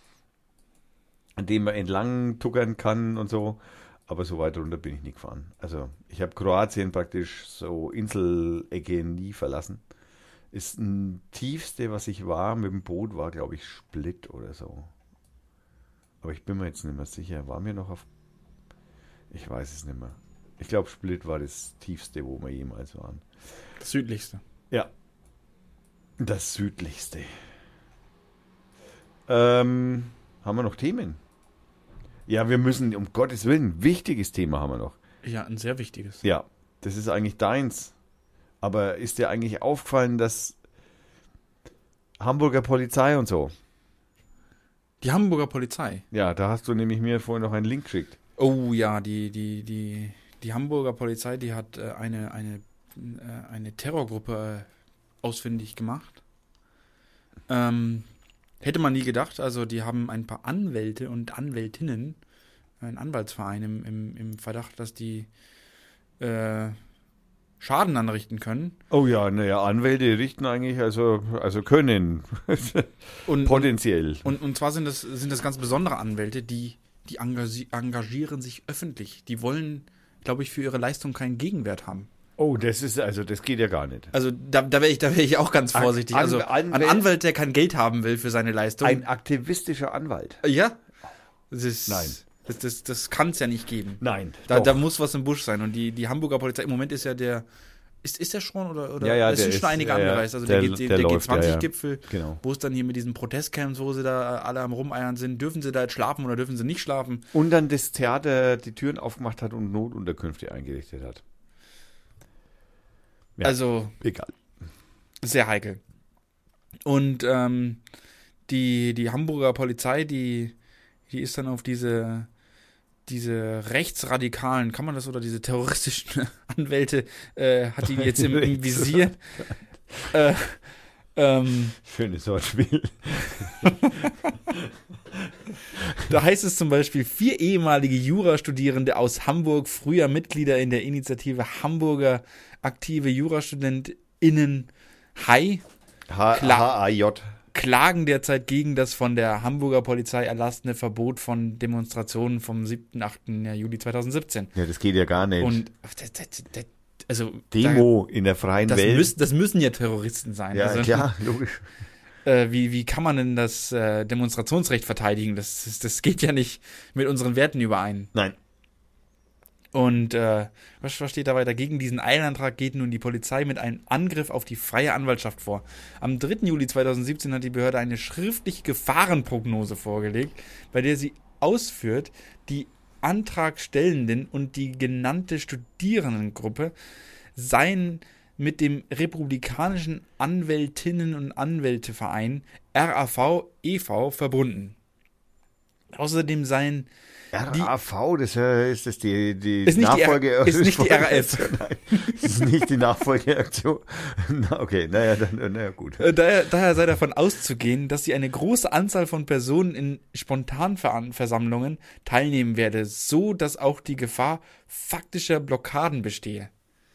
an denen man entlang tuckern kann und so. Aber so weit runter bin ich nie gefahren. Also ich habe Kroatien praktisch so Inselecke nie verlassen. Ist ein tiefste, was ich war mit dem Boot, war glaube ich Split oder so. Aber ich bin mir jetzt nicht mehr sicher. Waren wir noch auf... Ich weiß es nicht mehr. Ich glaube Split war das tiefste, wo wir jemals waren. Das südlichste. Ja. Das südlichste. Ähm, haben wir noch Themen? Ja, wir müssen, um Gottes Willen, ein wichtiges Thema haben wir noch. Ja, ein sehr wichtiges. Ja, das ist eigentlich deins. Aber ist dir eigentlich aufgefallen, dass Hamburger Polizei und so? Die Hamburger Polizei. Ja, da hast du nämlich mir vorhin noch einen Link geschickt. Oh ja, die, die, die, die Hamburger Polizei, die hat äh, eine, eine, äh, eine Terrorgruppe äh, ausfindig gemacht. Ähm, hätte man nie gedacht. Also die haben ein paar Anwälte und Anwältinnen, einen Anwaltsverein im, im, im Verdacht, dass die äh, Schaden anrichten können. Oh ja, naja, Anwälte richten eigentlich, also, also können. Und, Potenziell. Und, und zwar sind das, sind das ganz besondere Anwälte, die, die engagi- engagieren sich öffentlich. Die wollen, glaube ich, für ihre Leistung keinen Gegenwert haben. Oh, das ist, also das geht ja gar nicht. Also da, da wäre ich, da wär ich auch ganz vorsichtig. An- Also Anwäl- ein Anwalt, der kein Geld haben will für seine Leistung. Ein aktivistischer Anwalt. Ja. Das ist, Nein. Das, das, das kann es ja nicht geben. Nein. Da, doch. da muss was im Busch sein. Und die, die Hamburger Polizei, im Moment ist ja der, ist, ist der schon oder, oder Ja, ja, es der sind schon ist- einige ja, ja. angereist. Also Der- der, der, der der läuft, G zwanzig ja, ja. Gipfel, Genau. wo es dann hier mit diesen Protestcamps, wo sie da alle am Rumeiern sind, dürfen sie da jetzt schlafen oder dürfen sie nicht schlafen? Und dann das Theater die Türen aufgemacht hat und Notunterkünfte eingerichtet hat. Ja. Also Egal. sehr heikel. Und ähm, die, die Hamburger Polizei, die, die ist dann auf diese, diese rechtsradikalen, kann man das, oder diese terroristischen Anwälte, äh, hat die jetzt im, im Visier. äh, ähm, Schönes Wortspiel. Da heißt es zum Beispiel, vier ehemalige Jurastudierende aus Hamburg, früher Mitglieder in der Initiative Hamburger aktive JurastudentInnen H I, Klar. H A J. klagen derzeit gegen das von der Hamburger Polizei erlassene Verbot von Demonstrationen vom siebten, achten Juli zweitausendsiebzehn. Ja, das geht ja gar nicht. Und das, das, das, also Demo in der freien da, das, Welt. müssen, das müssen ja Terroristen sein. ja, also, klar, logisch. Äh, wie, wie kann man denn das äh, Demonstrationsrecht verteidigen? Das, das, das geht ja nicht mit unseren Werten überein. Nein. Und äh, was, was steht da weiter? Gegen diesen Eilantrag geht nun die Polizei mit einem Angriff auf die freie Anwaltschaft vor. Am dritten Juli zweitausendsiebzehn hat die Behörde eine schriftliche Gefahrenprognose vorgelegt, bei der sie ausführt, die Antragstellenden und die genannte Studierendengruppe seien mit dem republikanischen Anwältinnen- und Anwälteverein R A V e V verbunden. Außerdem seien R A V, das ist das die, die ist nicht Nachfolge... Die, ist nicht die R A F. Nein, das ist nicht die Nachfolgeaktion. Na, okay, naja, dann, naja, gut. Daher, daher sei davon auszugehen, dass sie eine große Anzahl von Personen in Spontanversammlungen teilnehmen werde, so dass auch die Gefahr faktischer Blockaden bestehe.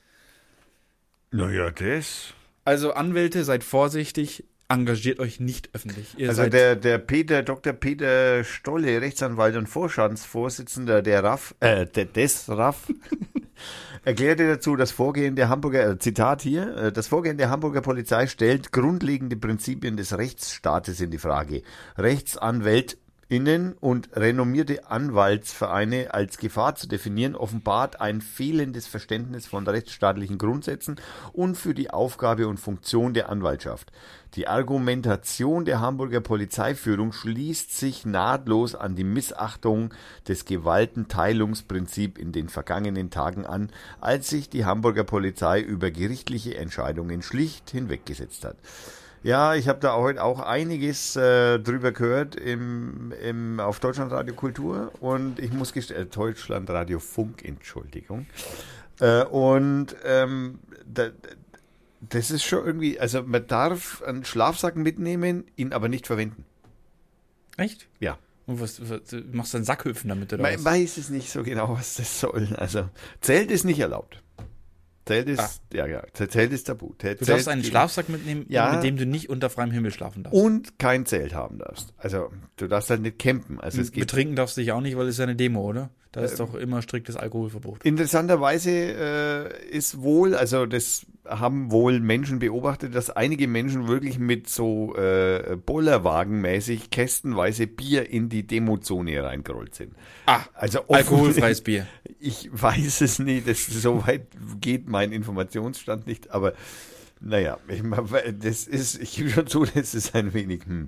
Naja, das... Also Anwälte, seid vorsichtig, engagiert euch nicht öffentlich. Ihr Also seid der, der Peter, Doktor Peter Stolle, Rechtsanwalt und Vorstandsvorsitzender der R A F, äh, der, des R A F, erklärte dazu, das Vorgehen der Hamburger, äh, Zitat hier, äh, das Vorgehen der Hamburger Polizei stellt grundlegende Prinzipien des Rechtsstaates in die Frage. Rechtsanwältinnen und renommierte Anwaltsvereine als Gefahr zu definieren, offenbart ein fehlendes Verständnis von rechtsstaatlichen Grundsätzen und für die Aufgabe und Funktion der Anwaltschaft. Die Argumentation der Hamburger Polizeiführung schließt sich nahtlos an die Missachtung des Gewaltenteilungsprinzips in den vergangenen Tagen an, als sich die Hamburger Polizei über gerichtliche Entscheidungen schlicht hinweggesetzt hat. Ja, ich habe da heute auch einiges äh, drüber gehört im, im, auf Deutschlandradio Kultur und ich muss gestehen, äh, Deutschlandradio Funk, Entschuldigung. Äh, und ähm, da, das ist schon irgendwie, also man darf einen Schlafsack mitnehmen, ihn aber nicht verwenden. Echt? Ja. Und was, was machst du dann Sackhüpfen damit oder Man was? weiß es nicht so genau, was das soll. Also Zelt ist nicht erlaubt. Zelt ist, Ah. ja, ja, Zelt ist tabu. Zelt, Du darfst Zelt einen geht- Schlafsack mitnehmen, Ja. mit dem du nicht unter freiem Himmel schlafen darfst. und kein Zelt haben darfst. Also du darfst halt nicht campen. Also es geht. Betrinken darfst du dich auch nicht, weil es ist ja eine Demo, oder? Da ist Ähm, doch immer striktes Alkoholverbot. Interessanterweise äh, ist wohl, also das haben wohl Menschen beobachtet, dass einige Menschen wirklich mit so äh, Bollerwagenmäßig kästenweise Bier in die Demozone reingerollt sind. Ah, Also offen- alkoholfreies Bier. Ich weiß es nicht, das, so weit geht mein Informationsstand nicht, aber naja, ich, das ist, ich gebe schon zu, das ist ein wenig, hm.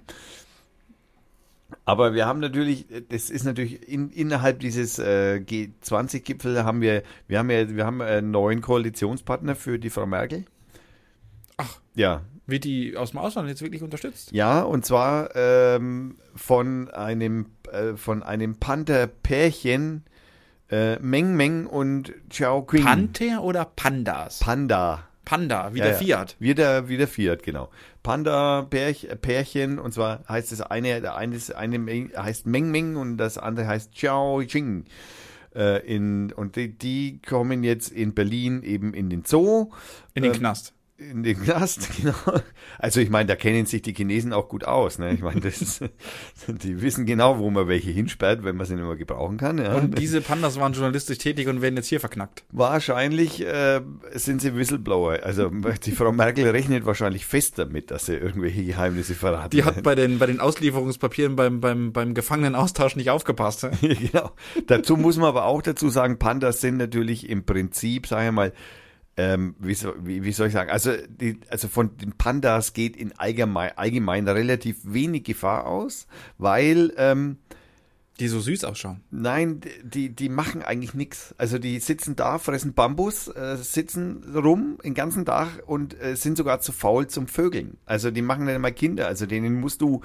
Aber wir haben natürlich, das ist natürlich in, innerhalb dieses äh, G zwanzig Gipfel haben wir, wir haben ja, wir haben einen neuen Koalitionspartner für die Frau Merkel. Ach. Ja. Wird die aus dem Ausland jetzt wirklich unterstützt? Ja, und zwar ähm, von einem, äh, von einem Panther-Pärchen, äh, Meng Meng und Xiao Qing. Panther oder Pandas? Panda. Panda, wie Ja, der ja. Fiat. Wie der, wie der Fiat, genau. Panda-Pärchen, und zwar heißt das eine, der eine, ist, eine heißt Meng Meng und das andere heißt Xiao Qing. Äh, in, und die, die kommen jetzt in Berlin eben in den Zoo. In den Ähm, Knast. In den Knast, genau. Also ich meine, da kennen sich die Chinesen auch gut aus. Ne? Ich meine, das ist, die wissen genau, wo man welche hinsperrt, wenn man sie nicht mehr gebrauchen kann. Ja. Und diese Pandas waren journalistisch tätig und werden jetzt hier verknackt. Wahrscheinlich äh, sind sie Whistleblower. Also die Frau Merkel rechnet wahrscheinlich fest damit, dass sie irgendwelche Geheimnisse verraten. Die hat bei den, bei den Auslieferungspapieren beim, beim, beim Gefangenenaustausch nicht aufgepasst. He? Genau. Dazu muss man aber auch dazu sagen, Pandas sind natürlich im Prinzip, sagen wir mal, ähm, wie, so, wie, wie soll ich sagen, also, die, also von den Pandas geht in allgemein, allgemein relativ wenig Gefahr aus, weil ähm, Die so süß ausschauen. Nein, die, die machen eigentlich nichts. Also die sitzen da, fressen Bambus, äh, sitzen rum den ganzen Tag und äh, sind sogar zu faul zum Vögeln. Also die machen nicht mal Kinder. Also denen musst du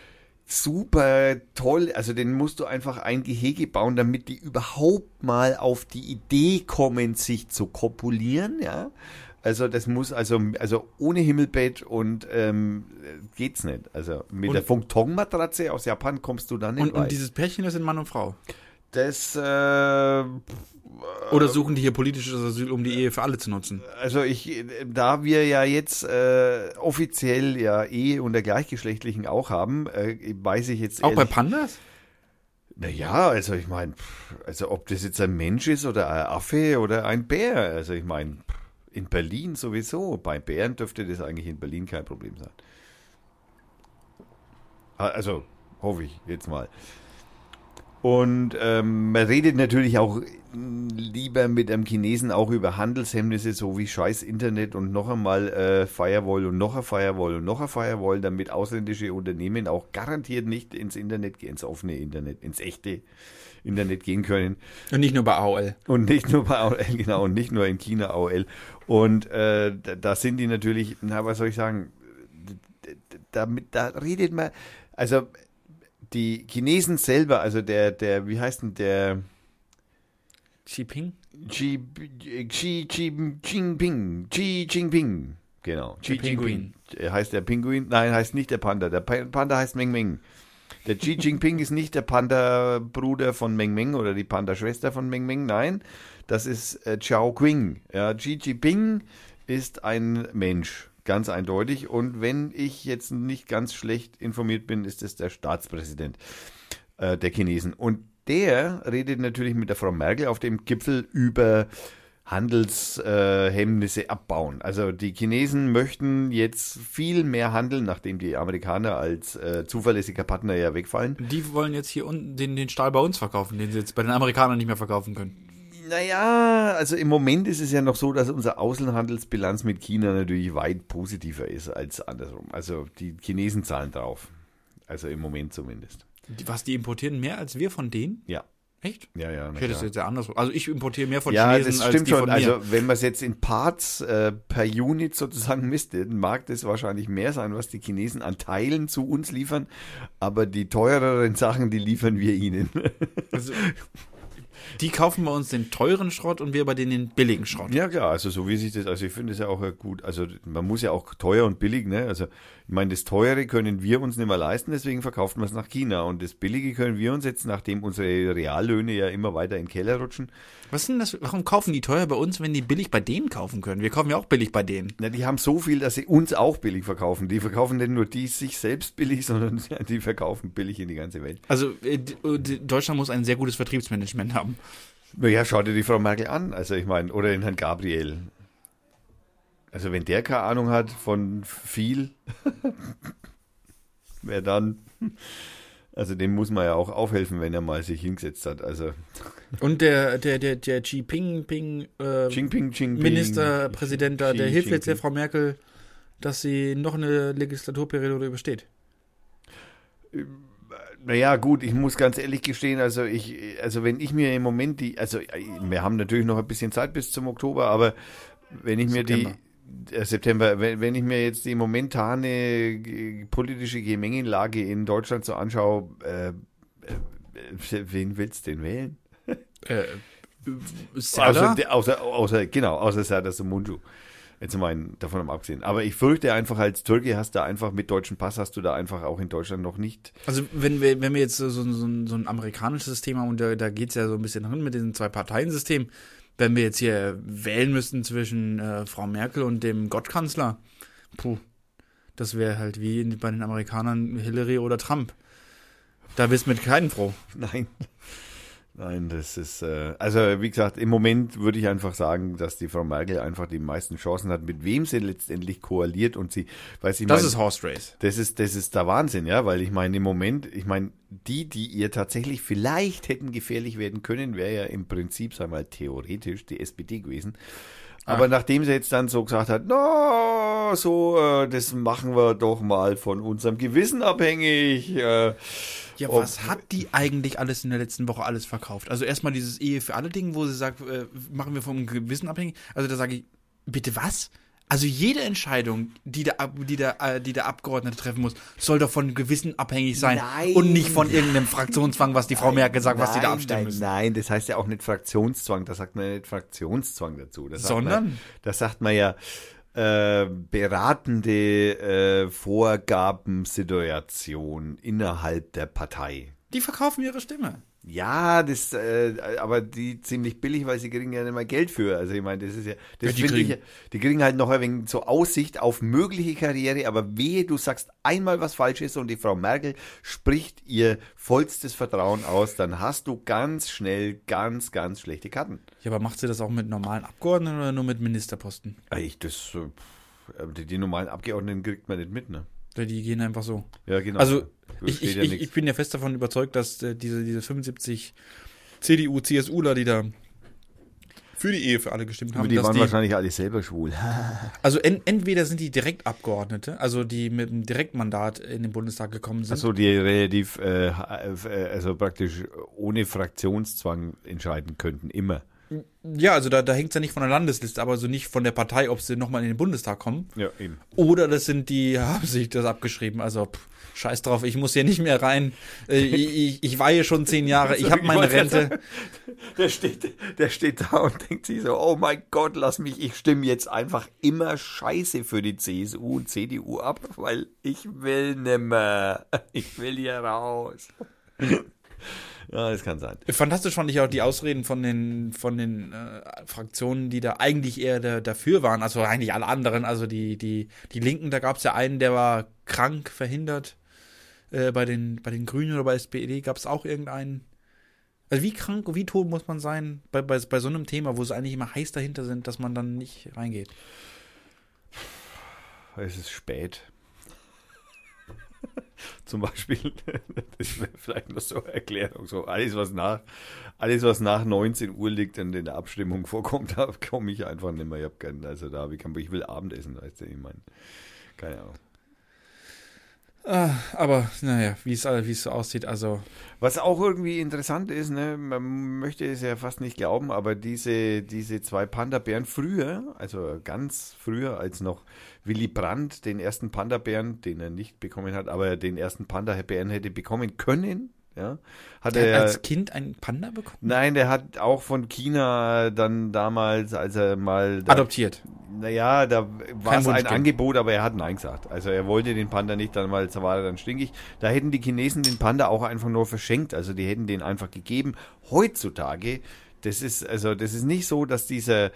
super toll, also denen musst du einfach ein Gehege bauen, damit die überhaupt mal auf die Idee kommen, sich zu kopulieren, ja. Also das muss, also, also ohne Himmelbett und ähm, geht's nicht. Also mit Und- der Fung-Tong-Matratze aus Japan kommst du dann nicht Und, weit. und dieses Pärchen, das sind Mann und Frau. Das, äh, Oder suchen die hier politisches Asyl, um die Ehe für alle zu nutzen? also ich, da wir ja jetzt äh, offiziell ja Ehe unter Gleichgeschlechtlichen auch haben, äh, weiß ich jetzt Auch bei ehrlich- Pandas? Naja, also ich meine, also ob das jetzt ein Mensch ist oder ein Affe oder ein Bär, also ich meine, in Berlin sowieso, bei Bären dürfte das eigentlich in Berlin kein Problem sein. Also, hoffe ich jetzt mal. Und ähm, man redet natürlich auch lieber mit einem Chinesen auch über Handelshemmnisse, so wie scheiß Internet und noch einmal äh, Firewall und noch ein Firewall und noch ein Firewall, damit ausländische Unternehmen auch garantiert nicht ins Internet, ins offene Internet, ins echte Internet gehen können. Und nicht nur bei A O L. Und nicht nur bei A O L, genau, und nicht nur in China A O L. Und äh, da, da sind die natürlich, na, was soll ich sagen, damit, da redet man, also die Chinesen selber, also der, der, wie heißt denn der? Xi Jinping? Xi, Xi, Xi Jinping, Xi Jinping, genau. Der Xi Pinguin. Jinping. Heißt der Pinguin? Nein, heißt nicht der Panda. Der Panda heißt Meng Meng. Der Xi Jinping ist nicht der Panda-Bruder von Meng Meng oder die Panda-Schwester von Meng Meng, nein, das ist äh, Xiao Qing. Ja, Xi Jinping ist ein Mensch. Ganz eindeutig. Und wenn ich jetzt nicht ganz schlecht informiert bin, ist es der Staatspräsident äh, der Chinesen. Und der redet natürlich mit der Frau Merkel auf dem Gipfel über Handelshemmnisse äh, abbauen. Also die Chinesen möchten jetzt viel mehr handeln, nachdem die Amerikaner als äh, zuverlässiger Partner ja wegfallen. Die wollen jetzt hier unten den, den Stahl bei uns verkaufen, den sie jetzt bei den Amerikanern nicht mehr verkaufen können. Naja, also im Moment ist es ja noch so, dass unsere Außenhandelsbilanz mit China natürlich weit positiver ist als andersrum. Also die Chinesen zahlen drauf. Also im Moment zumindest. Die, was, die importieren mehr als wir von denen? Ja. Echt? Ja, ja. Ich hätte es jetzt ja andersrum. Also ich importiere mehr von ja, Chinesen das als stimmt die schon. von mir. Also wenn man es jetzt in Parts äh, per Unit sozusagen misst, mag das wahrscheinlich mehr sein, was die Chinesen an Teilen zu uns liefern. Aber die teureren Sachen, die liefern wir ihnen. Also, die kaufen bei uns den teuren Schrott und wir bei denen den billigen Schrott. Ja, klar, also so wie sich das, also ich finde es ja auch gut, also man muss ja auch teuer und billig, ne, also ich meine, das Teure können wir uns nicht mehr leisten, deswegen verkaufen wir es nach China und das Billige können wir uns jetzt, nachdem unsere Reallöhne ja immer weiter in den Keller rutschen. Was ist denn das, warum kaufen die teuer bei uns, wenn die billig bei denen kaufen können? Wir kaufen ja auch billig bei denen. Na, die haben so viel, dass sie uns auch billig verkaufen. Die verkaufen nicht nur die sich selbst billig, sondern die verkaufen billig in die ganze Welt. Also äh, Deutschland muss ein sehr gutes Vertriebsmanagement haben. Ja, schau dir die Frau Merkel an, also ich meine, oder den Herrn Gabriel. Also wenn der keine Ahnung hat von viel, wer dann, also dem muss man ja auch aufhelfen, wenn er mal sich hingesetzt hat. Also und der der der der Xi Jinping äh, Jinping, Jinping, Ministerpräsident da, der Xi hilft jetzt der Jinping. Frau Merkel, dass sie noch eine Legislaturperiode übersteht. Naja, gut, ich muss ganz ehrlich gestehen, also ich, also wenn ich mir im Moment die, also wir haben natürlich noch ein bisschen Zeit bis zum Oktober, aber wenn ich mir September. die äh, September, wenn, wenn ich mir jetzt die momentane äh, politische Gemengelage in Deutschland so anschaue, äh, äh, wen willst du denn wählen? Äh, Serdar? Außer, außer, außer, genau, außer Serdar Somuncu. Jetzt mal davon am abgesehen. Aber ich fürchte einfach, als Türke hast du einfach mit deutschem Pass hast du da einfach auch in Deutschland noch nicht. Also wenn wir, wenn wir jetzt so, so, so, ein, so ein amerikanisches System haben und da, da geht es ja so ein bisschen hin mit diesem Zwei-Parteien-System, wenn wir jetzt hier wählen müssten zwischen äh, Frau Merkel und dem Gottkanzler, puh, das wäre halt wie bei den Amerikanern Hillary oder Trump. Da bist du mit keinem froh. Nein. Nein, das ist, äh, also wie gesagt, im Moment würde ich einfach sagen, dass die Frau Merkel einfach die meisten Chancen hat, mit wem sie letztendlich koaliert und sie, weiß ich Das mein, ist Horse Race. Das ist, das ist der Wahnsinn, ja, weil ich meine, im Moment, ich meine, die, die ihr tatsächlich vielleicht hätten gefährlich werden können, wäre ja im Prinzip, sagen wir mal, theoretisch die S P D gewesen. Aber Ach. nachdem sie jetzt dann so gesagt hat, no, so, äh, das machen wir doch mal von unserem Gewissen abhängig, äh, Ja, was hat die eigentlich alles in der letzten Woche alles verkauft? Also erstmal dieses Ehe für alle Ding, wo sie sagt, äh, machen wir vom Gewissen abhängig. Also da sage ich, bitte was? Also jede Entscheidung, die der, die der, äh, die der Abgeordnete treffen muss, soll doch von Gewissen abhängig sein Nein. und nicht von irgendeinem Fraktionszwang, was die Frau Merkel sagt, was die da abstimmen nein, müssen. Nein, das heißt ja auch nicht Fraktionszwang, da sagt man ja nicht Fraktionszwang dazu. Das sagt Sondern? Man, das sagt man ja äh, beratende äh, Vorgabensituation innerhalb der Partei. Die verkaufen ihre Stimme. Ja, das, äh, aber die ziemlich billig, weil sie kriegen ja nicht mal Geld für. Also ich meine, das ist ja, das Ja, die finde kriegen- ich, die kriegen halt noch ein wenig so Aussicht auf mögliche Karriere, aber wehe, du sagst einmal was Falsches und die Frau Merkel spricht ihr vollstes Vertrauen aus, dann hast du ganz schnell ganz, ganz schlechte Karten. Ja, aber macht sie das auch mit normalen Abgeordneten oder nur mit Ministerposten? Ich, das, äh, die, die normalen Abgeordneten kriegt man nicht mit, ne? Oder die gehen einfach so. Ja, genau. Also Ich, steht ich, ja ich, nichts. ich bin ja fest davon überzeugt, dass äh, diese, diese fünfundsiebzig C D U, C S Uler, die da für die Ehe für alle gestimmt haben, Aber die dass waren die, wahrscheinlich alle selber schwul. also en, entweder sind die Direktabgeordnete, also die mit einem Direktmandat in den Bundestag gekommen sind. Achso, die relativ, äh, also praktisch ohne Fraktionszwang entscheiden könnten, immer. Ja, also da, da hängt es ja nicht von der Landesliste, aber so nicht von der Partei, ob sie nochmal in den Bundestag kommen. Ja, eben. Oder das sind die, haben sich das abgeschrieben. Also pff, scheiß drauf, ich muss hier nicht mehr rein. Äh, ich, ich, ich war hier schon zehn Jahre, ich habe meine Rente. Der steht, der steht da und denkt sich so, oh mein Gott, lass mich, ich stimme jetzt einfach immer Scheiße für die C S U und C D U ab, weil ich will nimmer. Ich will hier raus. Ja, das kann sein. Fantastisch fand ich auch die Ausreden von den, von den äh, Fraktionen, die da eigentlich eher da, dafür waren, also eigentlich alle anderen, also die, die, die Linken, da gab es ja einen, der war krank, verhindert, äh, bei den, bei den Grünen oder bei S P D gab es auch irgendeinen. Also wie krank und wie tot muss man sein bei, bei, bei so einem Thema, wo sie eigentlich immer heiß dahinter sind, dass man dann nicht reingeht? Es ist spät. Zum Beispiel, das wäre vielleicht noch so eine Erklärung, so alles, was nach, alles, was nach neunzehn Uhr liegt und in der Abstimmung vorkommt, da komme ich einfach nicht mehr. Ich habe keinen, also da habe ich keinen, ich will Abendessen, weißt du, ich meine, keine Ahnung. Ah, aber naja, wie es wie es so aussieht, also. Was auch irgendwie interessant ist, ne, man möchte es ja fast nicht glauben, aber diese, diese zwei Panda-Bären früher, also ganz früher, als noch Willy Brandt den ersten Panda-Bären, den er nicht bekommen hat, aber den ersten Panda-Bären hätte bekommen können, ja, hat Der er hat als Kind einen Panda bekommen? Nein, der hat auch von China dann damals, als er mal da, Adoptiert. Naja, da war es ein Wunschkind. Angebot, aber er hat Nein gesagt. Also er wollte den Panda nicht, damals war er dann stinkig. Da hätten die Chinesen den Panda auch einfach nur verschenkt. Also die hätten den einfach gegeben. Heutzutage, das ist also das ist nicht so, dass dieser,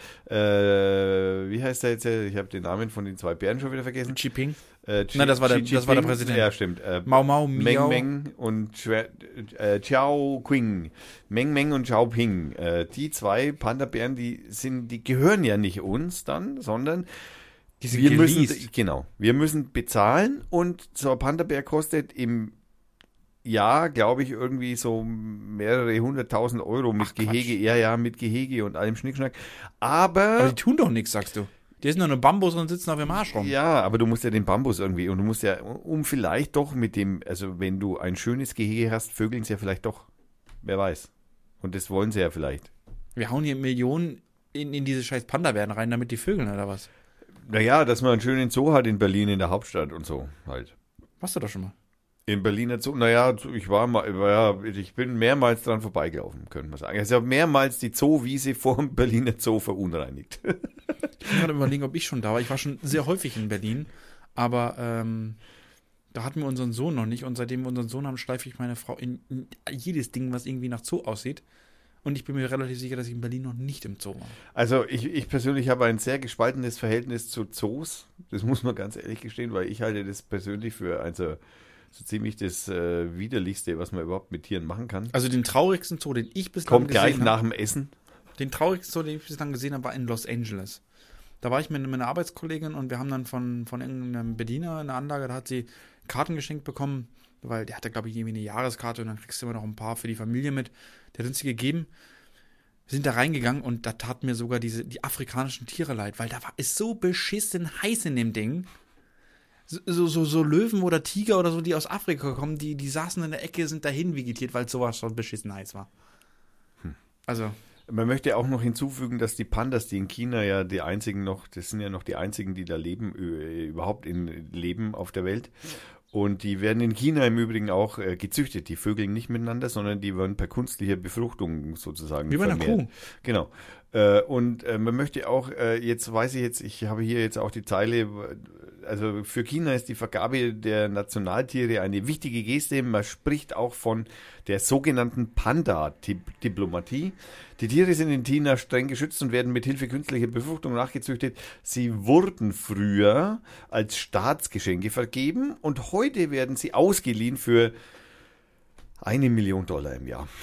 äh, wie heißt der jetzt? Ich habe den Namen von den zwei Bären schon wieder vergessen. Xi Jinping. Äh, Xi- Nein, das war der- Xi das war der Jinping. Präsident. Ja, stimmt. Äh, Mau Mau, Meng Miao. Meng und Chue- äh, Xiao Qing. Meng Meng und Xiao Ping. Äh, die zwei Panda-Bären, die sind, die gehören ja nicht uns dann, sondern Die sind wir müssen, geleast. genau, wir müssen bezahlen und so ein Panda-Bär kostet im Jahr, glaube ich, irgendwie so mehrere hunderttausend Euro mit Ach, Quatsch. Gehege, ja, ja, mit Gehege und allem Schnickschnack. Aber, Aber die tun doch nichts, sagst du. Die sind nur eine Bambus und sitzen auf dem Arsch rum. ja, aber du musst ja den Bambus irgendwie und du musst ja, um vielleicht doch mit dem, also wenn du ein schönes Gehege hast, vögeln sie ja vielleicht doch. Wer weiß. Und das wollen sie ja vielleicht. Wir hauen hier Millionen in, in diese scheiß Panda-Bären rein, damit die vögeln oder was? Naja, dass man einen schönen Zoo hat in Berlin, in der Hauptstadt und so halt. Warst du doch schon mal. In Berliner Zoo, naja, ich war mal, ja, ich bin mehrmals dran vorbeigelaufen, könnte man sagen. Also mehrmals die Zoowiese vor dem Berliner Zoo verunreinigt. Ich bin gerade überlegen, ob ich schon da war. Ich war schon sehr häufig in Berlin, aber ähm, da hatten wir unseren Sohn noch nicht und seitdem wir unseren Sohn haben, schleife ich meine Frau in, in jedes Ding, was irgendwie nach Zoo aussieht. Und ich bin mir relativ sicher, dass ich in Berlin noch nicht im Zoo war. Also ich, ich persönlich habe ein sehr gespaltenes Verhältnis zu Zoos. Das muss man ganz ehrlich gestehen, weil ich halte das persönlich für also so ziemlich das äh, Widerlichste, was man überhaupt mit Tieren machen kann. Also den traurigsten Zoo, den ich bislang Kommt gleich gesehen nach habe, dem Essen. den traurigsten Zoo, den ich bislang gesehen habe, war in Los Angeles. Da war ich mit meiner Arbeitskollegin und wir haben dann von, von irgendeinem Bediener in der Anlage, da hat sie Karten geschenkt bekommen, weil der hatte, glaube ich, irgendwie eine Jahreskarte und dann kriegst du immer noch ein paar für die Familie mit. Der hat uns die gegeben. Wir sind da reingegangen und da tat mir sogar diese, die afrikanischen Tiere leid, weil da war es so beschissen heiß in dem Ding. So, so, so Löwen oder Tiger oder so, die aus Afrika kommen, die, die saßen in der Ecke, sind dahin vegetiert, weil sowas schon beschissen heiß war. Hm. Also, Man möchte auch noch hinzufügen, dass die Pandas, die in China ja die einzigen noch, das sind ja noch die einzigen, die da leben, äh, überhaupt in leben auf der Welt. Und die werden in China im Übrigen auch äh, gezüchtet. Die vögeln nicht miteinander, sondern die werden per künstlicher Befruchtung sozusagen wie bei einer vermehrt. Kuh. Genau. Äh, und äh, man möchte auch, äh, jetzt weiß ich jetzt, ich habe hier jetzt auch die Zeile, also für China ist die Vergabe der Nationaltiere eine wichtige Geste. Man spricht auch von der sogenannten Panda-Diplomatie. Die Tiere sind in China streng geschützt und werden mit Hilfe künstlicher Befruchtung nachgezüchtet. Sie wurden früher als Staatsgeschenke vergeben und heute werden sie ausgeliehen für eine Million Dollar im Jahr.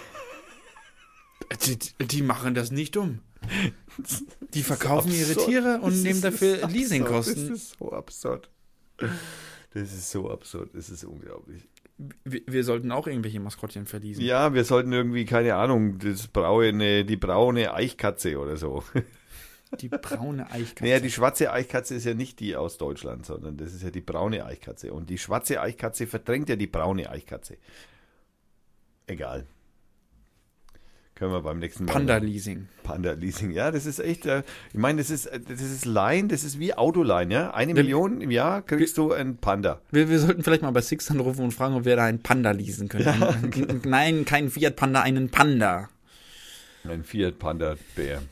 Die, die machen das nicht dumm. Die verkaufen ihre absurd. Tiere und Das nehmen ist dafür absurd. Leasingkosten. Das ist so absurd. Das ist so absurd. Das ist unglaublich. Wir, wir sollten auch irgendwelche Maskottchen verließen. Ja, wir sollten irgendwie, keine Ahnung, das braune, die braune Eichkatze oder so. Die braune Eichkatze. Naja, die schwarze Eichkatze ist ja nicht die aus Deutschland, sondern das ist ja die braune Eichkatze. Und die schwarze Eichkatze verdrängt ja die braune Eichkatze. Egal. Können wir beim nächsten Mal. Panda-Leasing. Panda-Leasing, ja, das ist echt, äh, ich meine, das ist, das ist Line, das ist wie Autoline, ja. Eine Wir- Million im Jahr kriegst du einen Panda. Wir, wir sollten vielleicht mal bei Six anrufen und fragen, ob wir da einen Panda leasen können. Ein, ein, nein, kein Fiat Panda, einen Panda. Ein Fiat Panda-Bär.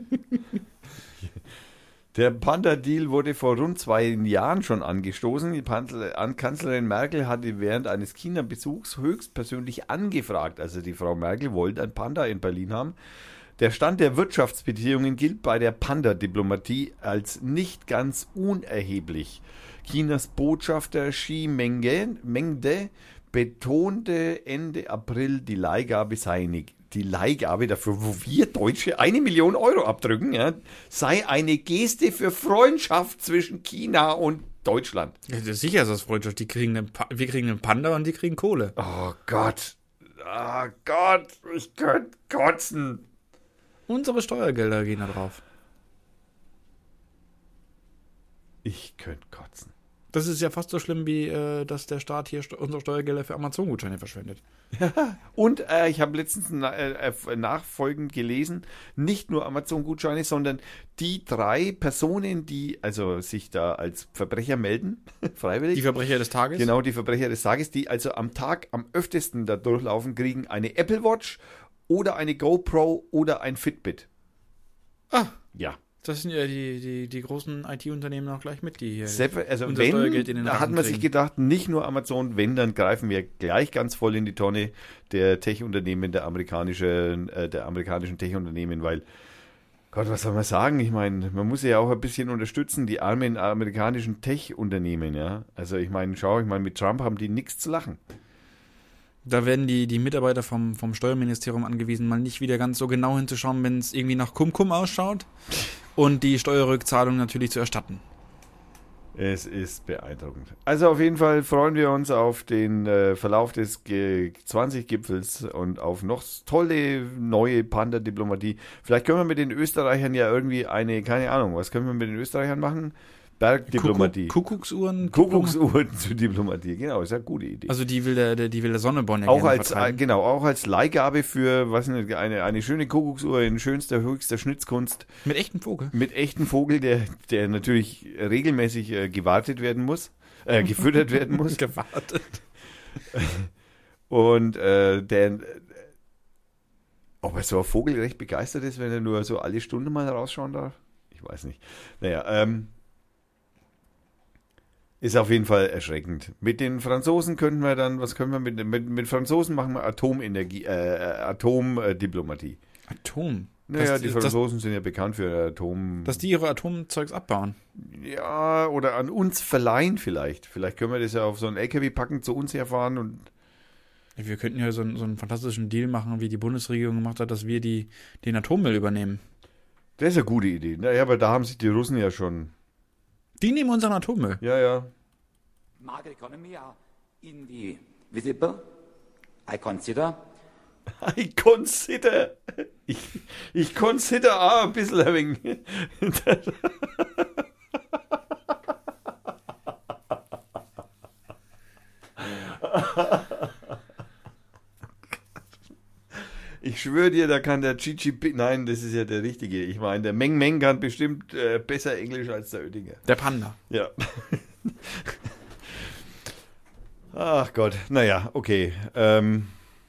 Der Panda-Deal wurde vor rund zwei Jahren schon angestoßen. Die Pan- An- Kanzlerin Merkel hatte während eines China-Besuchs höchstpersönlich angefragt. Also die Frau Merkel wollte ein Panda in Berlin haben. Der Stand der Wirtschaftsbeziehungen gilt bei der Panda-Diplomatie als nicht ganz unerheblich. Chinas Botschafter Xi Mengde, Mengde betonte Ende April, die Leihgabe sei eine, die Leihgabe dafür, wo wir Deutsche eine Million Euro abdrücken, ja, sei eine Geste für Freundschaft zwischen China und Deutschland. Ja, das ist sicher ist das Freundschaft. Die kriegen einen pa- wir kriegen einen Panda und die kriegen Kohle. Oh Gott. Oh Gott, ich könnte kotzen. Unsere Steuergelder gehen da drauf. Ich könnte kotzen. Das ist ja fast so schlimm, wie äh, dass der Staat hier st- unsere Steuergelder für Amazon-Gutscheine verschwendet. Und äh, ich habe letztens na, äh, nachfolgend gelesen, nicht nur Amazon-Gutscheine, sondern die drei Personen, die also sich da als Verbrecher melden, freiwillig. Die Verbrecher des Tages? Genau, die Verbrecher des Tages, die also am Tag am öftesten da durchlaufen, kriegen eine Apple Watch oder eine GoPro oder ein Fitbit. Ah, Ja. das sind ja die, die, die großen I T-Unternehmen auch gleich mit, die hier Sepa- Also unser wenn, Steuergeld in den da hat Rachen man sich kriegen. gedacht, nicht nur Amazon, wenn, dann greifen wir gleich ganz voll in die Tonne der Tech-Unternehmen, der amerikanischen, äh, der amerikanischen Tech-Unternehmen, weil, Gott, was soll man sagen? Ich meine, man muss ja auch ein bisschen unterstützen, die armen amerikanischen Tech-Unternehmen, ja. Also ich meine, schau, ich meine, mit Trump haben die nichts zu lachen. Da werden die, die Mitarbeiter vom, vom Steuerministerium angewiesen, mal nicht wieder ganz so genau hinzuschauen, wenn es irgendwie nach Kum-Kum ausschaut und die Steuerrückzahlung natürlich zu erstatten. Es ist beeindruckend. Also auf jeden Fall freuen wir uns auf den äh, Verlauf des G zwanzig-Gipfels und auf noch tolle neue Panda-Diplomatie. Vielleicht können wir mit den Österreichern ja irgendwie eine, keine Ahnung, was können wir mit den Österreichern machen? Bergdiplomatie. Kuckuck, Kuckucksuhren. Kuckucksuhren zur Diplomatie, genau, ist ja eine gute Idee. Also die will der, der, die will der Sonneborn ja auch gerne als, äh, vertreiben. genau, auch als Leihgabe für, was nicht, eine, eine schöne Kuckucksuhr in schönster, höchster Schnitzkunst. Mit echtem Vogel. Mit echten Vogel, der, der natürlich regelmäßig äh, gewartet werden muss, äh, gefüttert werden muss. Gewartet. Und äh, der, äh, ob er so ein Vogel recht begeistert ist, wenn er nur so alle Stunde mal rausschauen darf? Ich weiß nicht. Naja, ähm, ist auf jeden Fall erschreckend. Mit den Franzosen könnten wir dann, was können wir mit, mit, mit Franzosen machen wir Atomenergie, äh, Atomdiplomatie. Atom. Naja, Das- die das- Franzosen sind ja bekannt für Atom. Dass die ihre Atomzeugs abbauen. Ja, oder an uns verleihen vielleicht. Vielleicht können wir das ja auf so einen L K W packen, zu uns herfahren und Wir könnten ja so, einen- so einen fantastischen Deal machen, wie die Bundesregierung gemacht hat, dass wir die, den Atommüll übernehmen. das ist eine gute Idee. Naja, aber da haben sich die Russen ja schon. Die nehmen unseren Atommüll. Ja, ja. Market economy are invisible. I consider. I consider. Ich, ich consider auch ein bisschen ein wenig. Ich schwöre dir, da kann der Chichi, nein, das ist ja der Richtige. Ich meine, der Meng Meng kann bestimmt äh, besser Englisch als der Oettinger. Der Panda. Ja. Ach Gott, naja, okay. Ähm,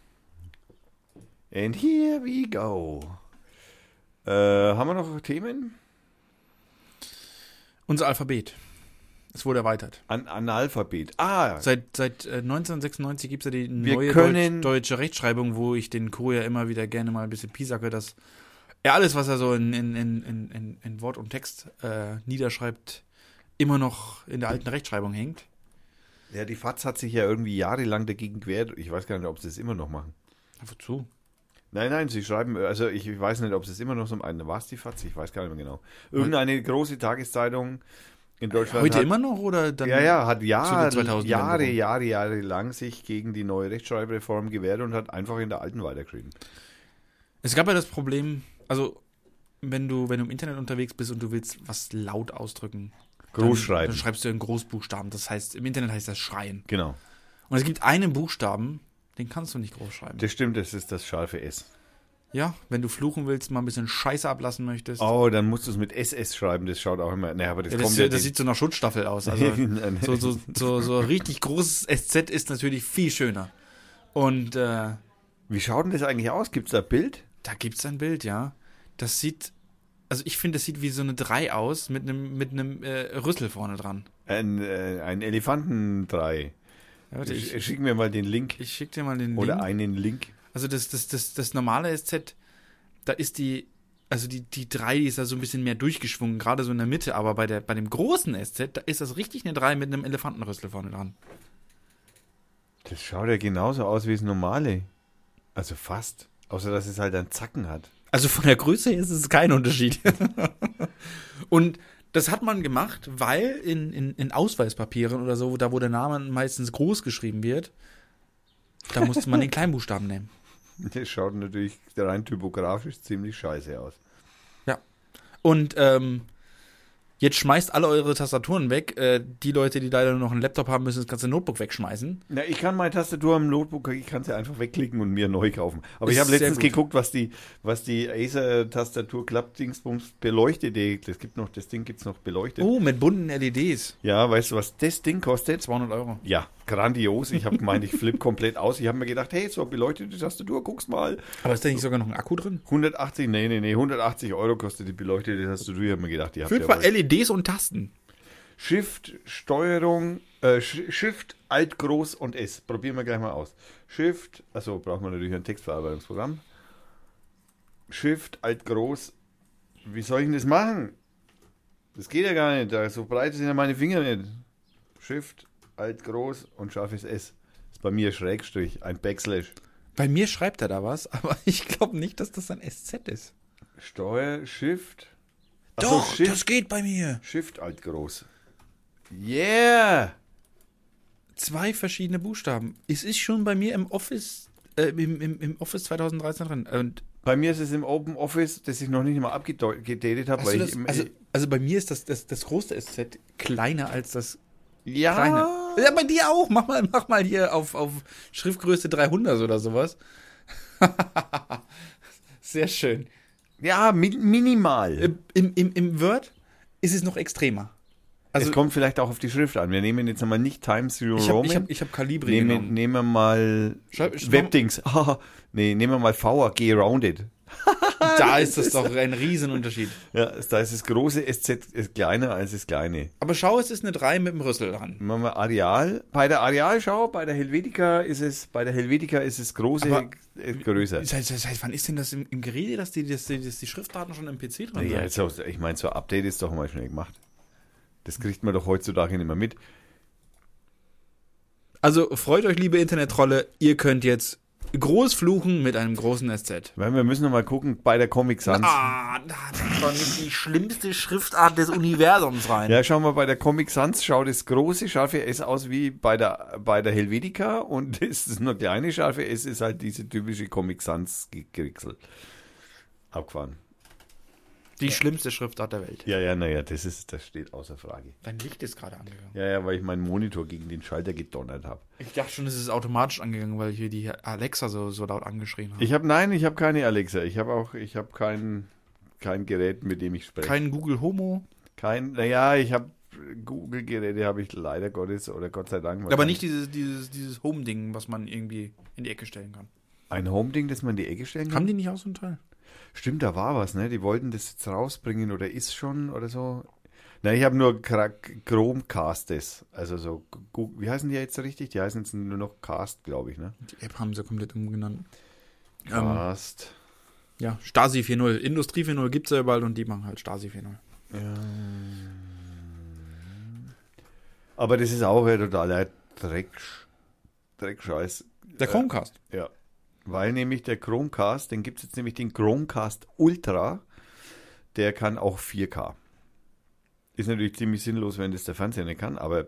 and here we go. Äh, haben wir noch Themen? Unser Alphabet. Es wurde erweitert. An Analphabet. Ah, Seit, seit äh, neunzehnhundertsechsundneunzig gibt es ja die Wir neue können- Deutsch, deutsche Rechtschreibung, wo ich den Kurier immer wieder gerne mal ein bisschen piesacke, dass er alles, was er so in, in, in, in, in Wort und Text äh, niederschreibt, immer noch in der alten Rechtschreibung hängt. ja, die F A Z hat sich ja irgendwie jahrelang dagegen gewehrt. Ich weiß gar nicht, ob sie es immer noch machen. Wozu? Nein, nein, sie schreiben, also ich, ich weiß nicht, ob sie es immer noch so, eine, war es die F A Z? Ich weiß gar nicht mehr genau. Irgendeine große Tageszeitung in Deutschland Heute hat, immer noch oder dann? Ja, ja, hat zu Jahre, den zweitausendern Jahre, rum? Jahre, Jahre lang sich gegen die neue Rechtschreibreform gewehrt und hat einfach in der alten weitergeschrieben. Es gab ja das Problem, also wenn du, wenn du im Internet unterwegs bist und du willst was laut ausdrücken, Groß dann, schreiben. dann schreibst du in Großbuchstaben. Das heißt, im Internet heißt das Schreien. Genau. Und es gibt einen Buchstaben, den kannst du nicht groß schreiben. Das stimmt, das ist das scharfe S. Ja, wenn du fluchen willst, mal ein bisschen Scheiße ablassen möchtest. Oh, dann musst du es mit S S schreiben, das schaut auch immer. Naja, aber das ja, kommt das, ja. das die- sieht so nach Schutzstaffel aus. Also so, so, so, so richtig großes S Z ist natürlich viel schöner. Und äh, Wie schaut denn das eigentlich aus? Gibt es da ein Bild? da gibt's ein Bild, ja. Das sieht, also ich finde, das sieht wie so eine drei aus mit einem mit einem äh, Rüssel vorne dran. Ein, äh, ein Elefantendrei. Ja, warte, ich, Sch- Schick mir mal den Link. ich schick dir mal den Oder Link. einen Link. Also das, das, das, das normale S Z, da ist die, also die, die drei, die ist da so ein bisschen mehr durchgeschwungen, gerade so in der Mitte, aber bei, der, bei dem großen S Z, da ist das richtig eine drei mit einem Elefantenrüssel vorne dran. Das schaut ja genauso aus wie das normale. Also fast. Außer, dass es halt einen Zacken hat. Also von der Größe her ist es kein Unterschied. Und das hat man gemacht, weil in, in, in Ausweispapieren oder so, da wo der Name meistens groß geschrieben wird, da musste man den Kleinbuchstaben nehmen. Das schaut natürlich rein typografisch ziemlich scheiße aus. Und ähm, jetzt schmeißt alle eure Tastaturen weg. Äh, die Leute, die leider nur noch einen Laptop haben, müssen das ganze Notebook wegschmeißen. Na, ich kann meine Tastatur am Notebook, ich kann sie einfach wegklicken und mir neu kaufen. Aber Ist ich habe sehr letztens gut. geguckt, was die, was die Acer-Tastatur Klappdingsbums beleuchtet. Die- Das gibt noch, das Ding gibt's noch beleuchtet. Oh, mit bunten L E Ds. Ja, weißt du, was das Ding kostet? zweihundert Euro. Ja, grandios. Ich habe gemeint, ich flippe komplett aus. Ich habe mir gedacht, hey, so beleuchtete Tastatur, guck's mal. Aber ist da nicht sogar noch ein Akku drin? hundertachtzig, nee, nee, nee, hundertachtzig Euro kostet die beleuchtete Tastatur. Ich habe mir gedacht, die habt Fünf ihr mal aber- L E Ds und Tasten. Shift, Steuerung, äh, Sch- Shift, Alt, Groß und S. Probieren wir gleich mal aus. Shift, also braucht man natürlich ein Textverarbeitungsprogramm. Shift, Alt, Groß. Wie soll ich denn das machen? Das geht ja gar nicht. Da- So breit sind ja meine Finger nicht. Shift, Alt, Groß und scharfes S. Das ist bei mir Schrägstrich, ein Backslash. Bei mir schreibt er da was, aber ich glaube nicht, dass das ein S Z ist. Steuer, Shift. Ach so, Shift, das geht bei mir. Shift, Alt, Groß. Yeah! Zwei verschiedene Buchstaben. Es ist schon bei mir im Office, äh, im, im, im Office zwanzig dreizehn drin. Und Bei mir ist es im Open Office, das ich noch nicht mal abgedatet habe, hast weil du ich das, im, also, also bei mir ist das, das, das große S Z kleiner als das ja, kleine. Ja, bei dir auch. Mach mal, mach mal hier auf, auf Schriftgröße dreihundert oder sowas. Sehr schön. ja, mi minimal. Im, im, im, Im Word ist es noch extremer. Also es kommt vielleicht auch auf die Schrift an. Wir nehmen jetzt nochmal nicht Times Zero ich habe Roman. ich hab, ich hab Calibri nehmen, genommen. nehmen wir mal Schreib- schreib- Webdings. Ah, nee, nehmen wir mal V A G Rounded. Da ist das doch ein Riesenunterschied. Ja, da ist das große S Z ist kleiner als das kleine. Aber schau, es ist eine drei mit dem Rüssel dran. Machen wir Areal. Bei der Arealschau, bei der Helvetica ist es, bei der Helvetica ist es große Aber- äh, größer. Seit, seit, seit wann ist denn das im, im Gerät, dass die, dass, die, dass die Schriftdaten schon im P C drin Ja, sind? jetzt, auch- ich meine, so ein Update ist doch mal schnell gemacht. Das kriegt man doch heutzutage nicht mehr mit. Also freut euch, liebe Internet-Trolle, ihr könnt jetzt groß fluchen mit einem großen S Z. Weil wir müssen noch mal gucken, bei der Comic Sans. Ah, da hat doch nicht die schlimmste Schriftart des Universums rein. Ja, schauen wir, bei der Comic Sans schaut das große scharfe S aus wie bei der, bei der Helvetica und das nur kleine scharfe S ist halt diese typische Comic Sans Gericksel. Abgefahren. Die schlimmste Schriftart der Welt. Ja, ja, naja, das ist, das steht außer Frage. Dein Licht ist gerade angegangen. Ja, ja, weil ich meinen Monitor gegen den Schalter gedonnert habe. Ich dachte schon, es ist automatisch angegangen, weil hier die Alexa so, so laut angeschrien hat. Ich habe, nein, ich habe keine Alexa. Ich habe auch, ich habe kein, kein Gerät, mit dem ich spreche. Kein Google Homo, Kein, naja, ich habe Google-Geräte, habe ich leider Gottes oder Gott sei Dank. aber nicht dieses, dieses, dieses Home-Ding, was man irgendwie in die Ecke stellen kann. Ein Home-Ding, das man in die Ecke stellen kann? Haben die nicht auch so ein Teil? Stimmt, da war was, ne? Die wollten das jetzt rausbringen oder ist schon oder so. Na, ich habe nur Kra- Chromecastes. Also so, Gu- wie heißen die jetzt richtig? Die heißen jetzt nur noch Cast, glaube ich, ne? Die App haben sie komplett umgenannt. Ähm, Cast. ja, Stasi vier null. Industrie vier null gibt's ja bald und die machen halt Stasi vier null. Ja. Aber das ist auch ein totaler Dreck, Dreckscheiß. Der Chromecast. Ja. Weil nämlich der Chromecast, den gibt es jetzt nämlich den Chromecast Ultra, der kann auch vier K. Ist natürlich ziemlich sinnlos, wenn das der Fernseher nicht kann, aber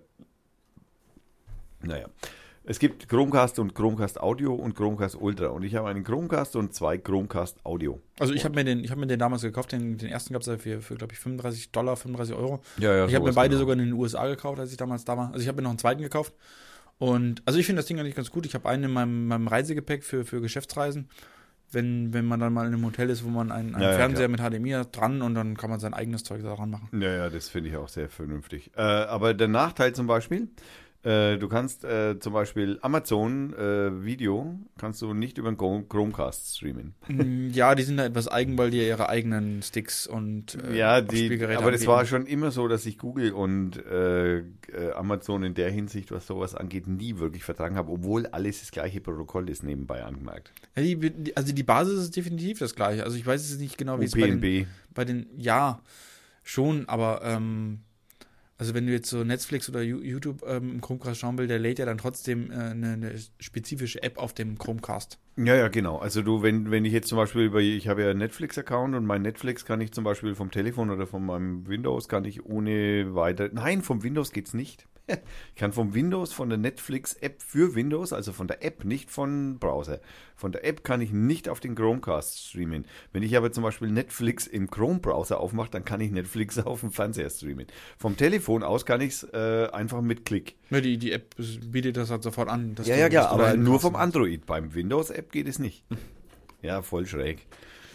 naja. Es gibt Chromecast und Chromecast Audio und Chromecast Ultra. Und ich habe einen Chromecast und zwei Chromecast Audio. Also ich habe mir den, ich habe mir den damals gekauft, den, den ersten gab es ja für, für glaube ich, fünfunddreißig Dollar, fünfunddreißig Euro. Ja, ja, ich habe mir sowas beide genau. sogar in den U S A gekauft, als ich damals da war. Also ich habe mir noch einen zweiten gekauft. Und also ich finde das Ding eigentlich ganz gut. Ich habe einen in meinem, meinem Reisegepäck für, für Geschäftsreisen. Wenn, wenn man dann mal in einem Hotel ist, wo man einen, einen Ja, ja, Fernseher klar. mit H D M I hat dran und dann kann man sein eigenes Zeug daran machen. Ja, ja, das finde ich auch sehr vernünftig. Äh, aber der Nachteil zum Beispiel, äh, du kannst äh, zum Beispiel Amazon äh, Video, kannst du nicht über den Chrome- Chromecast streamen. Mm, ja, die sind da etwas eigen, weil die ja ihre eigenen Sticks und äh, Ja, die, Abspielgeräte aber das anbieten. war schon immer so, dass ich Google und äh, äh, Amazon in der Hinsicht, was sowas angeht, nie wirklich vertragen habe, obwohl alles das gleiche Protokoll ist, nebenbei angemerkt. Ja, die, die, also die Basis ist definitiv das gleiche. Also ich weiß jetzt nicht genau, wie es bei den, U P N B. bei den, ja, schon, aber ähm, also wenn du jetzt so Netflix oder Ju- YouTube ähm, im Chromecast schauen willst, der lädt ja dann trotzdem äh, eine, eine spezifische App auf dem Chromecast. Ja, ja, genau. Also du, wenn, wenn ich jetzt zum Beispiel über, ich habe ja einen Netflix-Account und mein Netflix kann ich zum Beispiel vom Telefon oder von meinem Windows kann ich ohne weiter, nein, vom Windows geht's nicht. Ich kann vom Windows, von der Netflix-App für Windows, also von der App, nicht von Browser. Von der App kann ich nicht auf den Chromecast streamen. Wenn ich aber zum Beispiel Netflix im Chrome-Browser aufmache, dann kann ich Netflix auf dem Fernseher streamen. Vom Telefon aus kann ich es äh, einfach mit Klick. Ja, die, die App bietet das halt sofort an. dass Ja, du- ja, klar, dass du aber dahin nur kannst. vom Android. Beim Windows-App geht es nicht. Ja, voll schräg.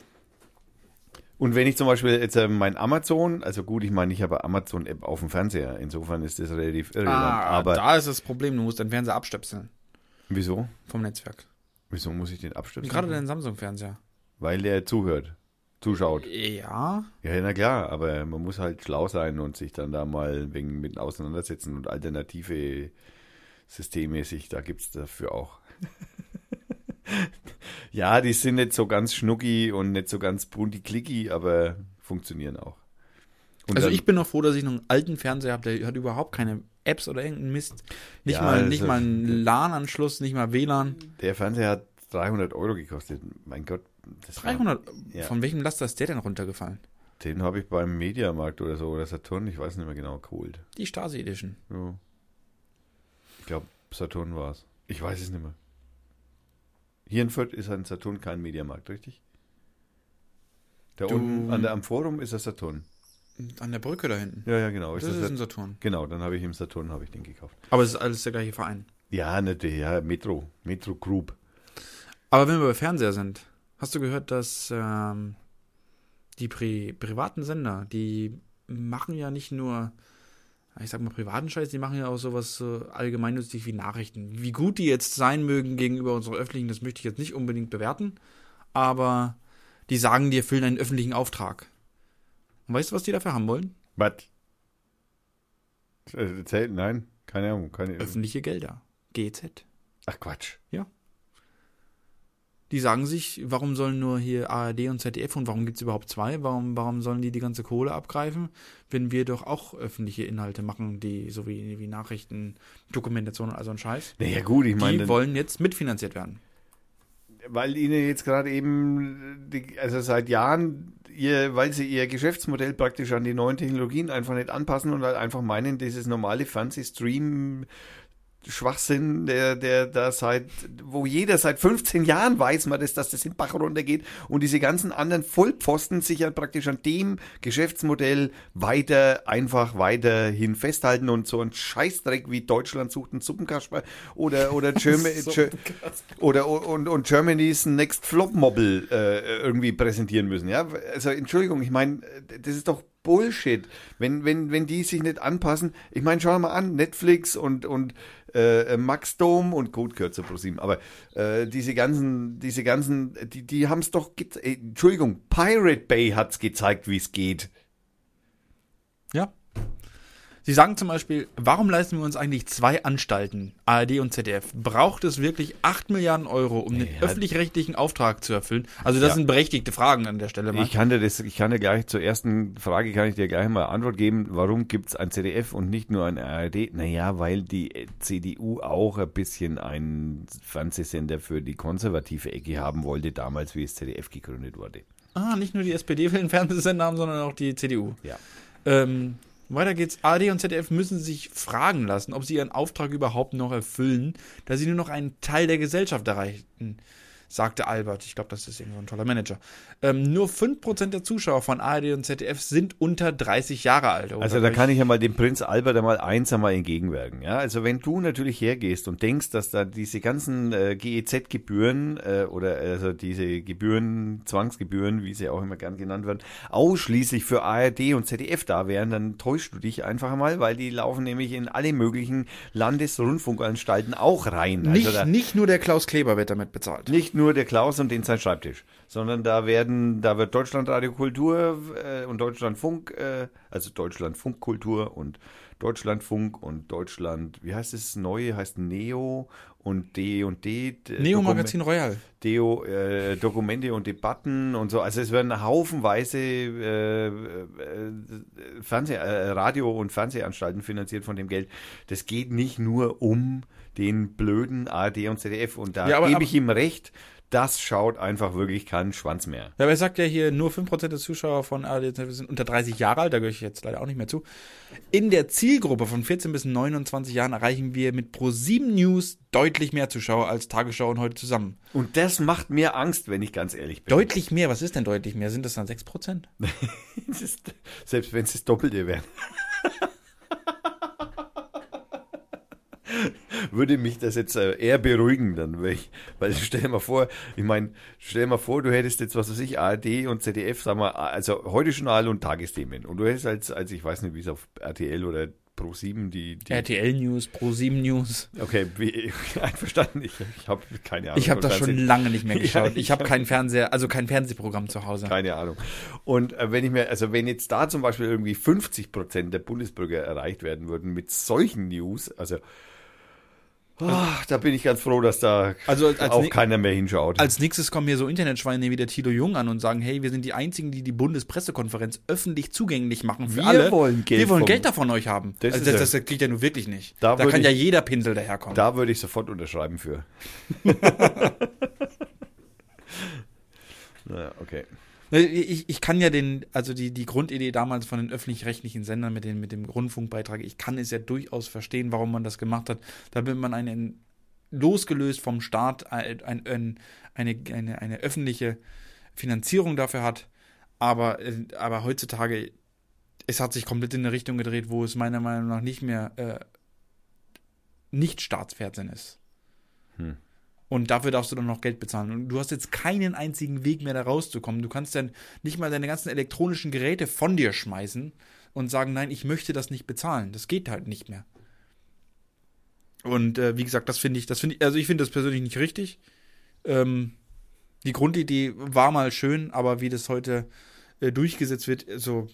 Und wenn ich zum Beispiel jetzt äh, mein Amazon, also gut, ich meine, ich habe Amazon-App auf dem Fernseher, insofern ist das relativ irrelevant. Ah, aber da ist das Problem, du musst deinen Fernseher abstöpseln wieso? vom Netzwerk. Wieso muss ich den abstöpseln? Gerade deinen Samsung-Fernseher. Weil der zuhört, zuschaut. Ja, Ja, na klar, aber man muss halt schlau sein und sich dann da mal wegen mit auseinandersetzen und alternative Systeme sich, da gibt es dafür auch. Ja, die sind nicht so ganz schnucki und nicht so ganz bunti-klicki, aber funktionieren auch. Und also dann- ich bin noch froh, dass ich noch einen alten Fernseher habe, der hat überhaupt keine Apps oder irgendeinen Mist. Nicht Ja, mal, das nicht ist- mal einen LAN-Anschluss, nicht mal W L A N. Der Fernseher hat dreihundert Euro gekostet. Mein Gott. Das war- dreihundert? Ja. Von welchem Laster ist der denn runtergefallen? Den habe ich beim Mediamarkt oder so, oder Saturn, ich weiß nicht mehr genau, geholt. Die Stasi Edition. Ja. Ich glaube, Saturn war es. Ich weiß es nicht mehr. Hier in Fürth ist ein Saturn kein Mediamarkt, richtig? Da Du- unten an der, am Forum ist der Saturn. An der Brücke da hinten. Ja, ja, genau. Das Ist ist das ein Saturn. genau, dann habe ich im Saturn habe ich den gekauft. Aber es ist alles der gleiche Verein. Ja, nicht der, ja, Metro, Metro Group. Aber wenn wir bei Fernseher sind, hast du gehört, dass ähm, die Pri privaten Sender, die machen ja nicht nur, ich sag mal privaten Scheiß, die machen ja auch sowas so allgemeinnützig wie Nachrichten. Wie gut die jetzt sein mögen gegenüber unserer öffentlichen, das möchte ich jetzt nicht unbedingt bewerten, aber die sagen, die erfüllen einen öffentlichen Auftrag. Und weißt du, was die dafür haben wollen? Was? Äh, Zählt? Nein, keine Ahnung. Keine, Öffentliche Gelder. G E Z. Ach Quatsch. Die sagen sich, warum sollen nur hier A R D und Z D F und warum gibt es überhaupt zwei? Warum, warum sollen die die ganze Kohle abgreifen, wenn wir doch auch öffentliche Inhalte machen, die so wie, wie Nachrichten, Dokumentationen, also ein Scheiß. Naja gut, ich Die meine, wollen jetzt mitfinanziert werden. weil ihnen jetzt gerade eben, die, also seit Jahren, ihr, weil sie ihr Geschäftsmodell praktisch an die neuen Technologien einfach nicht anpassen und halt einfach meinen, dieses normale Fernsehstream Schwachsinn, der, der da seit, wo jeder seit fünfzehn Jahren weiß man das, dass das in den Bach runtergeht und diese ganzen anderen Vollpfosten sich ja praktisch an dem Geschäftsmodell weiter, einfach weiterhin festhalten und so ein Scheißdreck wie Deutschland sucht einen Suppenkasper oder, oder, Germa Ger oder und, und Germany's Next Flop Mobile äh, irgendwie präsentieren müssen, ja. Also Entschuldigung, ich meine, das ist doch Bullshit, wenn, wenn, wenn die sich nicht anpassen. Ich meine, schau mal an, Netflix und, und äh, Maxdome und gut, kürzer ProSieben, aber äh, diese ganzen, diese ganzen, die, die haben es doch, äh, Entschuldigung, Pirate Bay hat es gezeigt, wie es geht. Ja. Sie sagen zum Beispiel, warum leisten wir uns eigentlich zwei Anstalten, A R D und Z D F? Braucht es wirklich acht Milliarden Euro, um den Ja. öffentlich-rechtlichen Auftrag zu erfüllen? Also das Ja. sind berechtigte Fragen an der Stelle mal. Ich kann dir das, ich kann dir gleich zur ersten Frage kann ich dir gleich mal Antwort geben. Warum gibt es ein Z D F und nicht nur ein A R D? Naja, weil die C D U auch ein bisschen einen Fernsehsender für die konservative Ecke haben wollte, damals wie das Z D F gegründet wurde. Ah, nicht nur die S P D will einen Fernsehsender haben, sondern auch die C D U. Ja. Ähm, Weiter geht's. A R D und Z D F müssen sich fragen lassen, ob sie ihren Auftrag überhaupt noch erfüllen, da sie nur noch einen Teil der Gesellschaft erreichen, sagte Albert. Ich glaube, das ist irgendwo ein toller Manager. Ähm, nur fünf Prozent der Zuschauer von A R D und Z D F sind unter dreißig Jahre alt. Oder Also da kann ich ja mal dem Prinz Albert einmal eins einmal entgegenwirken. Ja? Also wenn du natürlich hergehst und denkst, dass da diese ganzen äh, G E Z-Gebühren äh, oder also diese Gebühren, Zwangsgebühren, wie sie auch immer gern genannt werden, ausschließlich für A R D und Z D F da wären, dann täuschst du dich einfach mal, weil die laufen nämlich in alle möglichen Landesrundfunkanstalten auch rein. Nicht, also da, nicht nur der Klaus Kleber wird damit bezahlt. Nicht nur der Klaus und den sein Schreibtisch, sondern da werden, da wird Deutschlandradio Kultur äh, und Deutschlandfunk, äh, also Deutschlandfunkkultur und Deutschlandfunk und Deutschland, wie heißt es, neue heißt Neo und D und D. Neo Magazin Royal. Deo, äh, Dokumente und Debatten und so. Also es werden haufenweise äh, äh, Fernseh-, äh, Radio- und Fernsehanstalten finanziert von dem Geld. Das geht nicht nur um den blöden A R D und Z D F. Und da Ja, aber- gebe ich ihm recht, das schaut einfach wirklich keinen Schwanz mehr. Ja, aber er sagt ja hier, nur fünf Prozent der Zuschauer von A R D und Z D F sind unter dreißig Jahre alt, da gehöre ich jetzt leider auch nicht mehr zu. In der Zielgruppe von vierzehn bis neunundzwanzig Jahren erreichen wir mit ProSieben News deutlich mehr Zuschauer als Tagesschau und heute zusammen. Und das macht mir Angst, wenn ich ganz ehrlich bin. Deutlich mehr, was ist denn deutlich mehr? Sind das dann sechs Prozent? Das ist, selbst wenn es das Doppelte wäre. Würde mich das jetzt äh, eher beruhigen dann, weil, ich, weil stell dir mal vor, ich meine, stell dir mal vor, du hättest jetzt, was weiß ich, A R D und Z D F, sagen wir, also heute Journal und Tagesthemen und du hättest als, als ich weiß nicht, wie es auf R T L oder ProSieben die, die R T L News, ProSieben News. Okay, wie, einverstanden, ich, ich habe keine Ahnung. Ich habe von das schon Fernsehen. lange nicht mehr Ja, geschaut. ich ich habe hab- kein Fernseher, also kein Fernsehprogramm zu Hause. Keine Ahnung. Und äh, wenn ich mir, also wenn jetzt da zum Beispiel irgendwie fünfzig Prozent der Bundesbürger erreicht werden würden mit solchen News, also ah, da bin ich ganz froh, dass da Also als, auch ni- keiner mehr hinschaut. als nächstes kommen hier so Internetschweine wie der Thilo Jung an und sagen, hey, wir sind die Einzigen, die die Bundespressekonferenz öffentlich zugänglich machen für Wir alle. wollen Geld wir wollen vom- Geld davon euch haben. Das also ist das, ja- das, das geht ja nun wirklich nicht. Da Da, würde kann ja ich- jeder Pinsel daherkommen. Da würde ich sofort unterschreiben für. Na, okay. Ich, ich kann ja den, also die, die Grundidee damals von den öffentlich-rechtlichen Sendern mit, den, mit dem Rundfunkbeitrag, ich kann es ja durchaus verstehen, warum man das gemacht hat, damit man einen, losgelöst vom Staat ein, ein, ein, eine, eine, eine öffentliche Finanzierung dafür hat, aber, äh, aber heutzutage, es hat sich komplett in eine Richtung gedreht, wo es meiner Meinung nach nicht mehr äh, nicht Staatsfernsehen ist. Hm. Und dafür darfst du dann noch Geld bezahlen. Und du hast jetzt keinen einzigen Weg mehr, da rauszukommen. Du kannst dann nicht mal deine ganzen elektronischen Geräte von dir schmeißen und sagen, nein, ich möchte das nicht bezahlen. Das geht halt nicht mehr. Und äh, wie gesagt, das finde ich, das finde ich, also ich finde das persönlich nicht richtig. Ähm, die Grundidee war mal schön, aber wie das heute äh, durchgesetzt wird, so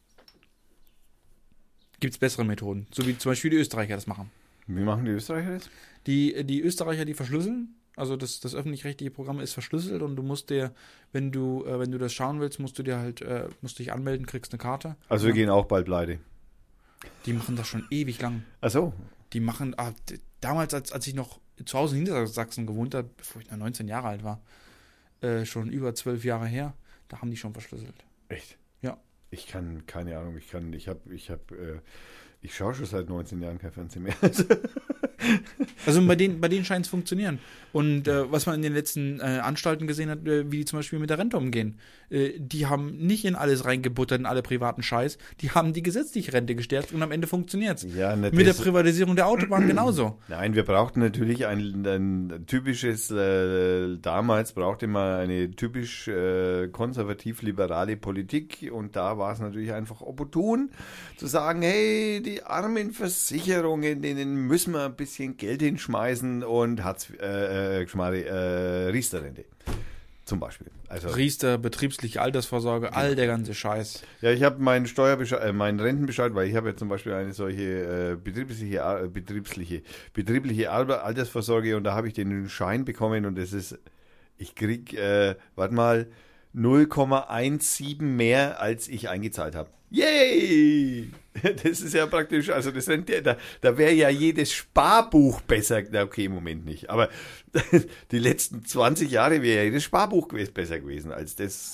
gibt es bessere Methoden. So wie zum Beispiel die Österreicher das machen. Wie machen die Österreicher das? Die, die Österreicher, die verschlüsseln, also das, das öffentlich-rechtliche Programm ist verschlüsselt und du musst dir, wenn du, äh, wenn du das schauen willst, musst du dir halt, äh, musst dich anmelden, kriegst eine Karte. Also wir Ja. gehen auch bald pleite. Die machen das schon ewig lang. Ach so. Die machen, ah, d- damals, als, als ich noch zu Hause in Niedersachsen gewohnt habe, bevor ich noch neunzehn Jahre alt war, äh, schon über zwölf Jahre her, da haben die schon verschlüsselt. Echt? Ja. Ich kann, keine Ahnung, ich kann, ich habe, ich habe, äh, ich schaue schon seit neunzehn Jahren kein Fernsehen mehr. Also bei denen, bei denen scheint es funktionieren. Und äh, was man in den letzten äh, Anstalten gesehen hat, äh, wie die zum Beispiel mit der Rente umgehen, äh, die haben nicht in alles reingebuttert, in alle privaten Scheiß, die haben die gesetzliche Rente gestärkt und am Ende funktioniert es. Ja, ne, Mit der das- Privatisierung der Autobahn genauso. Nein, wir brauchten natürlich ein, ein typisches, äh, damals brauchte man eine typisch äh, konservativ-liberale Politik und da war es natürlich einfach opportun zu sagen, hey, die armen Versicherungen, denen müssen wir ein bisschen Geld hinschmeißen und hat's äh, äh, Schmarri, äh, Riester-Rente zum Beispiel. Also Riester, betriebsliche Altersvorsorge, all der ganze Scheiß. ja, ich habe meinen Steuerbescheid, äh, meinen Rentenbescheid, weil ich habe ja zum Beispiel eine solche äh, betriebliche, Ar- betriebliche, betriebliche Ar- Altersvorsorge und da habe ich den Schein bekommen und das ist, ich krieg, äh, warte mal, null Komma siebzehn mehr, als ich eingezahlt habe. Yay! Das ist ja praktisch, also das sind, da, da wäre ja jedes Sparbuch besser, na okay, im Moment nicht, aber die letzten zwanzig Jahre wäre ja jedes Sparbuch gewesen, besser gewesen als das.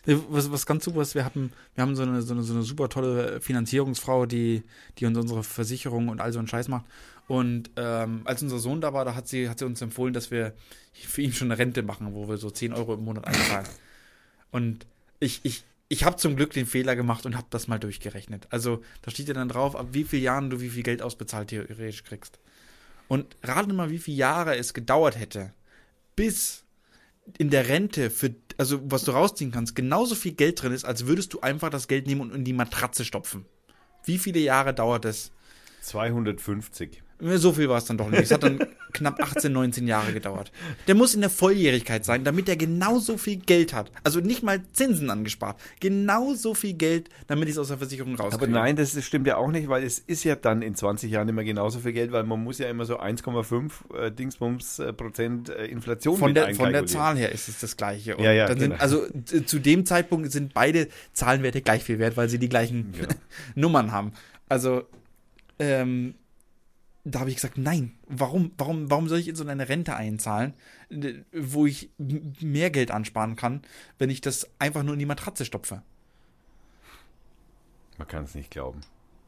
Was, was ganz super ist, wir hatten, wir haben so eine, so eine, so eine super tolle Finanzierungsfrau, die, die uns unsere Versicherung und all so einen Scheiß macht. Und ähm, als unser Sohn da war, da hat sie, hat sie uns empfohlen, dass wir für ihn schon eine Rente machen, wo wir so zehn Euro im Monat einzahlen. Und ich, ich, ich habe zum Glück den Fehler gemacht und habe das mal durchgerechnet. Also da steht ja dann drauf, ab wie vielen Jahren du wie viel Geld ausbezahlt theoretisch kriegst. Und rate mal, wie viele Jahre es gedauert hätte, bis in der Rente, für, also was du rausziehen kannst, genauso viel Geld drin ist, als würdest du einfach das Geld nehmen und in die Matratze stopfen. Wie viele Jahre dauert es? zweihundertfünfzig. So viel war es dann doch nicht. Es hat dann knapp achtzehn, neunzehn Jahre gedauert. Der muss in der Volljährigkeit sein, damit er genauso viel Geld hat. Also nicht mal Zinsen angespart. Genauso viel Geld, damit ich es aus der Versicherung rauskriege. Aber nein, das stimmt ja auch nicht, weil es ist ja dann in zwanzig Jahren immer genauso viel Geld, weil man muss ja immer so eins Komma fünf äh, Dingsbums äh, Prozent äh, Inflation von mit der, von der einkalkulieren. Zahl her ist es das Gleiche. Und Ja, ja, dann sind, genau. also äh, zu dem Zeitpunkt sind beide Zahlenwerte gleich viel wert, weil sie die gleichen Genau. Nummern haben. Also, ähm, da habe ich gesagt, nein, warum, warum, warum soll ich in so eine Rente einzahlen, wo ich m- mehr Geld ansparen kann, wenn ich das einfach nur in die Matratze stopfe? Man kann es nicht glauben.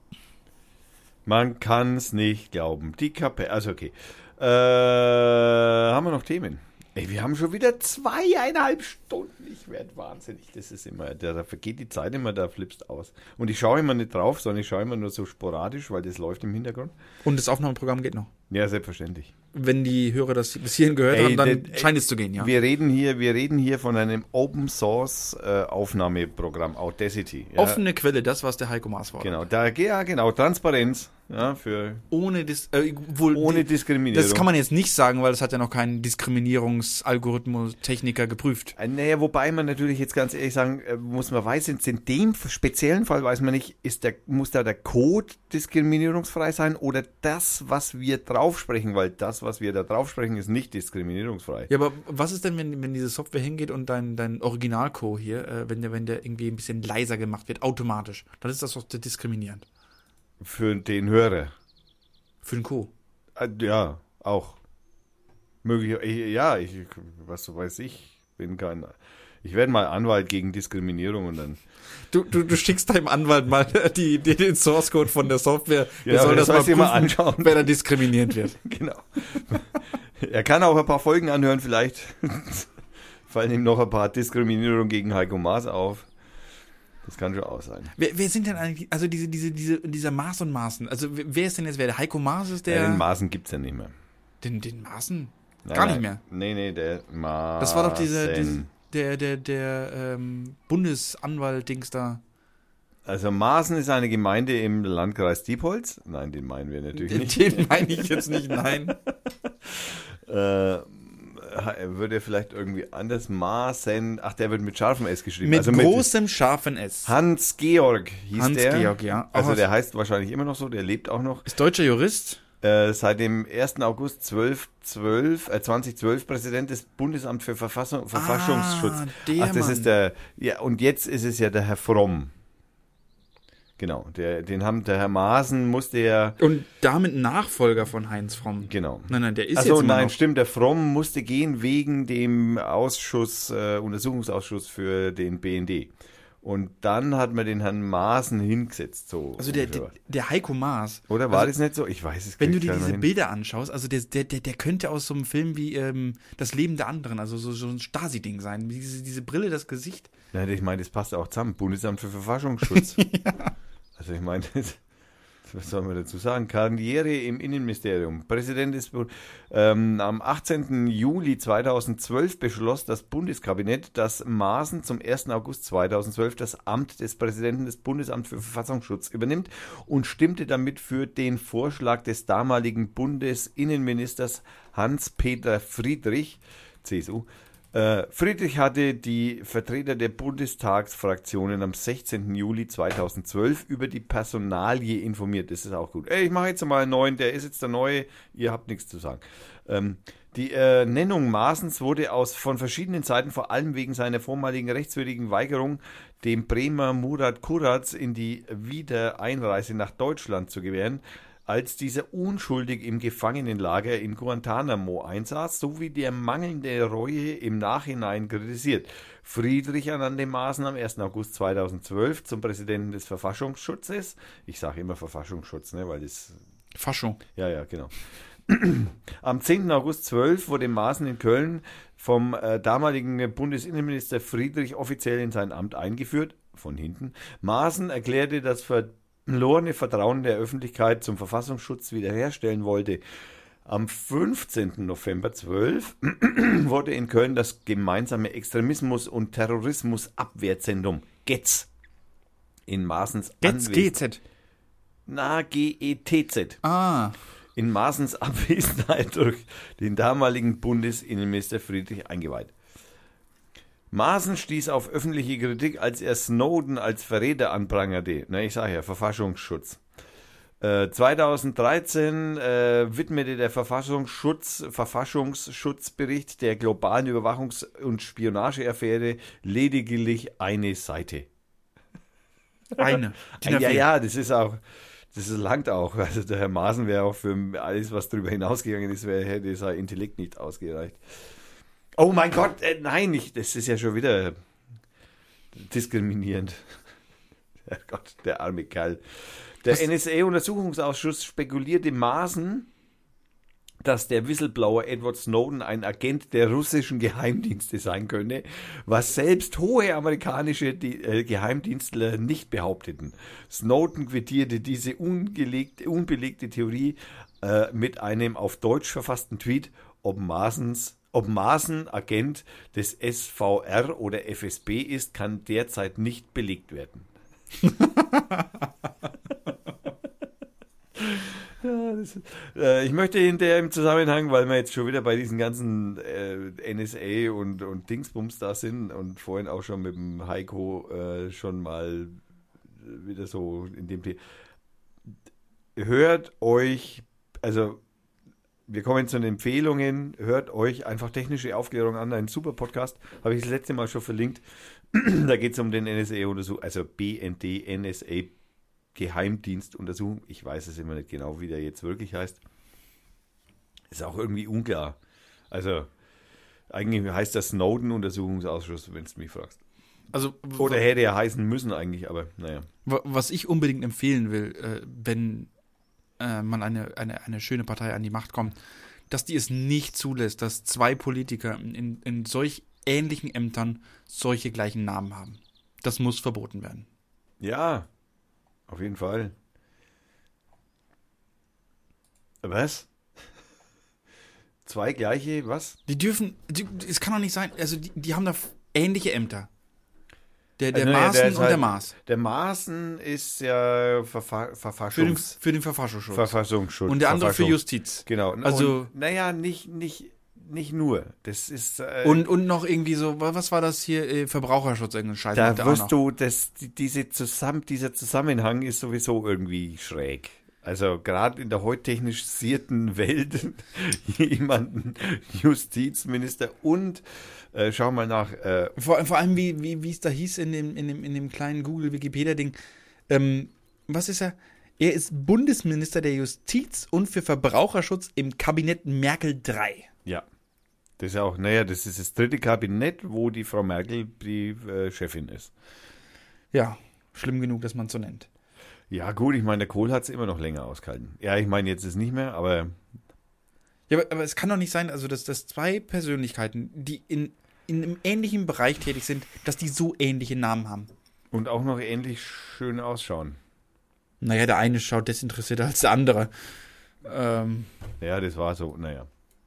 Man kann es nicht glauben. Die Kapelle, also okay. Äh, haben wir noch Themen? Ey, wir haben schon wieder zweieinhalb Stunden. Ich werde wahnsinnig. Das ist immer, da, da vergeht die Zeit immer, da flippst aus. Und ich schaue immer nicht drauf, sondern ich schaue immer nur so sporadisch, weil das läuft im Hintergrund. Und das Aufnahmeprogramm geht noch. Ja, selbstverständlich. Wenn die Hörer das bis hierhin gehört Ey, haben, dann das- scheint es zu gehen, ja. Wir reden hier, wir reden hier von einem Open Source äh, Aufnahmeprogramm, Audacity. Ja, Offene Quelle, das, was der Heiko Maas war. Genau, da, ja, genau, Transparenz, ja, für Ohne, Dis äh, wohl, ohne die, Diskriminierung. das kann man jetzt nicht sagen, weil das hat ja noch kein Diskriminierungsalgorithmus-Techniker geprüft. Äh, Naja, wobei man natürlich jetzt ganz ehrlich sagen, äh, muss man weiß, in in dem speziellen Fall weiß man nicht, ist der, muss da der Code diskriminierungsfrei sein oder das, was wir draufsprechen, weil das, was wir da draufsprechen, ist nicht diskriminierungsfrei. Ja, aber was ist denn, wenn, wenn diese Software hingeht und dein, dein Originalcode hier, äh, wenn, der, wenn der irgendwie ein bisschen leiser gemacht wird, automatisch, dann ist das doch diskriminierend. Für den Hörer. Für den Co. Äh, Ja, auch. Möglich, äh, ja, ich, was weiß ich, bin kein, ich werde mal Anwalt gegen Diskriminierung und dann, Du, du, du schickst deinem Anwalt mal die, die, den Source Code von der Software, der Ja, soll das das mal sollst du dir prüfen, mal anschauen. wer da diskriminiert wird. genau. Er kann auch ein paar Folgen anhören, vielleicht fallen ihm noch ein paar Diskriminierungen gegen Heiko Maas auf. Das kann schon auch sein. Wer, wer sind denn eigentlich, also diese, diese, diese, dieser Maas und Maaßen, also wer ist denn jetzt wer? Der Heiko Maas ist der, Ja, den Maaßen gibt es ja nicht mehr. den, den Maaßen? Nein, Gar nein. nicht mehr. Nee, nee, der Maaßen. Das war doch dieser, dieser der, der, der ähm, Bundesanwalt-Dings da. Also Maaßen ist eine Gemeinde im Landkreis Diepholz. Nein, den meinen wir natürlich Den, nicht. den meine ich jetzt nicht, nein. Äh, würde er vielleicht irgendwie anders Maaßen, ach, der wird mit scharfem S geschrieben. Mit also großem, scharfen S. Hans-Georg hieß der. Hans-Georg, ja. Also Oh, der heißt wahrscheinlich immer noch so, der lebt auch noch. ist deutscher Jurist. Äh, seit dem ersten August zwölf, zwölf, äh, zweitausendzwölf Präsident des Bundesamts für Verfassung, Verfassungsschutz. Ah, der Ach, das Mann. ist der, ja, und jetzt ist es ja der Herr Fromm. Genau, der, den haben, der Herr Maaßen musste ja, Und damit Nachfolger von Heinz Fromm. genau. Nein, nein, der ist Achso, jetzt immer nein, noch. stimmt, der Fromm musste gehen wegen dem Ausschuss, äh, Untersuchungsausschuss für den B N D. Und dann hat man den Herrn Maaßen hingesetzt, so. Also der, ungefähr. der, der Heiko Maas. Oder war also, das nicht so? Ich weiß es Wenn du krieg dir keiner diese hin. Bilder anschaust, also der, der, der, der könnte aus so einem Film wie ähm, Das Leben der anderen, also so, so ein Stasi-Ding sein. Diese, diese Brille, das Gesicht. Nein, ich meine, das passt auch zusammen. Bundesamt für Verfassungsschutz. Also ich meine, was soll man dazu sagen? Karriere im Innenministerium. Präsident des Bu- ähm, am achtzehnten Juli zweitausendzwölf beschloss das Bundeskabinett, dass Maaßen zum ersten August zweitausendzwölf das Amt des Präsidenten des Bundesamts für Verfassungsschutz übernimmt und stimmte damit für den Vorschlag des damaligen Bundesinnenministers Hans-Peter Friedrich, C S U. Äh, Friedrich hatte die Vertreter der Bundestagsfraktionen am sechzehnten Juli zweitausendzwölf über die Personalie informiert. Das ist auch gut. Ey, ich mache jetzt mal einen neuen, der ist jetzt der neue, ihr habt nichts zu sagen. Ähm, die äh, Nennung Maaßens wurde aus von verschiedenen Seiten, vor allem wegen seiner vormaligen rechtswidrigen Weigerung, dem Bremer Murat Kuratz in die Wiedereinreise nach Deutschland zu gewähren, als dieser unschuldig im Gefangenenlager in Guantanamo einsaß, sowie der mangelnde Reue im Nachhinein kritisiert. Friedrich ernannte Maaßen am ersten August zweitausendzwölf zum Präsidenten des Verfassungsschutzes. Ich sage immer Verfassungsschutz, ne, weil das... Faschung. Ja, ja, genau. Am zehnten August zwölf wurde Maaßen in Köln vom äh, damaligen Bundesinnenminister Friedrich offiziell in sein Amt eingeführt, von hinten. Maaßen erklärte das verlorene Vertrauen der Öffentlichkeit zum Verfassungsschutz wiederherstellen wollte. Am fünfzehnten November zwölf wurde in Köln das gemeinsame Extremismus- und Terrorismusabwehrzentrum G E T Z in Maaßens Getz, G Z. Na, G E T Z. Ah. In Maaßens Abwesenheit durch den damaligen Bundesinnenminister Friedrich eingeweiht. Maaßen stieß auf öffentliche Kritik, als er Snowden als Verräter anprangerte. Na, ich sage ja, Verfassungsschutz. Äh, zweitausenddreizehn äh, widmete der Verfassungsschutz, Verfassungsschutzbericht der globalen Überwachungs- und Spionageaffäre lediglich eine Seite. Eine. Ja, ja, das ist auch... Das langt auch. Also der Herr Maaßen wäre auch für alles, was darüber hinausgegangen ist, wäre, hätte sein Intellekt nicht ausgereicht. Oh mein Gott, äh, nein, ich, das ist ja schon wieder diskriminierend. Herrgott, der arme Kerl. Der was? N S A-Untersuchungsausschuss spekulierte Maaßen, dass der Whistleblower Edward Snowden ein Agent der russischen Geheimdienste sein könne, was selbst hohe amerikanische Die, äh, Geheimdienstler nicht behaupteten. Snowden quittierte diese ungelegte, unbelegte Theorie äh, mit einem auf Deutsch verfassten Tweet, ob Maaßens Ob Maaßen Agent des S V R oder F S B ist, kann derzeit nicht belegt werden. Ja, das, äh, ich möchte in der im Zusammenhang, weil wir jetzt schon wieder bei diesen ganzen äh, N S A und, und Dingsbums da sind und vorhin auch schon mit dem Heiko äh, schon mal wieder so in dem Thema. Hört euch, also wir kommen zu den Empfehlungen, hört euch einfach technische Aufklärung an, ein super Podcast, habe ich das letzte Mal schon verlinkt. Da geht es um den N S A oder so, also B N D, N S A Geheimdienstuntersuchung. Ich weiß es immer nicht genau, wie der jetzt wirklich heißt. Ist auch irgendwie unklar. Also, eigentlich heißt das Snowden-Untersuchungsausschuss, wenn du mich fragst. Also, Oder hätte er heißen müssen eigentlich, aber naja. Was ich unbedingt empfehlen will, äh, wenn äh, man eine, eine, eine schöne Partei an die Macht kommt, dass die es nicht zulässt, dass zwei Politiker in, in solch ähnlichen Ämtern solche gleichen Namen haben. Das muss verboten werden. Ja, auf jeden Fall. Was? Zwei gleiche, was? Die dürfen, die, es kann doch nicht sein, also die, die haben da ähnliche Ämter. Der, der also, Maaßen der und halt, der Maas. Der Maaßen ist ja Verfa- Verfassungs- für, den, für den Verfassungsschutz. Verfassungsschutz. Und der andere für Verfassung- Justiz. Genau. Also, und, naja, nicht, nicht, nicht nur. Das ist. Äh, und, und noch irgendwie so, was war das hier? Äh, Verbraucherschutz, irgendein Scheiß. Da wirst du, das, diese Zusammen, dieser Zusammenhang ist sowieso irgendwie schräg. Also gerade in der heute technisierten Welt jemanden Justizminister und äh, schau mal nach. Äh, vor, vor allem, wie, wie, wie es da hieß in dem, in dem, in dem kleinen Google-Wikipedia-Ding. Ähm, was ist er? Er ist Bundesminister der Justiz und für Verbraucherschutz im Kabinett Merkel drei. Ja. Das ist ja auch, naja, das ist das dritte Kabinett, wo die Frau Merkel die äh, Chefin ist. Ja, schlimm genug, dass man es so nennt. Ja gut, ich meine, der Kohl hat es immer noch länger ausgehalten. Ja, ich meine, jetzt ist nicht mehr, aber... Ja, aber, aber es kann doch nicht sein, also dass, dass zwei Persönlichkeiten, die in, in einem ähnlichen Bereich tätig sind, dass die so ähnliche Namen haben. Und auch noch ähnlich schön ausschauen. Naja, der eine schaut desinteressierter als der andere. Ähm, ja, das war so, naja.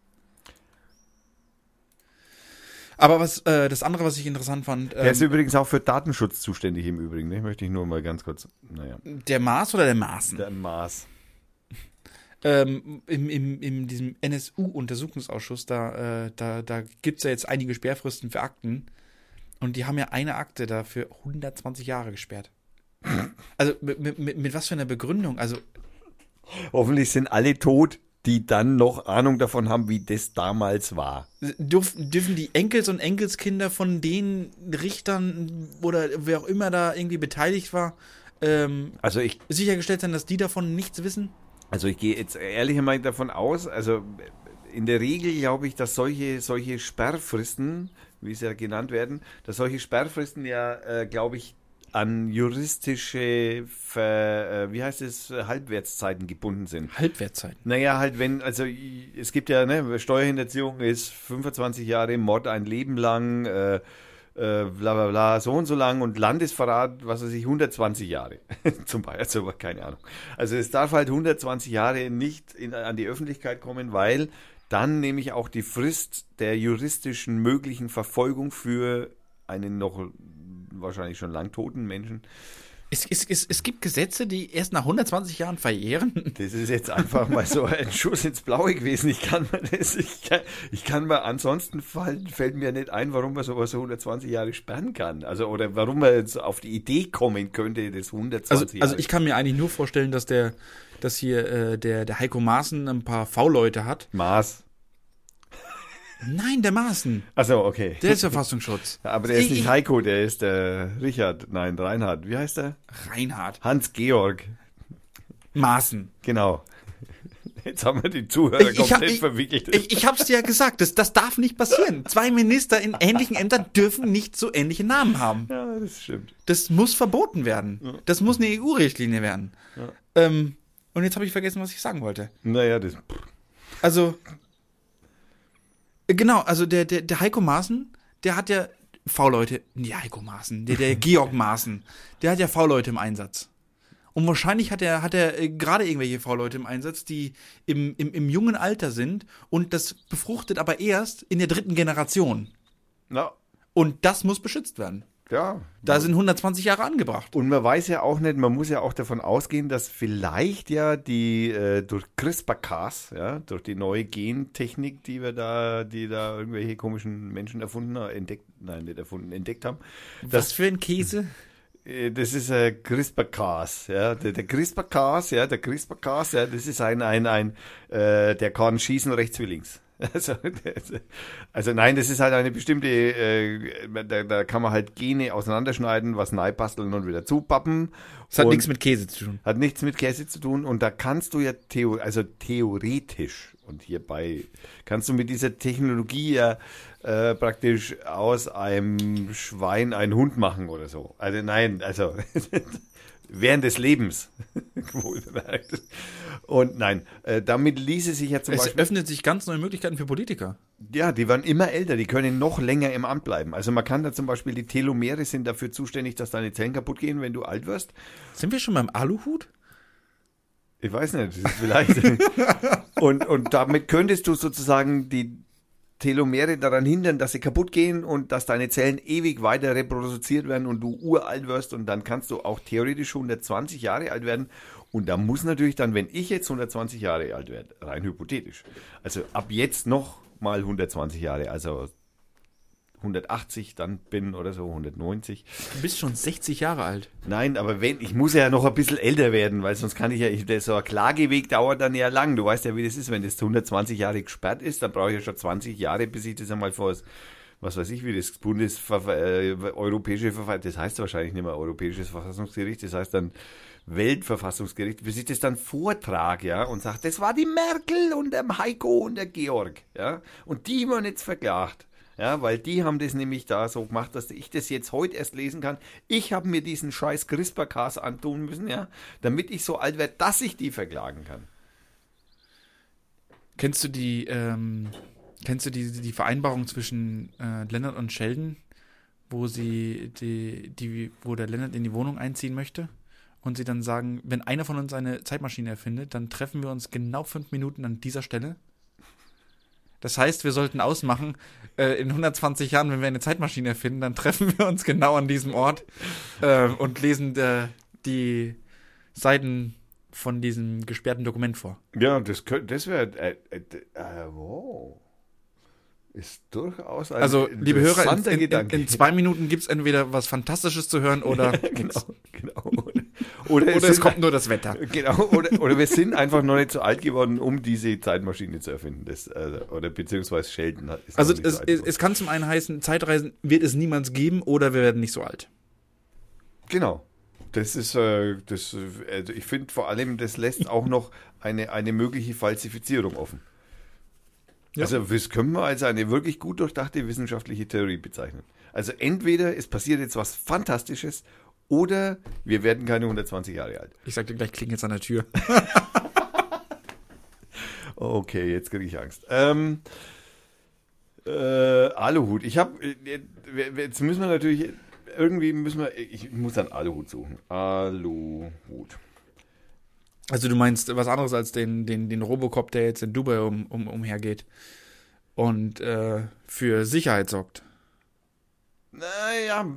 Aber was äh, das andere, was ich interessant fand... Ähm, er ist übrigens auch für Datenschutz zuständig im Übrigen. Ne? Möchte ich nur mal ganz kurz... Naja. Der Maas oder der Maaßen? Der Maas. Ähm, im, im, in diesem N S U-Untersuchungsausschuss, da, äh, da, da gibt es ja jetzt einige Sperrfristen für Akten. Und die haben ja eine Akte da für hundertzwanzig Jahre gesperrt. Also mit, mit, mit was für einer Begründung? Also hoffentlich sind alle tot, die dann noch Ahnung davon haben, wie das damals war. Dürf, dürfen die Enkels- und Enkelskinder von den Richtern oder wer auch immer da irgendwie beteiligt war, ähm, also ich, sichergestellt sein, dass die davon nichts wissen? Also ich gehe jetzt ehrlich mal davon aus, also in der Regel glaube ich, dass solche, solche Sperrfristen, wie sie ja genannt werden, dass solche Sperrfristen ja, äh, glaube ich, an juristische, Ver, äh, wie heißt es, Halbwertszeiten gebunden sind. Halbwertszeiten? Naja, halt wenn, also es gibt ja, ne, Steuerhinterziehung ist fünfundzwanzig Jahre, Mord ein Leben lang, äh, äh, bla bla bla, so und so lang und Landesverrat, was weiß ich, hundertzwanzig Jahre. Zum Beispiel, also, keine Ahnung. Also es darf halt hundertzwanzig Jahre nicht in, an die Öffentlichkeit kommen, weil dann nämlich auch die Frist der juristischen möglichen Verfolgung für einen noch wahrscheinlich schon lang toten Menschen. Es, es, es, es gibt Gesetze, die erst nach hundertzwanzig Jahren verjähren. Das ist jetzt einfach mal so ein Schuss ins Blaue gewesen. Ich kann mir das, ich kann, ich kann mir ansonsten fall, fällt mir nicht ein, warum man sowas so hundertzwanzig Jahre sperren kann. Also, oder warum man jetzt auf die Idee kommen könnte, das hundertzwanzig also, Jahre. Also ich kann mir eigentlich nur vorstellen, dass der, dass hier äh, der, der Heiko Maaßen ein paar V-Leute hat. Maß. Nein, der Maaßen. Achso, okay. Der ist Verfassungsschutz. Aber der ist Ich- nicht ich- Heiko, der ist der Richard, nein, Reinhard. Wie heißt der? Reinhard Hans-Georg. Maaßen. Genau. Jetzt haben wir die Zuhörer Ich, ich, hab, komplett ich, verwickelt. ich, ich hab's dir ja gesagt, das, das darf nicht passieren. Zwei Minister in ähnlichen Ämtern dürfen nicht so ähnliche Namen haben. Ja, das stimmt. Das muss verboten werden. Das muss eine E U-Richtlinie werden. Ähm, und jetzt habe ich vergessen, was ich sagen wollte. Naja, das. Also, äh, genau, also der, der, der Heiko Maaßen, der hat ja V-Leute, nee, Heiko Maaßen, der, der Georg Maaßen, der hat ja V-Leute im Einsatz. Und wahrscheinlich hat er, hat er äh, gerade irgendwelche V-Leute im Einsatz, die im, im, im jungen Alter sind und das befruchtet aber erst in der dritten Generation. Na, Und das muss beschützt werden. ja. Da sind hundertzwanzig Jahre angebracht. Und man weiß ja auch nicht, man muss ja auch davon ausgehen, dass vielleicht ja die äh, durch CRISPR-Cas, ja, durch die neue Gentechnik, die wir da, die da irgendwelche komischen Menschen erfunden haben, entdeckt, nein, nicht erfunden, entdeckt haben. Was dass- für ein Käse? Äh, Das ist äh, CRISPR-Cas, ja. Der, der CRISPR-Cas, ja, der CRISPR-Cas, ja, das ist ein, ein, ein, äh, der kann schießen rechts wie links. Also, also nein, das ist halt eine bestimmte, äh, da, da kann man halt Gene auseinanderschneiden, was neibasteln und wieder zupappen. Das hat Und nichts mit Käse zu tun. hat nichts mit Käse zu tun und da kannst du ja theo also theoretisch und hierbei kannst du mit dieser Technologie ja äh, praktisch aus einem Schwein einen Hund machen oder so. Also nein, also während des Lebens. Wohlbemerkt. Und nein, äh, damit ließe sich ja zum Es Beispiel, öffnet sich ganz neue Möglichkeiten für Politiker. ja, die werden immer älter, die können noch länger im Amt bleiben. Also man kann da zum Beispiel, die Telomere sind dafür zuständig, dass deine Zellen kaputt gehen, wenn du alt wirst. Sind wir schon beim Aluhut? Ich weiß nicht, das ist vielleicht. und, und damit könntest du sozusagen die Telomere daran hindern, dass sie kaputt gehen und dass deine Zellen ewig weiter reproduziert werden und du uralt wirst und dann kannst du auch theoretisch hundertzwanzig Jahre alt werden. Und da muss natürlich dann, wenn ich jetzt hundertzwanzig Jahre alt werde, rein hypothetisch, also ab jetzt noch mal hundertzwanzig Jahre, also hundertachtzig dann bin oder so, hundertneunzig. Du bist schon sechzig Jahre alt. Nein, aber wenn, ich muss ja noch ein bisschen älter werden, weil sonst kann ich ja, ich, das, so ein Klageweg dauert dann ja lang. Du weißt ja, wie das ist, wenn das hundertzwanzig Jahre gesperrt ist, dann brauche ich ja schon zwanzig Jahre, bis ich das einmal vor das, was weiß ich, wie das Bundes, äh, europäische Verfassungsgericht, das heißt wahrscheinlich nicht mehr Europäisches Verfassungsgericht, das heißt dann Weltverfassungsgericht, bis ich das dann vortrage, ja, und sage, das war die Merkel und der Heiko und der Georg, ja, und die waren jetzt verklagt. Ja, weil die haben das nämlich da so gemacht, dass ich das jetzt heute erst lesen kann. Ich habe mir diesen scheiß CRISPR-Cas antun müssen, ja, damit ich so alt werde, dass ich die verklagen kann. Kennst du die, ähm, kennst du die, die Vereinbarung zwischen äh, Leonard und Sheldon, wo sie die, die, wo der Leonard in die Wohnung einziehen möchte und sie dann sagen, wenn einer von uns eine Zeitmaschine erfindet, dann treffen wir uns genau fünf Minuten an dieser Stelle. Das heißt, wir sollten ausmachen, äh, in hundertzwanzig Jahren, wenn wir eine Zeitmaschine erfinden, dann treffen wir uns genau an diesem Ort äh, und lesen äh, die Seiten von diesem gesperrten Dokument vor. Ja, das könnte, das wäre, äh, äh, äh, wow. Ist durchaus ein Also, liebe Hörer, in, interessanter in, in, Gedanke. in zwei Minuten gibt es entweder was Fantastisches zu hören oder nix. Genau, genau. Oder, Oder es sind- kommt nur das Wetter. Genau, oder, oder wir sind einfach noch nicht so alt geworden, um diese Zeitmaschine zu erfinden. Das, äh, oder beziehungsweise Sheldon hat- ist Also noch nicht es, so alt es, geworden. es kann zum einen heißen, Zeitreisen wird es niemals geben oder wir werden nicht so alt. Genau, das ist, äh, das, also ich finde vor allem, das lässt auch noch eine, eine mögliche Falsifizierung offen. Ja. Also das können wir als eine wirklich gut durchdachte wissenschaftliche Theorie bezeichnen. Also entweder es passiert jetzt was Fantastisches oder wir werden keine hundertzwanzig Jahre alt. Ich sag dir gleich, klingelt jetzt an der Tür. Okay, jetzt kriege ich Angst. Ähm, äh, Aluhut. Ich habe, jetzt müssen wir natürlich, irgendwie müssen wir, ich muss einen Aluhut suchen. Aluhut. Also du meinst was anderes als den, den, den Robocop, der jetzt in Dubai um, um, umhergeht und äh, für Sicherheit sorgt. Naja,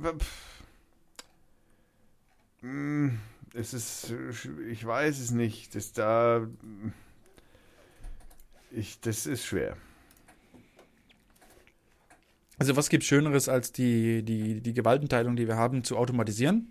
es ist, ich weiß es nicht, das da, ich, das ist schwer. Also was gibt Schöneres als die, die, die Gewaltenteilung, die wir haben, zu automatisieren?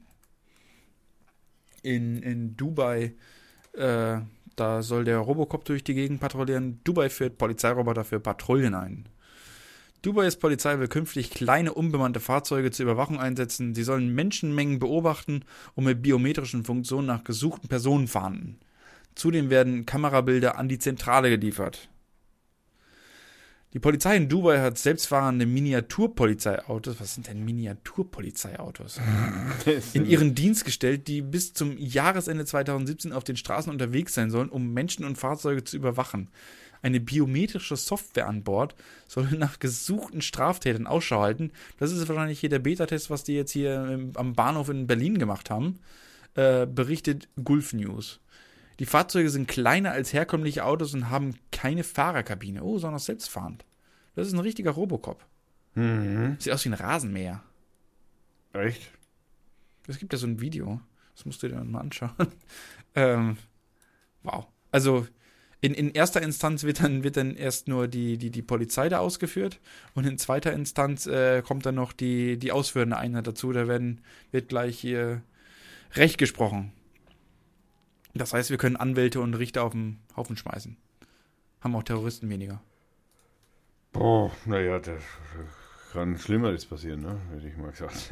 In, in Dubai, äh, da soll der Robocop durch die Gegend patrouillieren. Dubai führt Polizeiroboter für Patrouillen ein. Dubais Polizei will künftig kleine, unbemannte Fahrzeuge zur Überwachung einsetzen. Sie sollen Menschenmengen beobachten und mit biometrischen Funktionen nach gesuchten Personen fahnden. Zudem werden Kamerabilder an die Zentrale geliefert. Die Polizei in Dubai hat selbstfahrende Miniaturpolizeiautos, was sind denn Miniaturpolizeiautos, in ihren Dienst gestellt, die bis zum Jahresende zweitausendsiebzehn auf den Straßen unterwegs sein sollen, um Menschen und Fahrzeuge zu überwachen. Eine biometrische Software an Bord soll nach gesuchten Straftätern Ausschau halten. Das ist wahrscheinlich hier der Beta-Test, was die jetzt hier am Bahnhof in Berlin gemacht haben, äh, berichtet Gulf News. Die Fahrzeuge sind kleiner als herkömmliche Autos und haben keine Fahrerkabine. Oh, sondern selbstfahrend. Das ist ein richtiger Robocop. Mhm. Sieht aus wie ein Rasenmäher. Echt? Es gibt ja so ein Video. Das musst du dir dann mal anschauen. ähm, wow. Also in, in erster Instanz wird dann, wird dann erst nur die, die, die Polizei da ausgeführt und in zweiter Instanz äh, kommt dann noch die, die ausführende Einheit dazu. Da werden, wird gleich hier Recht gesprochen. Das heißt, wir können Anwälte und Richter auf den Haufen schmeißen. Haben auch Terroristen weniger. Boah, naja, da kann Schlimmeres passieren, ne? Hätte ich mal gesagt.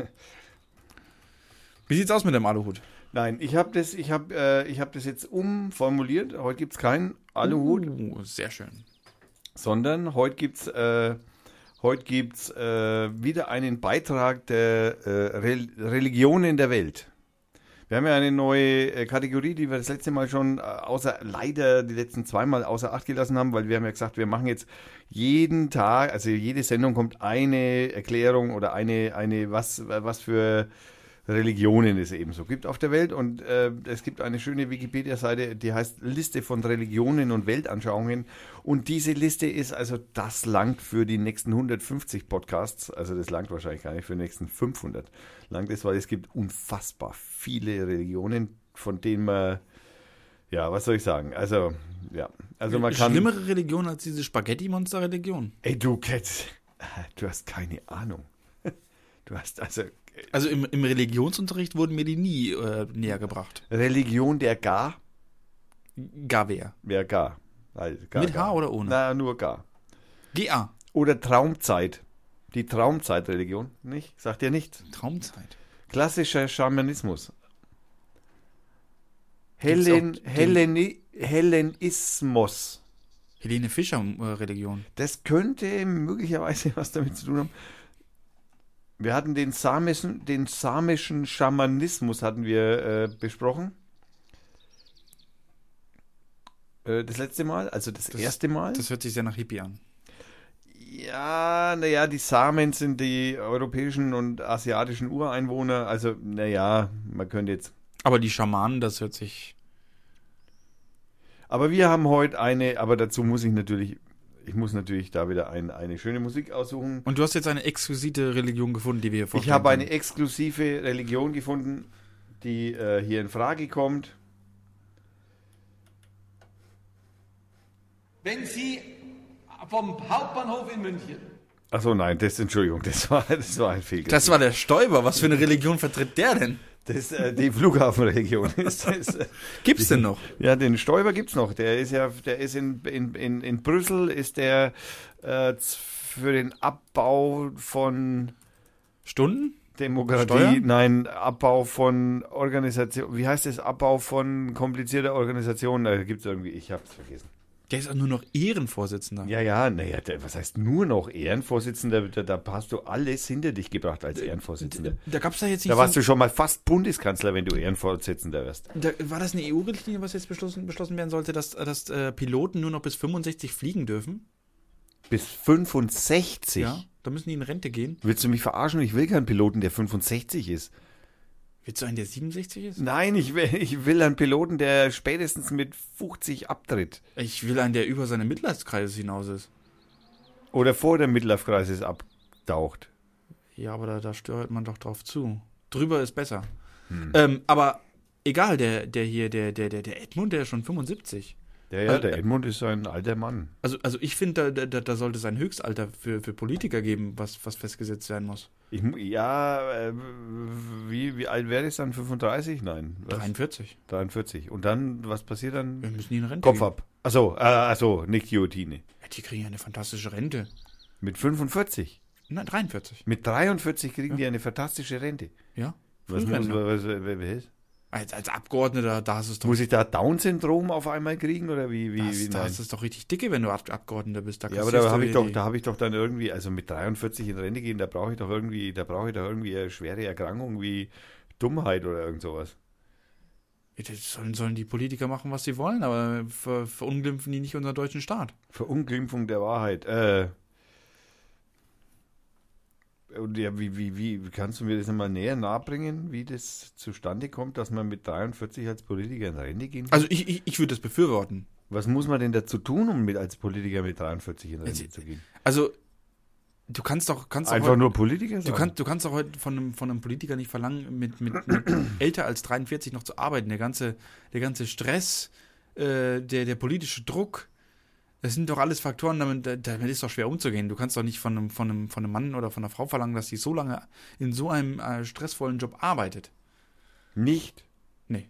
Wie sieht's aus mit dem Aluhut? Nein, ich habe das, ich hab, äh, ich hab das jetzt umformuliert. Heute gibt es keinen Aluhut, Uh, sehr schön. sondern heute gibt es äh, heute gibt's, äh, wieder einen Beitrag der äh, Re Religionen der Welt. Wir haben ja eine neue äh, Kategorie, die wir das letzte Mal schon äh, außer leider die letzten zweimal außer Acht gelassen haben, weil wir haben ja gesagt, wir machen jetzt jeden Tag, also jede Sendung kommt eine Erklärung oder eine, eine was, was für Religionen es eben so gibt auf der Welt. Und äh, es gibt eine schöne Wikipedia-Seite, die heißt Liste von Religionen und Weltanschauungen. Und diese Liste ist also, das langt für die nächsten hundertfünfzig Podcasts. Also das langt wahrscheinlich gar nicht für die nächsten fünfhundert. Langt es, weil es gibt unfassbar viele Religionen, von denen man, ja, was soll ich sagen? Also, ja. Also man kann. Schlimmere Religion als diese Spaghetti-Monster-Religion? Ey, du, Kat, du hast keine Ahnung. Du hast also. Also im, im Religionsunterricht wurden mir die nie äh, näher gebracht. Religion der Gar? Gar wer? Ja, Gar. Also, gar Mit gar. H oder ohne? Na, nur Gar. G A. Oder Traumzeit. Die Traumzeitreligion, nicht? Sagt ihr nicht? Traumzeit. Klassischer Schamanismus. Gibt's Hellen, auch den- Helleni, Hellenismus. Helene Fischer-Religion. Das könnte möglicherweise was damit zu tun haben. Wir hatten den samischen, den samischen Schamanismus hatten wir äh, besprochen. Äh, das letzte Mal, also das, Das- erste Mal. Das hört sich sehr nach Hippie an. Ja, naja, die Samen sind die europäischen und asiatischen Ureinwohner. Also, naja, man könnte jetzt. Aber die Schamanen, das hört sich... Aber wir haben heute eine, aber dazu muss ich natürlich, ich muss natürlich da wieder ein, eine schöne Musik aussuchen. Und du hast jetzt eine exquisite Religion gefunden, die wir hier Ich vorstellen habe eine können. exklusive Religion gefunden, die äh, hier in Frage kommt. Wenn Sie vom Hauptbahnhof in München Achso, nein, das, Entschuldigung, das war, das war ein Fehler. Das war der Stoiber. Was für eine Religion vertritt der denn? Das, äh, die Flughafenregion ist das. Äh, Gibt's denn noch? Ja, den Stoiber gibt's noch. Der ist ja, der ist in, in, in, in Brüssel, ist der äh, z- für den Abbau von Stunden? Demokratie, Steuern? nein, Abbau von Organisation, wie heißt das? Abbau von komplizierter Organisation, da gibt es irgendwie, ich hab's vergessen. Der ist auch nur noch Ehrenvorsitzender. Ja, ja, naja, was heißt nur noch Ehrenvorsitzender? Da, da hast du alles hinter dich gebracht als Ehrenvorsitzender. Da, da gab es da jetzt nicht. Da warst so, du schon mal fast Bundeskanzler, wenn du Ehrenvorsitzender wirst. da, war das eine E U-Richtlinie, was jetzt beschlossen, beschlossen werden sollte, dass, dass äh, Piloten nur noch bis fünfundsechzig fliegen dürfen? Bis fünfundsechzig? Ja, da müssen die in Rente gehen. Willst du mich verarschen? Ich will keinen Piloten, der fünfundsechzig ist. Willst du einen, der siebenundsechzig ist? Nein, ich will, ich will einen Piloten, der spätestens mit fünfzig abtritt. Ich will einen, der über seine Mitleidskreise hinaus ist. Oder vor der Midlife-Crisis abtaucht. Ja, aber da, da steuert man doch drauf zu. Drüber ist besser. Hm. Ähm, aber egal, der, der hier, der, der, der, der Edmund, der ist schon fünfundsiebzig. Ja, ja, der Edmund ist ein alter Mann. Also, also ich finde, da, da, da sollte es ein Höchstalter für, für Politiker geben, was, was festgesetzt werden muss. Ich, ja, äh, wie, wie alt wäre das dann? fünfunddreißig? Nein. Was? dreiundvierzig. dreiundvierzig. Und dann, was passiert dann? Wir müssen die in Rente Kopf gehen. ab. Achso, äh, achso, nicht Guillotine. Ja, die kriegen ja eine fantastische Rente. Mit fünfundvierzig? Nein, dreiundvierzig. Mit dreiundvierzig kriegen Ja. die eine fantastische Rente. Ja. Was muss, Frührentner. was, was, was, was? Als, als Abgeordneter, da ist es doch. Muss ich da Down-Syndrom auf einmal kriegen oder wie? wie, das, wie da nein? ist es doch richtig dicke, wenn du Ab Abgeordneter bist. Da Ja, aber kassierst da du habe ich die- doch, da habe ich doch dann irgendwie, also mit dreiundvierzig in Rente gehen, da brauche ich doch irgendwie, da brauche ich doch irgendwie eine schwere Erkrankung wie Dummheit oder irgend sowas. Ja, das sollen, sollen die Politiker machen, was sie wollen, aber ver, verunglimpfen die nicht unseren deutschen Staat. Verunglimpfung der Wahrheit. Äh. Und ja, wie, wie, wie kannst du mir das nochmal näher nahebringen, wie das zustande kommt, dass man mit dreiundvierzig als Politiker in Rente gehen kann? Also ich, ich, ich würde das befürworten. Was muss man denn dazu tun, um mit als Politiker mit dreiundvierzig in Rente Also, zu gehen? Also du kannst doch kannst doch Einfach heute, nur Politiker sein? du kannst du kannst doch heute von einem, von einem Politiker nicht verlangen, mit, mit, mit älter als dreiundvierzig noch zu arbeiten. Der ganze der ganze Stress, äh, der der politische Druck, das sind doch alles Faktoren, damit, damit ist doch schwer umzugehen. Du kannst doch nicht von einem, von, einem, von einem Mann oder von einer Frau verlangen, dass sie so lange in so einem äh, stressvollen Job arbeitet. Nicht? Nee.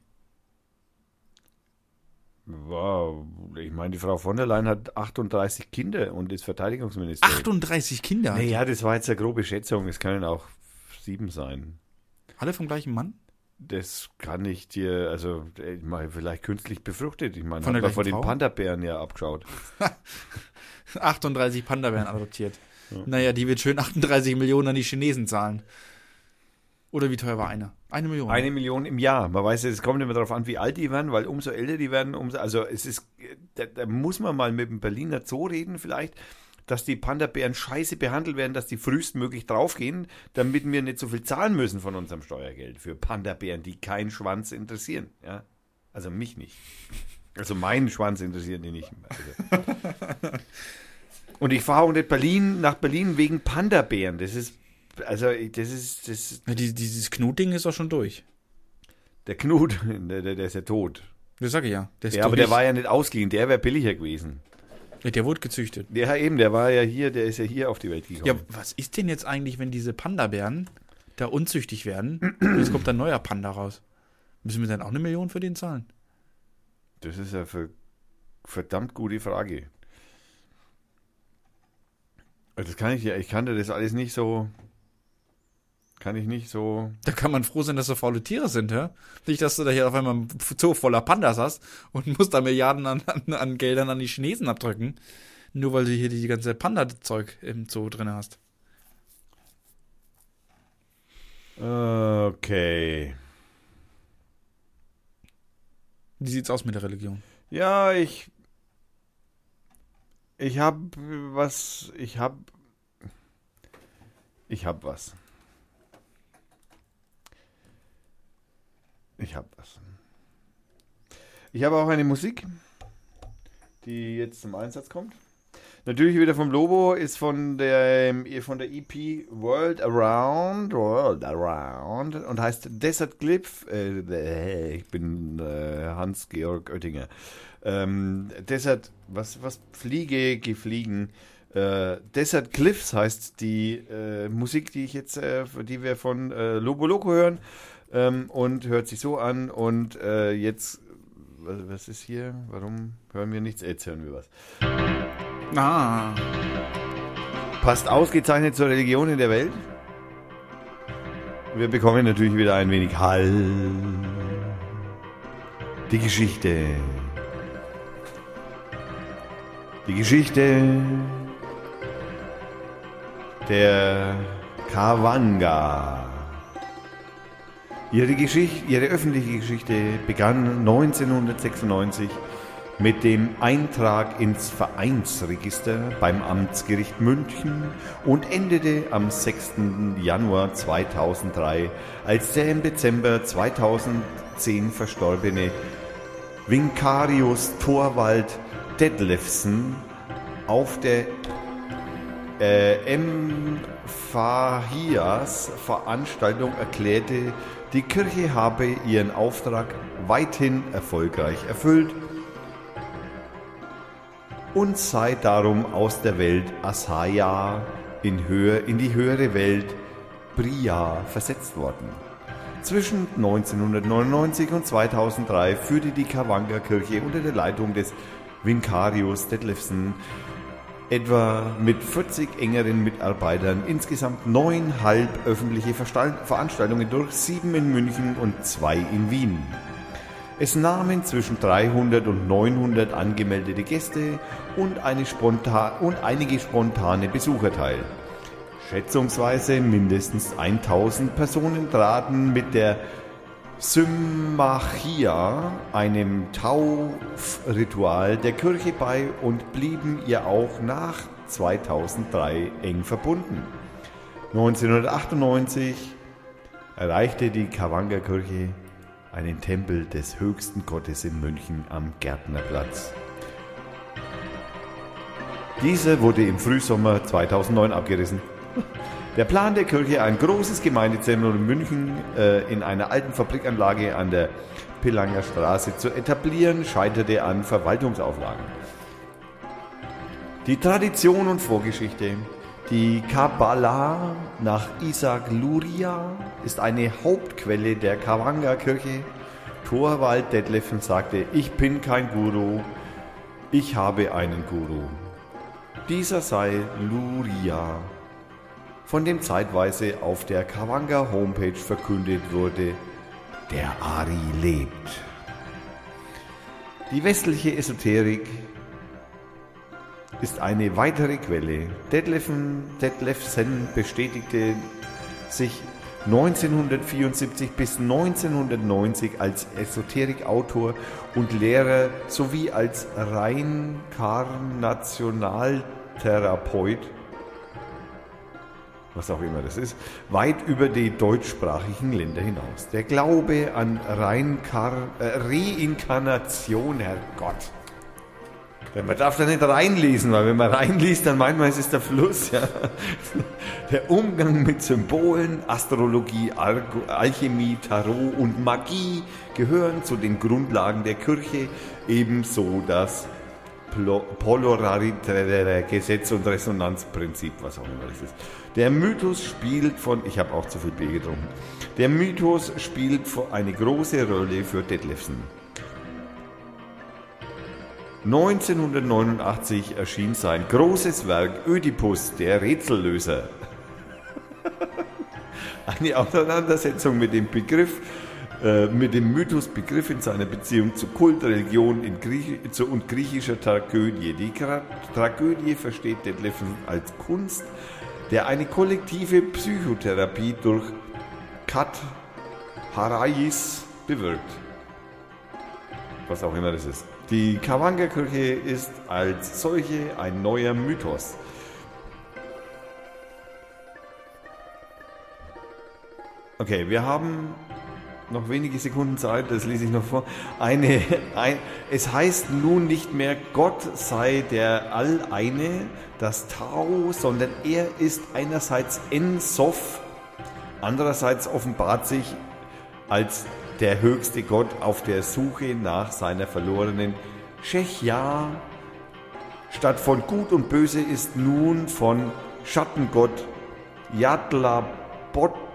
Wow, ich meine, die Frau von der Leyen hat achtunddreißig Kinder und ist Verteidigungsministerin. achtunddreißig Kinder? Naja, das war jetzt eine grobe Schätzung, es können auch sieben sein. Alle vom gleichen Mann? Das kann ich dir, also ich meine, vielleicht künstlich befruchtet. Ich meine, Von hat der man von gleichen den Frau? Panda-Bären ja abgeschaut. achtunddreißig Panda-Bären adoptiert. Ja. Naja, die wird schön achtunddreißig Millionen an die Chinesen zahlen. Oder wie teuer war eine? Eine Million. Eine Million im Jahr. Man weiß, es kommt immer darauf an, wie alt die werden, weil umso älter die werden, umso, also es ist, da, da muss man mal mit dem Berliner Zoo reden vielleicht, dass die Panda-Bären scheiße behandelt werden, dass die frühestmöglich draufgehen, damit wir nicht so viel zahlen müssen von unserem Steuergeld für Panda-Bären, die keinen Schwanz interessieren. Ja? Also mich nicht. Also meinen Schwanz interessiert die nicht. Also. Und ich fahre auch nicht Berlin, nach Berlin wegen Panda-Bären. Das ist, also das ist, das ja, die, dieses Knut-Ding ist doch schon durch. Der Knut, der, der, der ist ja tot. Das sage ich ja. Der ist Ja, aber der durch. war ja nicht ausgeliehen, der wäre billiger gewesen. Ja, der wurde gezüchtet. Ja, eben, der war ja hier, der ist ja hier auf die Welt gekommen. Ja, was ist denn jetzt eigentlich, wenn diese Panda-Bären da unzüchtig werden und jetzt kommt ein neuer Panda raus? Müssen wir dann auch eine Million für den zahlen? Das ist ja eine verdammt gute Frage. Das kann ich ja, ich kannte das alles nicht so, kann ich nicht so. Da kann man froh sein, dass so faule Tiere sind, ja? Nicht, dass du da hier auf einmal einen Zoo voller Pandas hast und musst da Milliarden an, an, an Geldern an die Chinesen abdrücken, nur weil du hier die ganze Panda-Zeug im Zoo drin hast. Okay. Wie sieht's aus mit der Religion? Ja, ich, ich hab was, ich hab, ich hab was. Ich hab was. Ich habe auch eine Musik, die jetzt zum Einsatz kommt. Natürlich wieder vom Lobo, ist von der, von der E P World Around, World Around und heißt Desert Cliff. Äh, ich bin äh, Hans-Georg Oettinger. Ähm, Desert, was, was, Fliege, gefliegen. Äh, Desert Cliffs heißt die äh, Musik, die ich jetzt, äh, die wir von äh, Lobo Loco hören. Ähm, und hört sich so an und äh, jetzt, was, was ist hier? Warum hören wir nichts? Jetzt hören wir was. Ah. Passt ausgezeichnet zur Religion in der Welt. wir bekommen natürlich wieder ein wenig Hall. Die Geschichte. Die Geschichte der Cavanga. Ihre, Geschichte, ihre öffentliche Geschichte begann neunzehnhundertsechsundneunzig mit dem Eintrag ins Vereinsregister beim Amtsgericht München und endete am sechsten Januar zweitausenddrei, als der im Dezember zweitausendzehn verstorbene Vincarius Thorvald Detlefsen auf der äh, Emphahias Veranstaltung erklärte, die Kirche habe ihren Auftrag weithin erfolgreich erfüllt und sei darum aus der Welt Asaya in, höher, in die höhere Welt Bria versetzt worden. Zwischen neunzehnhundertneunundneunzig und zweitausenddrei führte die Cavanga-Kirche unter der Leitung des Vincarius Detlefsen etwa mit vierzig engeren Mitarbeitern insgesamt neun halb öffentliche Veranstaltungen durch, sieben in München und zwei in Wien. Es nahmen zwischen dreihundert und neunhundert angemeldete Gäste und, eine spontan, und einige spontane Besucher teil. Schätzungsweise mindestens tausend Personen traten mit der Symmachia, einem Taufritual der Kirche bei und blieben ihr auch nach zweitausenddrei eng verbunden. neunzehnhundertachtundneunzig erreichte die Cavanga-Kirche einen Tempel des höchsten Gottes in München am Gärtnerplatz. Dieser wurde im Frühsommer zweitausendneun abgerissen. Der Plan der Kirche, ein großes Gemeindezentrum in München äh, in einer alten Fabrikanlage an der Pillanger Straße zu etablieren, scheiterte an Verwaltungsauflagen. Die Tradition und Vorgeschichte. Die Kabbalah nach Isaac Luria ist eine Hauptquelle der Cavanga-Kirche. Thorvald Detlefsen sagte, ich bin kein Guru, ich habe einen Guru. Dieser sei Luria, von dem zeitweise auf der Cavanga-Homepage verkündet wurde, der Ari lebt. Die westliche Esoterik ist eine weitere Quelle. Detlefsen, Detlefsen bestätigte sich neunzehnhundertvierundsiebzig bis neunzehnhundertneunzig als Esoterikautor und Lehrer sowie als Reinkarnationaltherapeut, was auch immer das ist, weit über die deutschsprachigen Länder hinaus. Der Glaube an Reinkar- äh, Reinkarnation, Herrgott. Man darf da nicht reinlesen, weil wenn man reinliest, dann meint man, es ist der Fluss. Ja. Der Umgang mit Symbolen, Astrologie, Alchemie, Tarot und Magie gehören zu den Grundlagen der Kirche, ebenso das polaritäre Gesetz- und Resonanzprinzip, was auch immer das ist. Der Mythos spielt von, ich habe auch zu viel Bier getrunken, der Mythos spielt eine große Rolle für Detlefsen. neunzehnhundertneunundachtzig erschien sein großes Werk Ödipus, der Rätsellöser. Eine Auseinandersetzung mit dem Begriff, äh, mit dem Mythosbegriff in seiner Beziehung zu Kult, Religion in Griech- zu, und griechischer Tragödie. Die Tra- Tragödie versteht Detlefsen als Kunst, der eine kollektive Psychotherapie durch Katharais bewirkt. Was auch immer das ist. Die Cavanga-Kirche ist als solche ein neuer Mythos. Okay, wir haben noch wenige Sekunden Zeit, das lese ich noch vor. Eine, ein, es heißt nun nicht mehr, Gott sei der Alleine, das Tao, sondern er ist einerseits En Sof, andererseits offenbart sich als der höchste Gott auf der Suche nach seiner verlorenen Shechja. Statt von Gut und Böse ist nun von Schattengott Yatlabaoth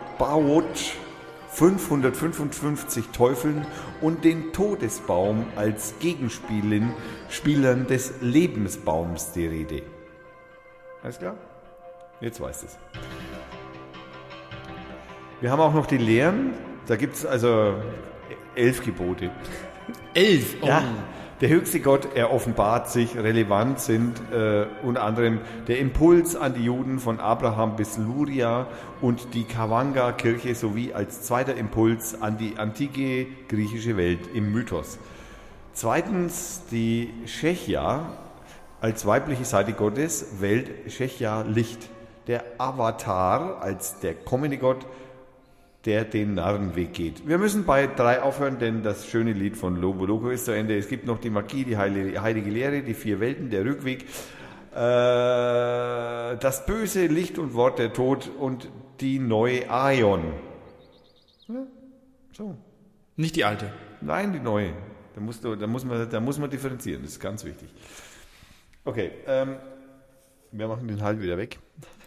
fünfhundertfünfundfünfzig Teufeln und den Todesbaum als Gegenspielern Spielern des Lebensbaums die Rede. Alles klar? Jetzt weißt du es. Wir haben auch noch die Lehren. Da gibt es also elf Gebote. Elf? Oh. Ja. Der höchste Gott, er offenbart sich. Relevant sind äh, unter anderem der Impuls an die Juden von Abraham bis Luria und die Kawanga-Kirche sowie als zweiter Impuls an die antike griechische Welt im Mythos. Zweitens die Shechja als weibliche Seite Gottes, Welt, Shechja, Licht. Der Avatar als der kommende Gott, der den Narrenweg geht. Wir müssen bei drei aufhören, denn das schöne Lied von Lobo Loco ist zu Ende. Es gibt noch die Magie, die heilige Lehre, die vier Welten, der Rückweg, äh, das Böse, Licht und Wort, der Tod und die neue Aion. Ja, so. Nicht die alte. Nein, die neue. Da, musst du, da, muss man, da muss man differenzieren, das ist ganz wichtig. Okay, ähm, wir machen den Halt wieder weg.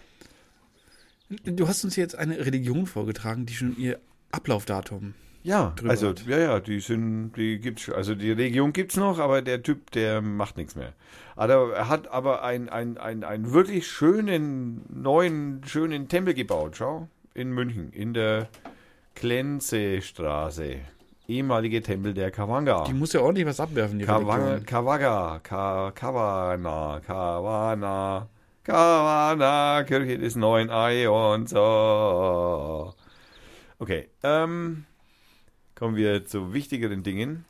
Du hast uns jetzt eine Religion vorgetragen, die schon ihr Ablaufdatum Ja, drüber also hat. ja, ja, die sind, die gibt's, also die Religion gibt's noch, aber der Typ, der macht nichts mehr. Also er hat aber ein, ein, ein, einen wirklich schönen, neuen, schönen Tempel gebaut, schau, in München, in der Klenzestraße. Ehemalige Tempel der Kawanga. Die muss ja ordentlich was abwerfen, die Kawanga, Religion. Kawaga, Ka, Kawana, Kawana, Kawana, Kirche des neuen Aions. So. Okay, ähm, kommen wir zu wichtigeren Dingen.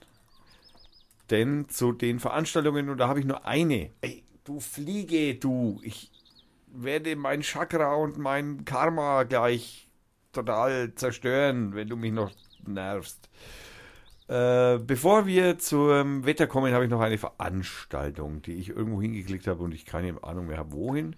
Denn zu den Veranstaltungen, und da habe ich nur eine. Ey, du Fliege, du. Ich werde mein Chakra und mein Karma gleich total zerstören, wenn du mich noch nervst. Äh, bevor wir zum Wetter kommen, habe ich noch eine Veranstaltung, die ich irgendwo hingeklickt habe und ich keine Ahnung mehr habe, wohin.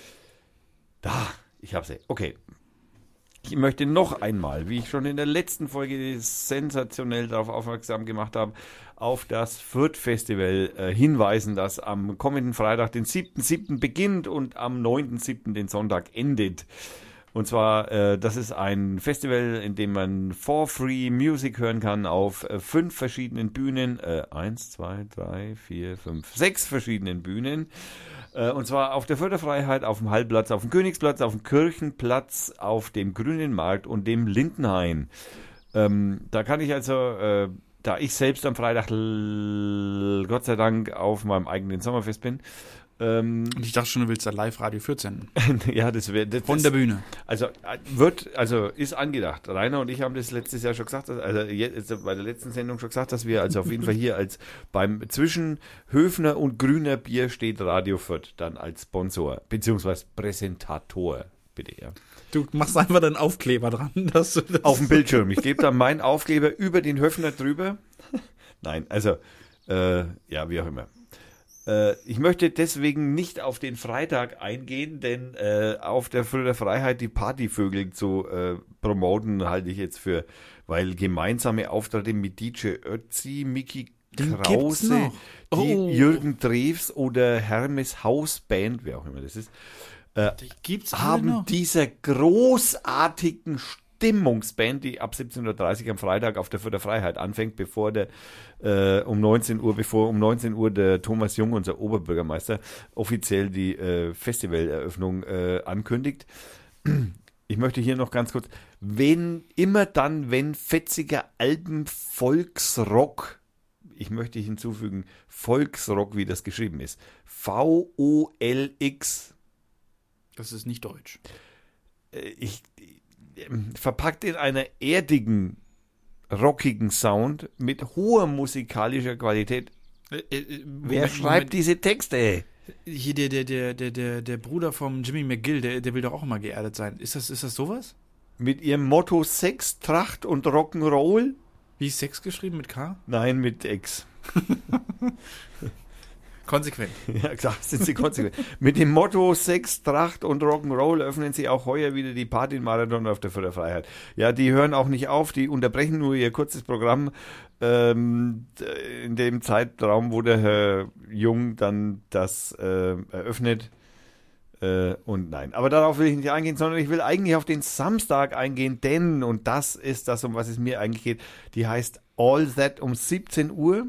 Da, ich habe sie. Okay. Ich möchte noch einmal, wie ich schon in der letzten Folge sensationell darauf aufmerksam gemacht habe, auf das Fürth-Festival äh, hinweisen, das am kommenden Freitag, den siebten siebten beginnt und am neunten siebten den Sonntag endet. Und zwar, äh, das ist ein Festival, in dem man for free Music hören kann auf äh, fünf verschiedenen Bühnen. Äh, eins, zwei, drei, vier, fünf, sechs verschiedenen Bühnen. Äh, und zwar auf der Förderfreiheit, auf dem Hallplatz, auf dem Königsplatz, auf dem Kirchenplatz, auf dem Grünen Markt und dem Lindenhain. Ähm, da kann ich also, äh, da ich selbst am Freitag, l- Gott sei Dank, auf meinem eigenen Sommerfest bin, Ähm, Und ich dachte schon, du willst da Live-Radio Fürth senden. ja, das wäre... Das, Von der Bühne. Also, wird, also ist angedacht. Rainer und ich haben das letztes Jahr schon gesagt, also jetzt bei der letzten Sendung schon gesagt, dass wir also auf jeden Fall hier als beim zwischen Höfner und Grüner Bier steht Radio Fürth dann als Sponsor, beziehungsweise Präsentator, bitte, ja. Du machst einfach deinen Aufkleber dran, dass du das Auf dem Bildschirm. Ich gebe dann meinen Aufkleber über den Höfner drüber. Nein, also, äh, ja, wie auch immer. Ich möchte deswegen nicht auf den Freitag eingehen, denn äh, auf der Früh der Freiheit die Partyvögel zu äh, promoten, halte ich jetzt für, weil gemeinsame Auftritte mit D J Ötzi, Micky Krause, oh. die Jürgen Drews oder Hermes Hausband, wer auch immer das ist, äh, Die gibt's alle haben noch? dieser großartigen Stimmungsband, die ab siebzehn Uhr dreißig am Freitag auf der Fürther Freiheit anfängt, bevor der äh, um neunzehn Uhr, bevor um neunzehn Uhr der Thomas Jung, unser Oberbürgermeister, offiziell die äh, Festivaleröffnung äh, ankündigt. Ich möchte hier noch ganz kurz, wenn immer dann, wenn fetziger Alben-Volksrock, ich möchte hinzufügen, Volksrock, wie das geschrieben ist, V O L X. Das ist nicht deutsch. Äh, ich verpackt in einer erdigen, rockigen Sound mit hoher musikalischer Qualität. Äh, äh, Wer Moment, schreibt Moment. diese Texte? Hier der, der, der, der, der, der Bruder vom Jimmy McGill, der, der will doch auch immer geerdet sein. Ist das, ist das sowas? Mit ihrem Motto Sex, Tracht und Rock'n'Roll? Wie ist Sex geschrieben mit K? Nein, mit X. Konsequent. Ja, klar, sind sie konsequent. Mit dem Motto Sex, Tracht und Rock'n'Roll öffnen sie auch heuer wieder die Party-Marathon auf der Fürther Freiheit. Ja, die hören auch nicht auf, die unterbrechen nur ihr kurzes Programm ähm, in dem Zeitraum, wo der Herr Jung dann das äh, eröffnet. Äh, und nein, aber darauf will ich nicht eingehen, sondern ich will eigentlich auf den Samstag eingehen, denn, und das ist das, um was es mir eigentlich geht, die heißt All That um siebzehn Uhr.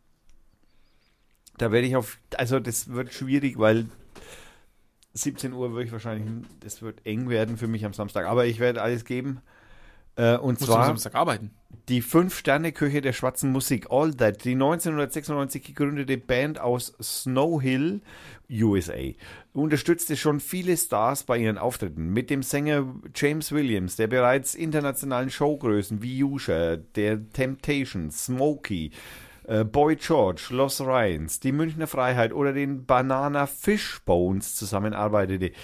Da werde ich auf, also das wird schwierig, weil siebzehn Uhr würde ich wahrscheinlich, das wird eng werden für mich am Samstag, aber ich werde alles geben. Äh, und Musst du am zwar Samstag arbeiten. die Fünf-Sterne-Küche der schwarzen Musik, All That, die neunzehnhundertsechsundneunzig gegründete Band aus Snow Hill, U S A, unterstützte schon viele Stars bei ihren Auftritten. Mit dem Sänger James Williams, der bereits internationalen Showgrößen wie Usher, der Temptations, Smokey, äh, Boy George, Los Ryans, die Münchner Freiheit oder den Banana Fishbones zusammenarbeitete.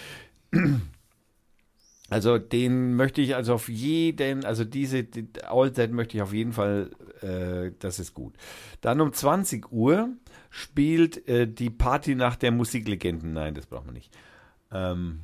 Also den möchte ich also auf jeden, also diese die, All That möchte ich auf jeden Fall, äh, das ist gut. Dann um zwanzig Uhr spielt äh, die Partynacht der Musiklegenden. Nein, das braucht man nicht. Ähm,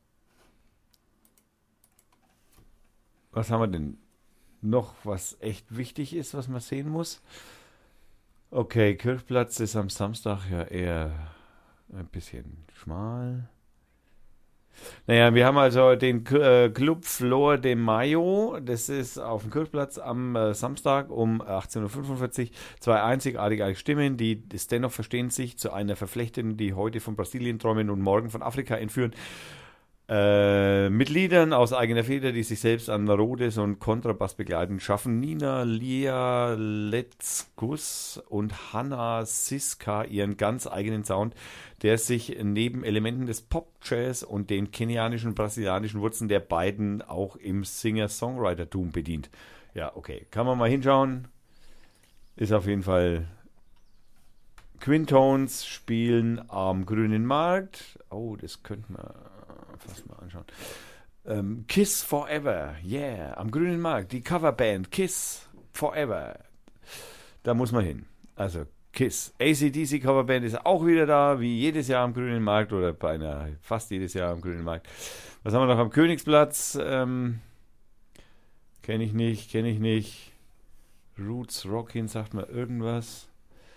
was haben wir denn noch, was echt wichtig ist, was man sehen muss? Okay, Kirchplatz ist am Samstag ja eher ein bisschen schmal. Naja, wir haben also den äh, Club Flor de Mayo, das ist auf dem Kirchplatz am äh, Samstag um achtzehn Uhr fünfundvierzig. Zwei einzigartige Stimmen, die es dennoch verstehen sich zu einer Verflechteten, die heute von Brasilien träumen und morgen von Afrika entführen. Äh, mit Liedern aus eigener Feder, die sich selbst an Rhodes und Kontrabass begleiten, schaffen Nina Lia Letzkus und Hanna Siska ihren ganz eigenen Sound, der sich neben Elementen des Pop-Jazz und den kenianischen, brasilianischen Wurzeln der beiden auch im Singer-Songwriter-Tum bedient. Ja, okay, kann man mal hinschauen. Ist auf jeden Fall... Quintones spielen am Grünen Markt. Oh, das könnte man fast mal anschauen. Ähm, Kiss Forever, yeah, am Grünen Markt. Die Coverband Kiss Forever. Da muss man hin. Also Kiss. A C D C Coverband ist auch wieder da, wie jedes Jahr am Grünen Markt oder beinahe fast jedes Jahr am Grünen Markt. Was haben wir noch am Königsplatz? Ähm, kenne ich nicht, kenne ich nicht. Roots Rockin' sagt mal irgendwas.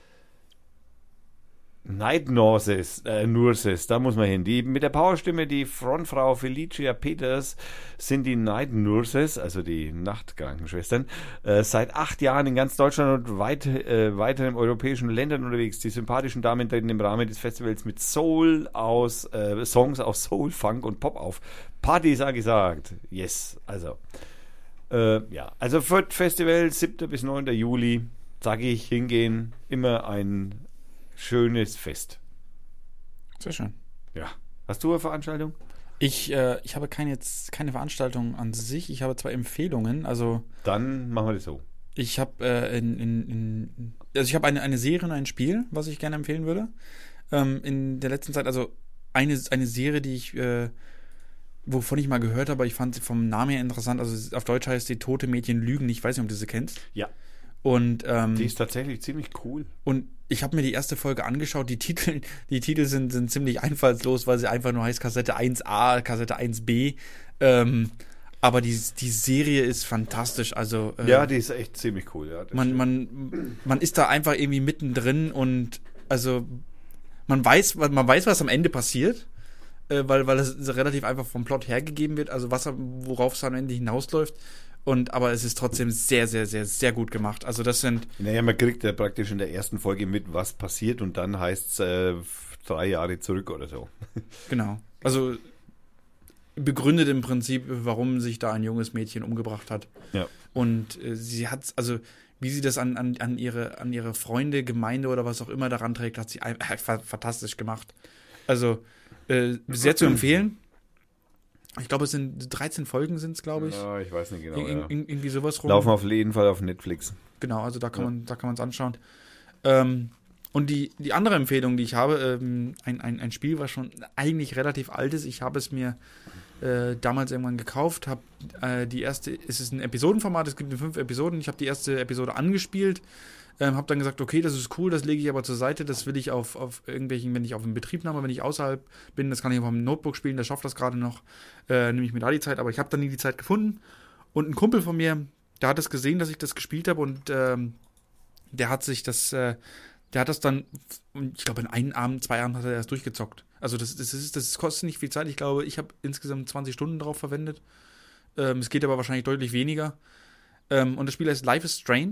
Night Nurses, äh, Nurses, da muss man hin. Die mit der Powerstimme, die Frontfrau Felicia Peters sind die Night Nurses, also die Nachtkrankenschwestern, äh, seit acht Jahren in ganz Deutschland und weit, äh, weiteren europäischen Ländern unterwegs. Die sympathischen Damen treten im Rahmen des Festivals mit Soul aus, äh, Songs aus Soul, Funk und Pop auf. Party ist angesagt. Yes, also. Äh, ja, also Fürth Festival, siebten bis neunten Juli, sage ich, hingehen, immer ein schönes Fest. Sehr schön. Ja. Hast du eine Veranstaltung? Ich, äh, ich habe keine, jetzt keine Veranstaltung an sich. Ich habe zwei Empfehlungen. Also dann machen wir das so. Ich habe äh, in, in, in, also ich habe eine, eine Serie und ein Spiel, was ich gerne empfehlen würde. Ähm, in der letzten Zeit, also eine, eine Serie, die ich, äh, wovon ich mal gehört habe, aber ich fand sie vom Namen her interessant. Also auf Deutsch heißt die Tote Mädchen lügen. Ich weiß nicht, ob du sie kennst. Ja. Und ähm, die ist tatsächlich ziemlich cool. Und ich habe mir die erste Folge angeschaut. Die Titel, die Titel sind, sind ziemlich einfallslos, weil sie einfach nur heißt Kassette eins a, Kassette eins b. Ähm, aber die, die Serie ist fantastisch. Also äh, ja, die ist echt ziemlich cool. Ja, man, man, man ist da einfach irgendwie mittendrin und also man weiß, man weiß, was am Ende passiert, äh, weil, weil es relativ einfach vom Plot hergegeben wird. Also was, worauf es am Ende hinausläuft. Und, aber es ist trotzdem sehr, sehr, sehr, sehr gut gemacht. Also das sind... Naja, man kriegt ja praktisch in der ersten Folge mit, was passiert und dann heißt es äh, drei Jahre zurück oder so. Genau. Also begründet im Prinzip, warum sich da ein junges Mädchen umgebracht hat. Ja. Und äh, sie hat, also wie sie das an, an, an, ihre, an ihre Freunde, Gemeinde oder was auch immer daran trägt, hat sie einfach äh, fantastisch gemacht. Also äh, sehr zu empfehlen. Ich glaube, es sind dreizehn Folgen sind es, glaube ich. Ja, ich weiß nicht genau. Ir- ja. ir- irgendwie sowas rum. Laufen auf jeden Fall auf Netflix. Genau, also da kann Ja. man da kann man es anschauen. Ähm, und die, die andere Empfehlung, die ich habe, ähm, ein, ein, ein Spiel, was schon eigentlich relativ alt ist. Ich habe es mir äh, damals irgendwann gekauft, habe äh, die erste, es ist ein Episodenformat, es gibt fünf Episoden. Ich habe die erste Episode angespielt, ähm, habe dann gesagt, okay, das ist cool, das lege ich aber zur Seite, das will ich auf, auf irgendwelchen, wenn ich auf dem Betriebnahme, wenn ich außerhalb bin, das kann ich auf dem Notebook spielen, der schafft das gerade noch, äh, nehme ich mir da die Zeit, aber ich habe dann nie die Zeit gefunden. Und ein Kumpel von mir, der hat es gesehen, dass ich das gespielt habe und ähm, der hat sich das, äh, der hat das dann, ich glaube in einem Abend, zwei Abend hat er das durchgezockt. Also das, das, ist, das kostet nicht viel Zeit. Ich glaube, ich habe insgesamt zwanzig Stunden drauf verwendet. Ähm, es geht aber wahrscheinlich deutlich weniger. Ähm, und das Spiel heißt Life is Strange.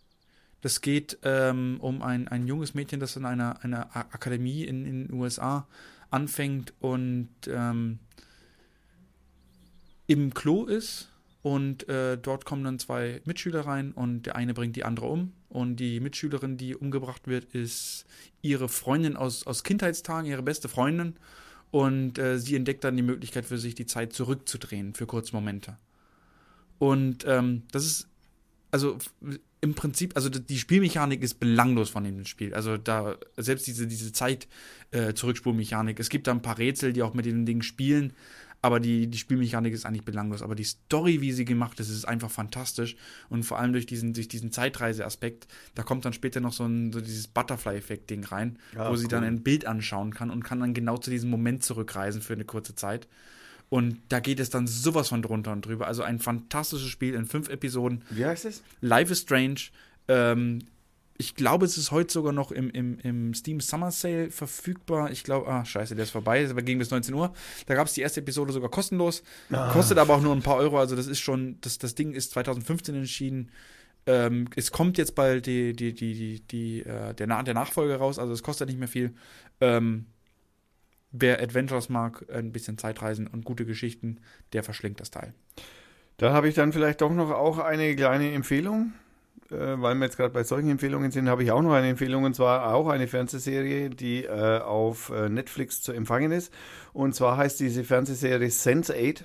Das geht ähm, um ein, ein junges Mädchen, das in einer, einer A- Akademie in, in den U S A anfängt und ähm, im Klo ist und äh, dort kommen dann zwei Mitschüler rein und der eine bringt die andere um und die Mitschülerin, die umgebracht wird, ist ihre Freundin aus, aus Kindheitstagen, ihre beste Freundin und äh, sie entdeckt dann die Möglichkeit für sich, die Zeit zurückzudrehen für kurze Momente. Und ähm, das ist, also im Prinzip, also die Spielmechanik ist belanglos von dem Spiel. Also da, selbst diese, diese Zeit-Zurückspulmechanik, äh, es gibt da ein paar Rätsel, die auch mit den Dingen spielen, aber die, die Spielmechanik ist eigentlich belanglos. Aber die Story, wie sie gemacht ist, ist einfach fantastisch. Und vor allem durch diesen, durch diesen Zeitreise-Aspekt, da kommt dann später noch so, ein, so dieses Butterfly-Effekt-Ding rein, ja, wo sie cool. dann ein Bild anschauen kann und kann dann genau zu diesem Moment zurückreisen für eine kurze Zeit. Und da geht es dann sowas von drunter und drüber. Also ein fantastisches Spiel in fünf Episoden. Wie heißt es? Life is Strange. Ähm, ich glaube, es ist heute sogar noch im, im, im Steam Summer Sale verfügbar. Ich glaube, ah, scheiße, der ist vorbei. Das ging bis neunzehn Uhr. Da gab es die erste Episode sogar kostenlos. Ah. Kostet aber auch nur ein paar Euro. Also das ist schon, das, das Ding ist zwanzig fünfzehn entschieden. Ähm, es kommt jetzt bald die, die, die, die, die, äh, der, Na- der Nachfolger raus. Also es kostet nicht mehr viel. Ähm, Wer Adventures mag, ein bisschen Zeitreisen und gute Geschichten, der verschlingt das Teil. Da habe ich dann vielleicht doch noch auch eine kleine Empfehlung, äh, weil wir jetzt gerade bei solchen Empfehlungen sind, habe ich auch noch eine Empfehlung, und zwar auch eine Fernsehserie, die äh, auf äh, Netflix zu empfangen ist. Und zwar heißt diese Fernsehserie sense eight.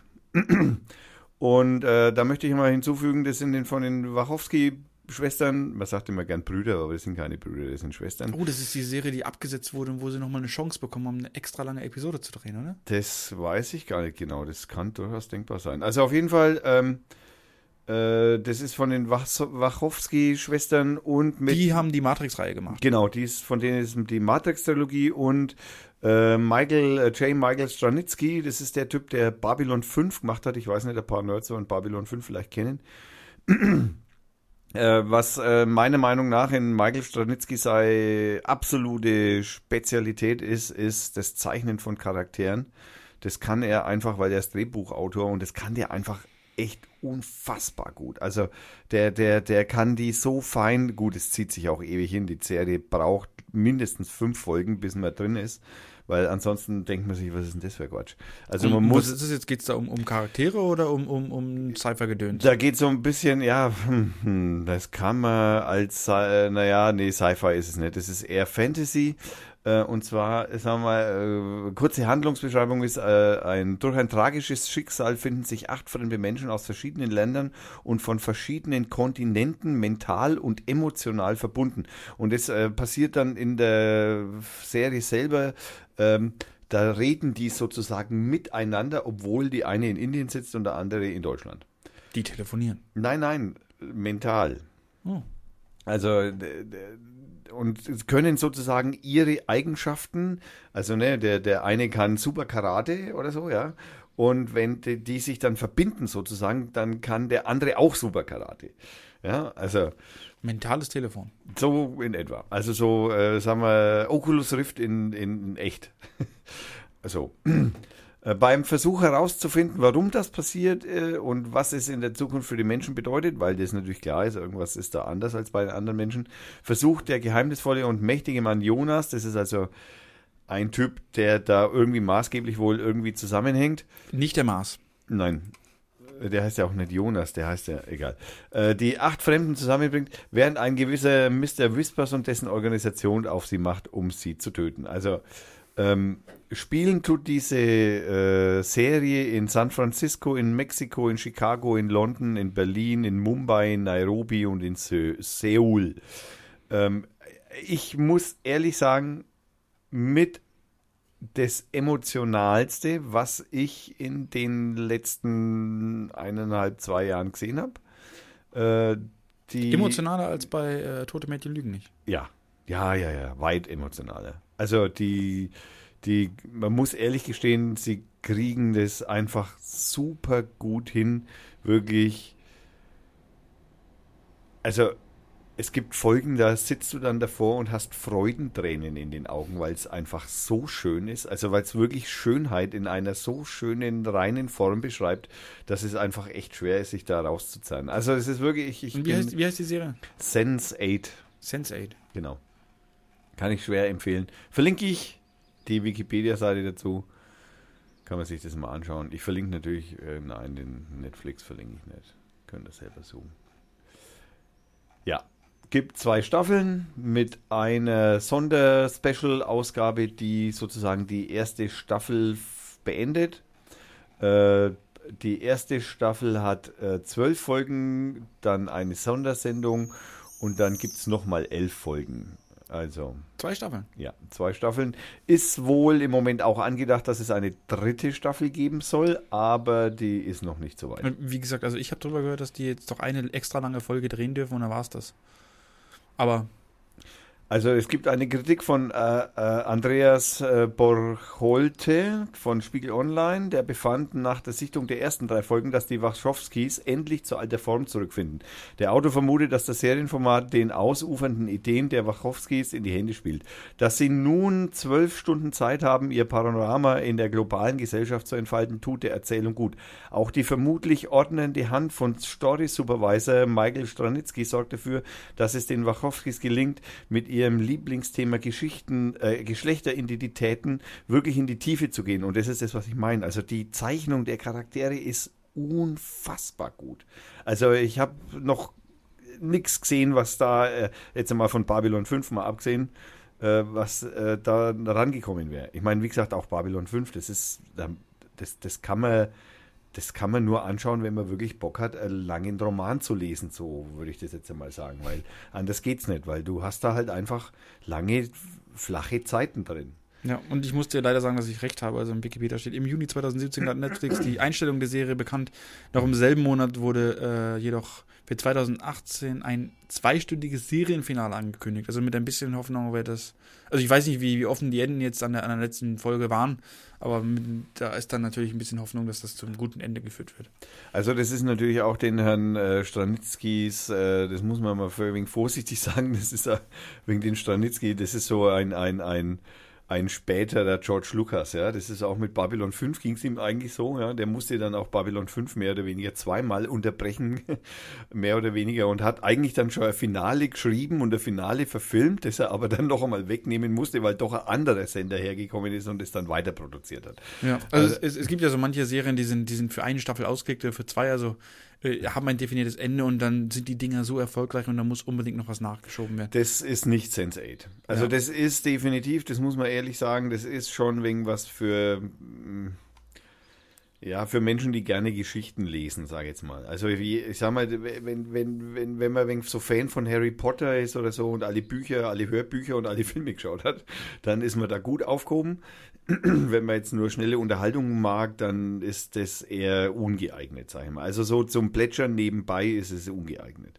Und äh, da möchte ich mal hinzufügen, das sind den, von den Wachowski-Schwestern, man sagt immer gern Brüder, aber das sind keine Brüder, das sind Schwestern. Oh, das ist die Serie, die abgesetzt wurde und wo sie nochmal eine Chance bekommen haben, eine extra lange Episode zu drehen, oder? Das weiß ich gar nicht genau, das kann durchaus denkbar sein. Also auf jeden Fall, ähm, äh, das ist von den Wach- Wachowski-Schwestern und mit... Die haben die Matrix-Reihe gemacht. Genau, die ist, von denen ist die Matrix-Trilogie und äh, Michael, äh, J. Michael Stranitzky, das ist der Typ, der Babylon fünf gemacht hat. Ich weiß nicht, ein paar Nerds und Babylon fünf vielleicht kennen. äh, was äh, meiner Meinung nach in Michael Stranitzky sei absolute Spezialität ist, ist das Zeichnen von Charakteren. Das kann er einfach, weil er ist Drehbuchautor und das kann der einfach echt unfassbar gut. Also der, der, der kann die so fein, gut, es zieht sich auch ewig hin, die Serie braucht mindestens fünf Folgen, bis man drin ist, weil ansonsten denkt man sich, was ist denn das für Quatsch? Also man und, muss... Was ist das jetzt, geht es da um, um Charaktere oder um, um, um Sci-Fi-Gedöns? Da geht es so ein bisschen, ja, hm, das kann man als, äh, naja, nee, Sci-Fi ist es nicht, das ist eher Fantasy. Und zwar, sagen wir mal, äh, kurze Handlungsbeschreibung ist, äh, ein, durch ein tragisches Schicksal finden sich acht fremde Menschen aus verschiedenen Ländern und von verschiedenen Kontinenten mental und emotional verbunden. Und das äh, passiert dann in der Serie selber, ähm, da reden die sozusagen miteinander, obwohl die eine in Indien sitzt und der andere in Deutschland. Die telefonieren? Nein, nein, mental. Oh. Also, d- d- und können sozusagen ihre Eigenschaften, also ne, der, der eine kann super Karate oder so, ja, und wenn die, die sich dann verbinden sozusagen, dann kann der andere auch super Karate. Ja, also mentales Telefon. So in etwa. Also so, äh, sagen wir, Oculus Rift in, in, in echt. So. Beim Versuch herauszufinden, warum das passiert äh, und was es in der Zukunft für die Menschen bedeutet, weil das natürlich klar ist, irgendwas ist da anders als bei den anderen Menschen, versucht der geheimnisvolle und mächtige Mann Jonas, das ist also ein Typ, der da irgendwie maßgeblich wohl irgendwie zusammenhängt. Nicht der Mars. Nein, der heißt ja auch nicht Jonas, der heißt ja, egal. Äh, die acht Fremden zusammenbringt, während ein gewisser Mister Whispers und dessen Organisation auf sie macht, um sie zu töten. Also Ähm, spielen tut diese äh, Serie in San Francisco, in Mexiko, in Chicago, in London, in Berlin, in Mumbai, in Nairobi und in Se- Seoul. Ähm, ich muss ehrlich sagen, mit das Emotionalste, was ich in den letzten eineinhalb, zwei Jahren gesehen habe. Äh, die, Emotionaler als bei äh, Tote Mädchen lügen nicht. Ja, ja, ja, ja, weit emotionaler. Also die, die, man muss ehrlich gestehen, sie kriegen das einfach super gut hin, wirklich. Also es gibt Folgen, da sitzt du dann davor und hast Freudentränen in den Augen, weil es einfach so schön ist, also weil es wirklich Schönheit in einer so schönen, reinen Form beschreibt, dass es einfach echt schwer ist, sich da rauszuzahlen. Also es ist wirklich, ich, ich Und wie, heißt, wie heißt die Serie? sense eight. sense eight. Genau. Kann ich schwer empfehlen. Verlinke ich die Wikipedia-Seite dazu. Kann man sich das mal anschauen. Ich verlinke natürlich, äh, nein, den Netflix verlinke ich nicht. Könnt ihr selber suchen. Ja, gibt zwei Staffeln mit einer Sonder-Special-Ausgabe, die sozusagen die erste Staffel f- beendet. Äh, die erste Staffel hat äh, zwölf Folgen, dann eine Sondersendung und dann gibt es nochmal elf Folgen. Also Zwei Staffeln. ja, zwei Staffeln. Ist wohl im Moment auch angedacht, dass es eine dritte Staffel geben soll, aber die ist noch nicht so weit. Und wie gesagt, also ich habe darüber gehört, dass die jetzt doch eine extra lange Folge drehen dürfen und dann war es das. Aber Also es gibt eine Kritik von äh, äh, Andreas äh, Borcholte von Spiegel Online, der befand nach der Sichtung der ersten drei Folgen, dass die Wachowskis endlich zu alter Form zurückfinden. Der Autor vermutet, dass das Serienformat den ausufernden Ideen der Wachowskis in die Hände spielt. Dass sie nun zwölf Stunden Zeit haben, ihr Panorama in der globalen Gesellschaft zu entfalten, tut der Erzählung gut. Auch die vermutlich ordnende Hand von Story-Supervisor Michael Stranitzky sorgt dafür, dass es den Wachowskis gelingt, mit ihrem Lieblingsthema Geschichten, äh, Geschlechteridentitäten wirklich in die Tiefe zu gehen. Und das ist das, was ich meine. Also die Zeichnung der Charaktere ist unfassbar gut. Also ich habe noch nichts gesehen, was da, äh, jetzt einmal von Babylon fünf mal abgesehen, äh, was äh, da rangekommen wäre. Ich meine, wie gesagt, auch Babylon fünf, das ist, das, das kann man Das kann man nur anschauen, wenn man wirklich Bock hat, einen langen Roman zu lesen, so würde ich das jetzt einmal sagen, weil anders geht's nicht, weil du hast da halt einfach lange, flache Zeiten drin. ja, und ich muss dir leider sagen, dass ich recht habe. Also im Wikipedia steht, im Juni zweitausendsiebzehn hat Netflix die Einstellung der Serie bekannt. Noch im selben Monat wurde äh, jedoch für zweitausendachtzehn ein zweistündiges Serienfinale angekündigt. Also mit ein bisschen Hoffnung wäre das. Also ich weiß nicht, wie, wie offen die Enden jetzt an der, an der letzten Folge waren, aber mit, da ist dann natürlich ein bisschen Hoffnung, dass das zum guten Ende geführt wird. Also das ist natürlich auch den Herrn äh, Stranitzkis, äh, das muss man mal für ein wenig vorsichtig sagen, das ist äh, wegen den Stranitzky, das ist so ein, ein, ein ein späterer George Lucas, ja, das ist auch mit Babylon fünf ging es ihm eigentlich so, ja, der musste dann auch Babylon fünf mehr oder weniger zweimal unterbrechen, mehr oder weniger, und hat eigentlich dann schon ein Finale geschrieben und ein Finale verfilmt, das er aber dann noch einmal wegnehmen musste, weil doch ein anderer Sender hergekommen ist und es dann weiter produziert hat. Ja, also, also es, es gibt ja so manche Serien, die sind, die sind für eine Staffel ausgelegt oder für zwei, also äh, haben ein definiertes Ende und dann sind die Dinger so erfolgreich und dann muss unbedingt noch was nachgeschoben werden. Das ist nicht Sense eight. Also Ja. das ist definitiv, das muss man ehrlich sagen, das ist schon wegen was für, ja, für Menschen, die gerne Geschichten lesen, sage ich jetzt mal. Also wie, ich sag mal, wenn, wenn, wenn, wenn man so Fan von Harry Potter ist oder so und alle Bücher, alle Hörbücher und alle Filme geschaut hat, dann ist man da gut aufgehoben. Wenn man jetzt nur schnelle Unterhaltung mag, dann ist das eher ungeeignet, sag ich mal. Also so zum Plätschern nebenbei ist es ungeeignet.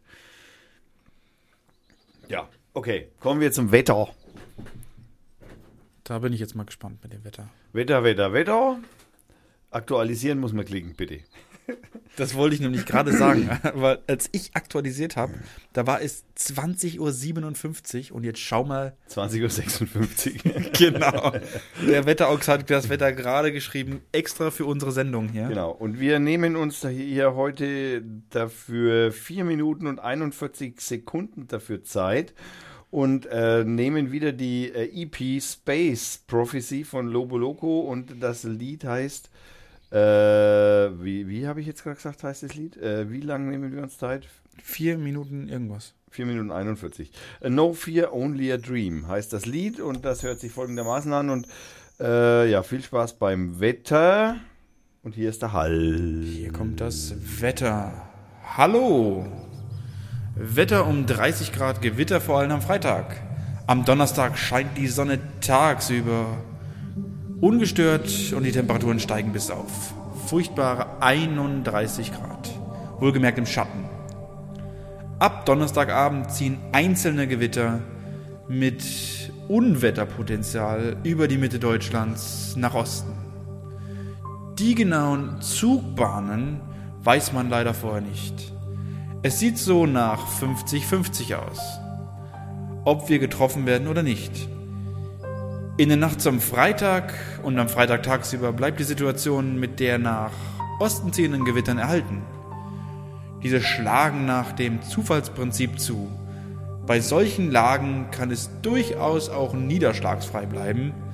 Ja, okay, kommen wir zum Wetter. Da bin ich jetzt mal gespannt mit dem Wetter. Wetter, Wetter, Wetter. Aktualisieren muss man klicken, bitte. Das wollte ich nämlich gerade sagen, weil als ich aktualisiert habe, da war es zwanzig Uhr siebenundfünfzig und jetzt schau mal. zwanzig Uhr sechsundfünfzig. Genau. Der Wetteraugs hat das Wetter gerade geschrieben, extra für unsere Sendung hier. Genau, und wir nehmen uns hier heute dafür vier Minuten und einundvierzig Sekunden dafür Zeit und äh, nehmen wieder die äh, E P Space Prophecy von Lobo Loco und das Lied heißt, äh, wie, wie habe ich jetzt gerade gesagt, heißt das Lied? Äh, wie lange nehmen wir uns Zeit? Vier Minuten irgendwas. vier Minuten einundvierzig. A No Fear, Only a Dream heißt das Lied und das hört sich folgendermaßen an und äh, ja, viel Spaß beim Wetter und hier ist der Hall. Hier kommt das Wetter. Hallo! Wetter um dreißig Grad, Gewitter vor allem am Freitag. Am Donnerstag scheint die Sonne tagsüber ungestört und die Temperaturen steigen bis auf furchtbare einunddreißig Grad. Wohlgemerkt im Schatten. Ab Donnerstagabend ziehen einzelne Gewitter mit Unwetterpotenzial über die Mitte Deutschlands nach Osten. Die genauen Zugbahnen weiß man leider vorher nicht. Es sieht so nach fünfzig fünfzig aus, ob wir getroffen werden oder nicht. In der Nacht zum Freitag und am Freitag tagsüber bleibt die Situation mit der nach Osten ziehenden Gewittern erhalten. Diese schlagen nach dem Zufallsprinzip zu. Bei solchen Lagen kann es durchaus auch niederschlagsfrei bleiben.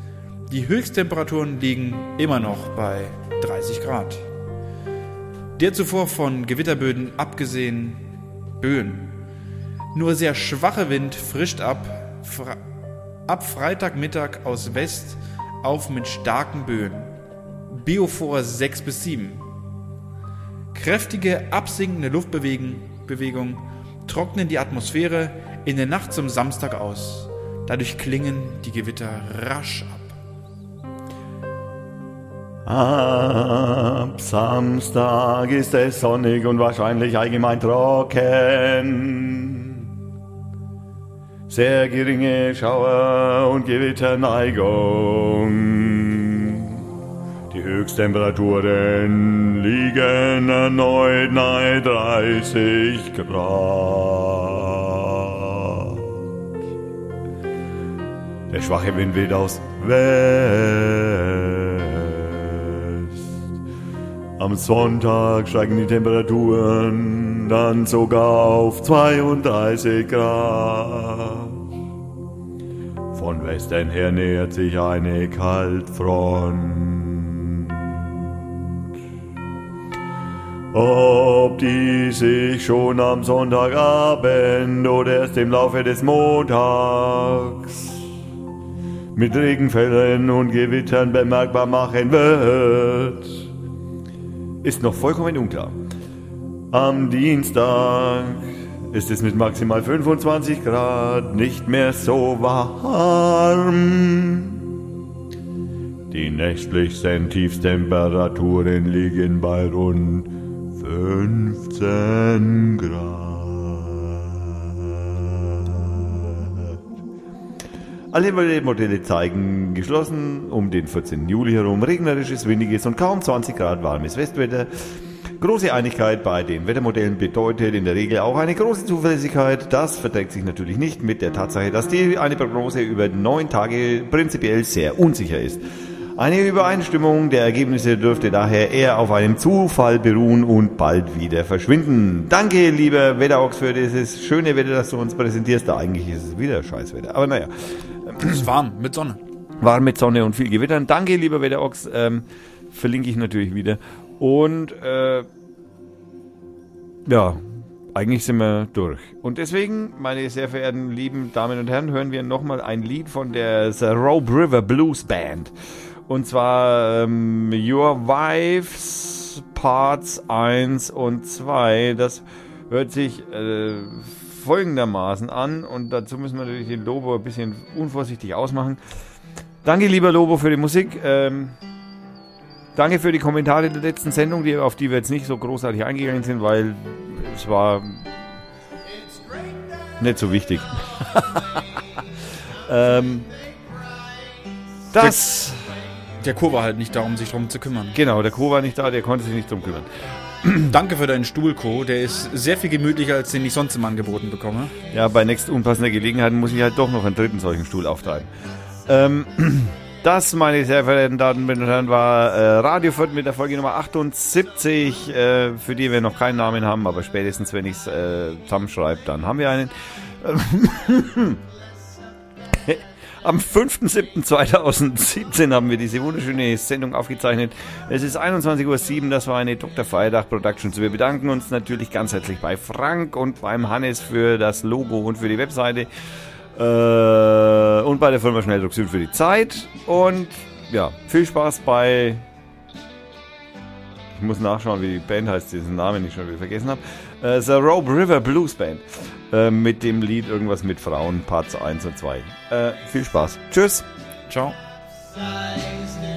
Die Höchsttemperaturen liegen immer noch bei dreißig Grad. Der zuvor von Gewitterböen abgesehen Böen. Nur sehr schwache Wind frischt ab, Fre- ab Freitagmittag aus West auf mit starken Böen. Biophor sechs bis sieben. Kräftige, absinkende Luftbewegungen trocknen die Atmosphäre in der Nacht zum Samstag aus. Dadurch klingen die Gewitter rasch ab. Ab Samstag ist es sonnig und wahrscheinlich allgemein trocken. Sehr geringe Schauer- und Gewitterneigung. Die Höchsttemperaturen liegen erneut nahe dreißig Grad. Der schwache Wind weht aus West. Am Sonntag steigen die Temperaturen dann sogar auf zweiunddreißig Grad. Von Westen her nähert sich eine Kaltfront. Ob die sich schon am Sonntagabend oder erst im Laufe des Montags mit Regenfällen und Gewittern bemerkbar machen wird, ist noch vollkommen unklar. Am Dienstag ist es mit maximal fünfundzwanzig Grad nicht mehr so warm. Die nächtlichsten Tiefstemperaturen liegen bei rund fünfzehn Grad. Alle Modelle zeigen geschlossen um den vierzehnten Juli herum regnerisches, windiges und kaum zwanzig Grad warmes Westwetter. Große Einigkeit bei den Wettermodellen bedeutet in der Regel auch eine große Zuverlässigkeit. Das verträgt sich natürlich nicht mit der Tatsache, dass die eine Prognose über neun Tage prinzipiell sehr unsicher ist. Eine Übereinstimmung der Ergebnisse dürfte daher eher auf einem Zufall beruhen und bald wieder verschwinden. Danke, lieber Wetterochs, für dieses schöne Wetter, das du uns präsentierst. Da eigentlich ist es wieder Scheißwetter, aber naja. Es ist warm, mit Sonne. Warm mit Sonne und viel Gewittern. Danke, lieber Wetterochs. Ähm, verlinke ich natürlich wieder. Und äh, ja, eigentlich sind wir durch. Und deswegen, meine sehr verehrten lieben Damen und Herren, hören wir nochmal ein Lied von der The Robe River Blues Band. Und zwar ähm, Your Wives Parts eins und zwei. Das hört sich äh, folgendermaßen an. Und dazu müssen wir natürlich den Lobo ein bisschen unvorsichtig ausmachen. Danke, lieber Lobo, für die Musik. Ähm, danke für die Kommentare der letzten Sendung, die, auf die wir jetzt nicht so großartig eingegangen sind, weil es war nicht so wichtig. ähm, das... Der Co war halt nicht da, um sich drum zu kümmern. Genau, der Co war nicht da, der konnte sich nicht drum kümmern. Danke für deinen Stuhl, Co. Der ist sehr viel gemütlicher, als den ich sonst immer angeboten bekomme. Ja, bei nächst unpassender Gelegenheit muss ich halt doch noch einen dritten solchen Stuhl auftreiben. Ähm, das, meine sehr verehrten Damen und Herren, war äh, Radio Fürth mit der Folge Nummer achtundsiebzig, äh, für die wir noch keinen Namen haben, aber spätestens, wenn ich es äh, zusammenschreibe, dann haben wir einen. Am fünften siebten zweitausendsiebzehn haben wir diese wunderschöne Sendung aufgezeichnet. Es ist einundzwanzig Uhr sieben, das war eine Doktor Freitag Productions. Wir bedanken uns natürlich ganz herzlich bei Frank und beim Hannes für das Logo und für die Webseite. Äh, und bei der Firma Schnelldruck Süd für die Zeit. Und ja, viel Spaß bei... Ich muss nachschauen, wie die Band heißt, diesen Namen ich schon wieder vergessen habe. Äh, The Robe River Blues Band. Äh, mit dem Lied irgendwas mit Frauen, Parts eins und zwei. Äh, viel Spaß. Tschüss. Ciao. Size